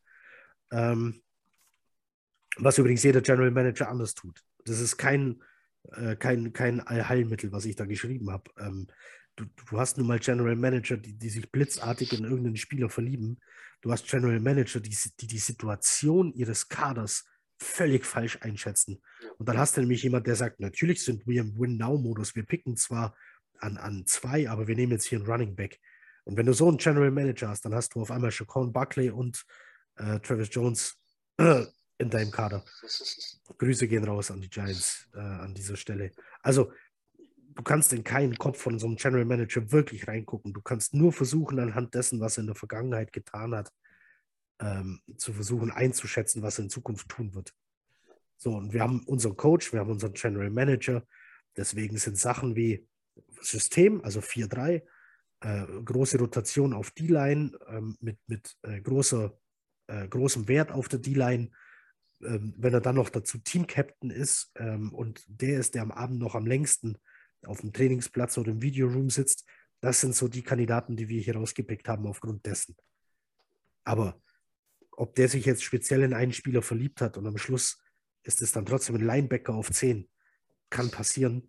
Was übrigens jeder General Manager anders tut. Das ist kein Allheilmittel, was ich da geschrieben habe. Du hast nun mal General Manager, die sich blitzartig in irgendeinen Spieler verlieben. Du hast General Manager, die Situation ihres Kaders völlig falsch einschätzen. Und dann hast du nämlich jemand, der sagt, natürlich sind wir im Win-Now-Modus. Wir picken zwar an 2, aber wir nehmen jetzt hier einen Running Back. Und wenn du so einen General Manager hast, dann hast du auf einmal Shaquan Barkley und Travis Jones in deinem Kader. Grüße gehen raus an die Giants an dieser Stelle. Also, du kannst in keinen Kopf von so einem General Manager wirklich reingucken. Du kannst nur versuchen, anhand dessen, was er in der Vergangenheit getan hat, zu versuchen einzuschätzen, was er in Zukunft tun wird. So, und wir haben unseren Coach, wir haben unseren General Manager. Deswegen sind Sachen wie System, also 4-3, große Rotation auf D-Line mit großem Wert auf der D-Line. Wenn er dann noch dazu Team-Captain ist und der ist, der am Abend noch am längsten auf dem Trainingsplatz oder im Videoroom sitzt, das sind so die Kandidaten, die wir hier rausgepickt haben aufgrund dessen. Aber ob der sich jetzt speziell in einen Spieler verliebt hat und am Schluss ist es dann trotzdem ein Linebacker auf 10, kann passieren.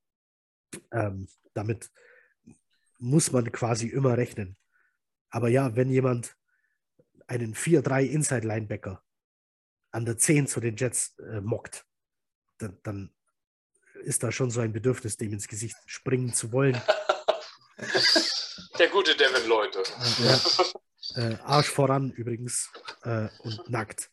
Damit muss man quasi immer rechnen. Aber ja, wenn jemand einen 4-3 Inside-Linebacker an der 10 zu den Jets mockt, dann ist da schon so ein Bedürfnis, dem ins Gesicht springen zu wollen. Der gute Devin Lloyd. Arsch voran übrigens und nackt.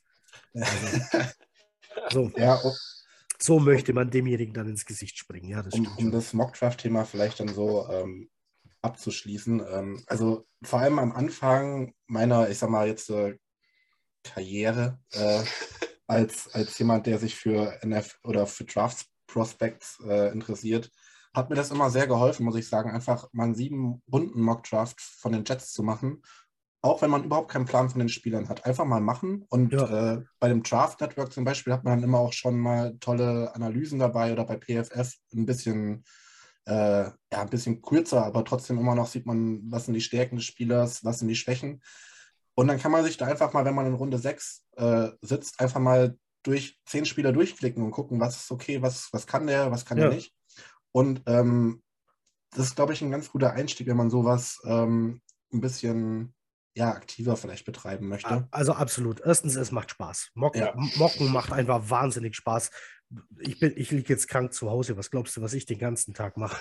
Also, so möchte man demjenigen dann ins Gesicht springen. Ja, das stimmt. Um das Mockdraft-Thema vielleicht dann so abzuschließen. Also vor allem am Anfang meiner, ich sag mal jetzt Karriere als jemand, der sich für oder für Draft Prospects interessiert, hat mir das immer sehr geholfen, muss ich sagen, einfach mal einen 7-Runden-Mock-Draft von den Jets zu machen, auch wenn man überhaupt keinen Plan von den Spielern hat. Einfach mal machen und bei dem Draft Network zum Beispiel hat man dann immer auch schon mal tolle Analysen dabei oder bei PFF ein bisschen ein bisschen kürzer, aber trotzdem immer noch sieht man, was sind die Stärken des Spielers, was sind die Schwächen. Und dann kann man sich da einfach mal, wenn man in Runde 6 sitzt, einfach mal durch 10 Spieler durchklicken und gucken, was ist okay, was kann der, was kann der nicht. Und das ist, glaube ich, ein ganz guter Einstieg, wenn man sowas ein bisschen aktiver vielleicht betreiben möchte. Also absolut. Erstens, es macht Spaß. Mocken macht einfach wahnsinnig Spaß. Ich liege jetzt krank zu Hause. Was glaubst du, was ich den ganzen Tag mache?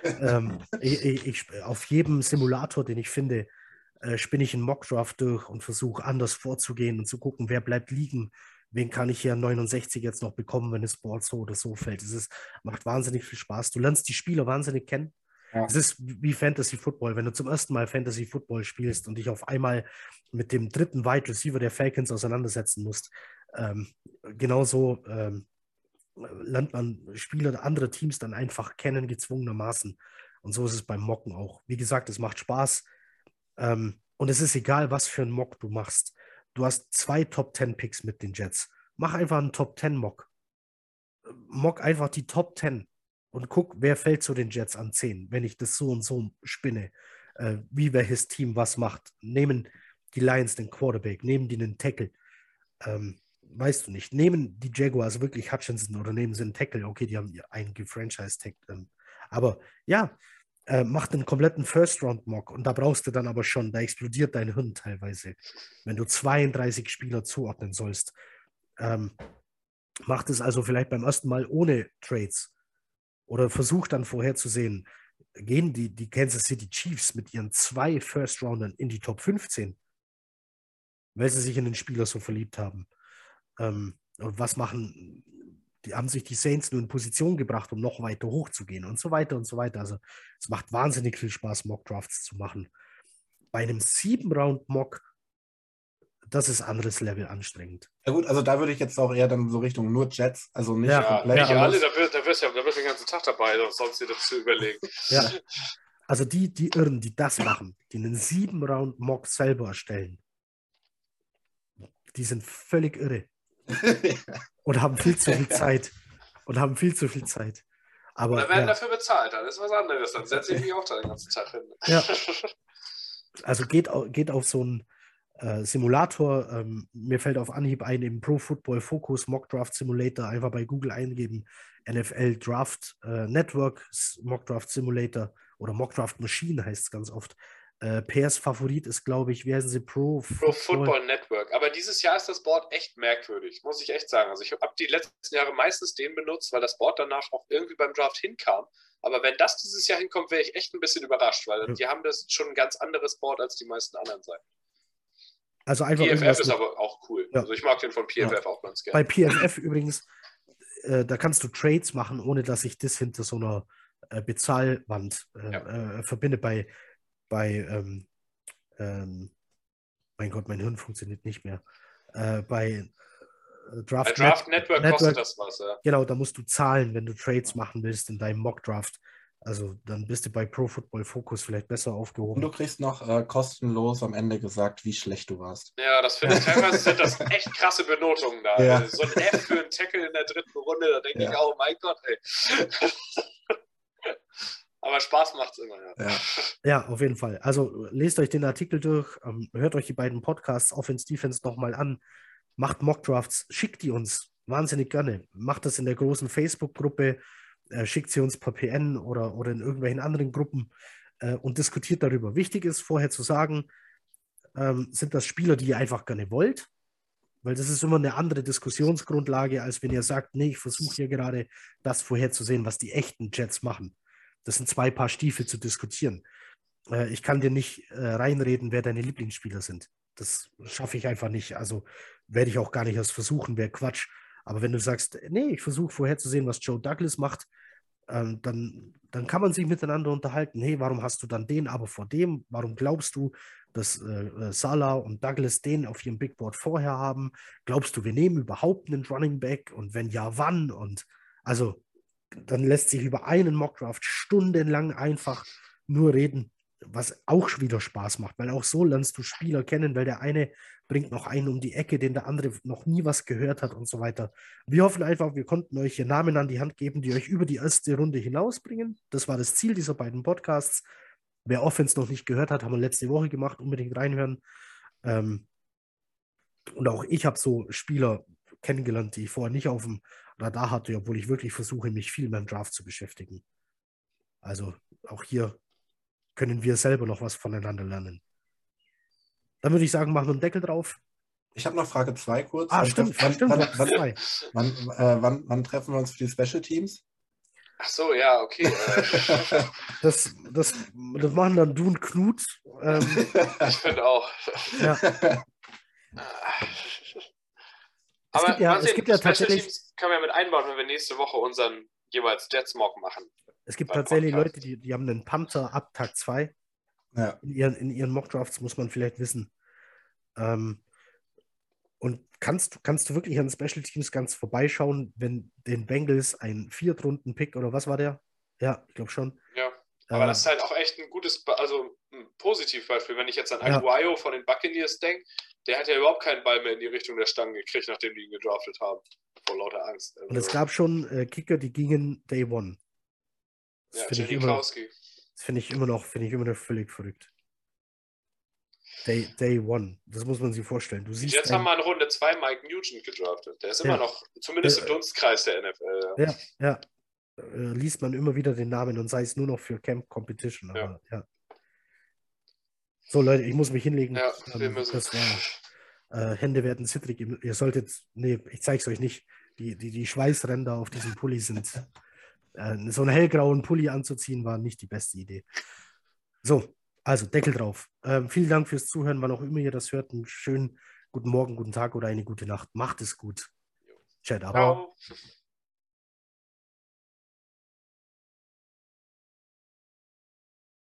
Auf jedem Simulator, den ich finde, spinne ich einen Mockdraft durch und versuche anders vorzugehen und zu gucken, wer bleibt liegen. Wen kann ich hier 69 jetzt noch bekommen, wenn das Board so oder so fällt? Macht wahnsinnig viel Spaß. Du lernst die Spieler wahnsinnig kennen. Es ist wie Fantasy Football. Wenn du zum ersten Mal Fantasy Football spielst und dich auf einmal mit dem dritten Wide Receiver der Falcons auseinandersetzen musst, genauso lernt man Spieler anderer Teams dann einfach kennen, gezwungenermaßen. Und so ist es beim Mocken auch. Wie gesagt, es macht Spaß. Und es ist egal, was für einen Mock du machst. Du hast 2 Top-10-Picks mit den Jets. Mach einfach einen Top-10-Mock. Mock einfach die Top 10 und guck, wer fällt zu den Jets an 10, wenn ich das so und so spinne. Wie welches Team was macht. Nehmen die Lions den Quarterback, nehmen die einen Tackle. Weißt du nicht. Nehmen die Jaguars wirklich Hutchinson oder nehmen sie einen Tackle? Okay, die haben einen gefranchise-Tag. Aber ja, macht einen kompletten First-Round-Mock und da brauchst du dann aber schon, da explodiert dein Hirn teilweise, wenn du 32 Spieler zuordnen sollst. Macht es also vielleicht beim ersten Mal ohne Trades oder versucht dann vorherzusehen, gehen die Kansas City Chiefs mit ihren 2 First-Roundern in die Top 15, weil sie sich in den Spieler so verliebt haben. Und was machen, die haben sich die Saints nur in Position gebracht, um noch weiter hochzugehen und so weiter und so weiter. Also es macht wahnsinnig viel Spaß, Mock-Drafts zu machen. Bei einem 7-Round-Mock, das ist anderes Level anstrengend. Ja gut, also da würde ich jetzt auch eher dann so Richtung nur Jets, also nicht komplett. Nicht alle, da wirst du den ganzen Tag dabei, sonst dir das zu überlegen. Ja, also die Irren, die das machen, die einen 7-Round-Mock selber erstellen, die sind völlig irre. Und haben viel zu viel Zeit. Aber oder werden dafür bezahlt, dann ist was anderes. Dann setze ich mich auch da den ganzen Tag hin. Ja. Also geht auf so einen Simulator. Mir fällt auf Anhieb ein, im Pro Football Focus Mock Draft Simulator, einfach bei Google eingeben, NFL Draft Network Mock Draft Simulator oder Mock Draft Machine heißt es ganz oft. PS Favorit ist, glaube ich, wie heißen sie? Pro Football Network. Aber dieses Jahr ist das Board echt merkwürdig, muss ich echt sagen. Also ich habe die letzten Jahre meistens den benutzt, weil das Board danach auch irgendwie beim Draft hinkam. Aber wenn das dieses Jahr hinkommt, wäre ich echt ein bisschen überrascht, weil die haben das schon ein ganz anderes Board als die meisten anderen Seiten. Also einfach PFF ist aber auch cool. Ja. Also ich mag den von PFF auch ganz gerne. Bei PFF übrigens, da kannst du Trades machen, ohne dass sich das hinter so einer Bezahlwand verbindet. Mein Gott, mein Hirn funktioniert nicht mehr. Bei Draft Network kostet das was, ja. Genau, da musst du zahlen, wenn du Trades machen willst in deinem Mock-Draft. Also dann bist du bei Pro Football Focus vielleicht besser aufgehoben. Und du kriegst noch kostenlos am Ende gesagt, wie schlecht du warst. Ja, das finde ich teilweise sind das echt krasse Benotungen da. Ja. So ein F für einen Tackle in der 3. Runde, da denke ich, oh mein Gott, ey. Aber Spaß macht's immer, ja. Ja, auf jeden Fall. Also lest euch den Artikel durch, hört euch die beiden Podcasts Offense, Defense nochmal an, macht Mockdrafts, schickt die uns wahnsinnig gerne. Macht das in der großen Facebook-Gruppe, schickt sie uns per PN oder in irgendwelchen anderen Gruppen und diskutiert darüber. Wichtig ist vorher zu sagen, sind das Spieler, die ihr einfach gerne wollt? Weil das ist immer eine andere Diskussionsgrundlage, als wenn ihr sagt, nee, ich versuche hier gerade das vorherzusehen, was die echten Jets machen. Das sind 2 Paar Stiefel zu diskutieren. Ich kann dir nicht reinreden, wer deine Lieblingsspieler sind. Das schaffe ich einfach nicht. Also werde ich auch gar nicht erst versuchen, wäre Quatsch. Aber wenn du sagst, nee, ich versuche vorherzusehen, was Joe Douglas macht, dann kann man sich miteinander unterhalten. Hey, warum hast du dann den aber vor dem? Warum glaubst du, dass Salah und Douglas den auf ihrem Big Board vorher haben? Glaubst du, wir nehmen überhaupt einen Running Back? Und wenn ja, wann? Und also dann lässt sich über einen Mockdraft stundenlang einfach nur reden, was auch wieder Spaß macht, weil auch so lernst du Spieler kennen, weil der eine bringt noch einen um die Ecke, den der andere noch nie was gehört hat und so weiter. Wir hoffen einfach, wir konnten euch hier Namen an die Hand geben, die euch über die erste Runde hinausbringen. Das war das Ziel dieser beiden Podcasts. Wer Offense noch nicht gehört hat, haben wir letzte Woche gemacht, unbedingt reinhören. Und auch ich habe so Spieler kennengelernt, die ich vorher nicht auf dem Radar hatte, obwohl ich wirklich versuche, mich viel mit dem Draft zu beschäftigen. Also auch hier können wir selber noch was voneinander lernen. Dann würde ich sagen, machen wir einen Deckel drauf. Ich habe noch Frage 2 kurz. Wann treffen wir uns für die Special Teams? Ach so, ja, okay. Das machen dann du und Knut. Ich finde auch. Ja. Aber es gibt ja tatsächlich Teams können wir mit einbauen, wenn wir nächste Woche unseren jeweils Jets-Mock machen. Es gibt tatsächlich Leute, die haben einen Panther ab Tag 2. Ja. In ihren Mockdrafts, muss man vielleicht wissen. Und kannst du wirklich an Special Teams ganz vorbeischauen, wenn den Bengals ein 4-Runden-Pick oder was war der? Ja, ich glaube schon. Ja, aber das ist halt auch echt ein gutes, also ein Positivbeispiel. Wenn ich jetzt an Aguayo von den Buccaneers denke, der hat ja überhaupt keinen Ball mehr in die Richtung der Stangen gekriegt, nachdem die ihn gedraftet haben. Vor lauter Angst. Also, und es gab schon Kicker, die gingen Day One. Das ja, finde ich immer noch völlig verrückt. Day One. Das muss man sich vorstellen. Du siehst jetzt haben wir in Runde 2 Mike Nugent gedraftet. Der ist immer noch, zumindest im Dunstkreis der NFL. Ja. Liest man immer wieder den Namen und sei es nur noch für Camp Competition. Aber, ja. So, Leute, ich muss mich hinlegen. Ja, wir müssen. Das war, Hände werden zittrig. Ihr solltet, nee, ich zeige es euch nicht. Die Schweißränder auf diesem Pulli sind. So einen hellgrauen Pulli anzuziehen, war nicht die beste Idee. So, also Deckel drauf. Vielen Dank fürs Zuhören, wann auch immer ihr das hört. Einen schönen guten Morgen, guten Tag oder eine gute Nacht. Macht es gut. Chat ab. Ciao.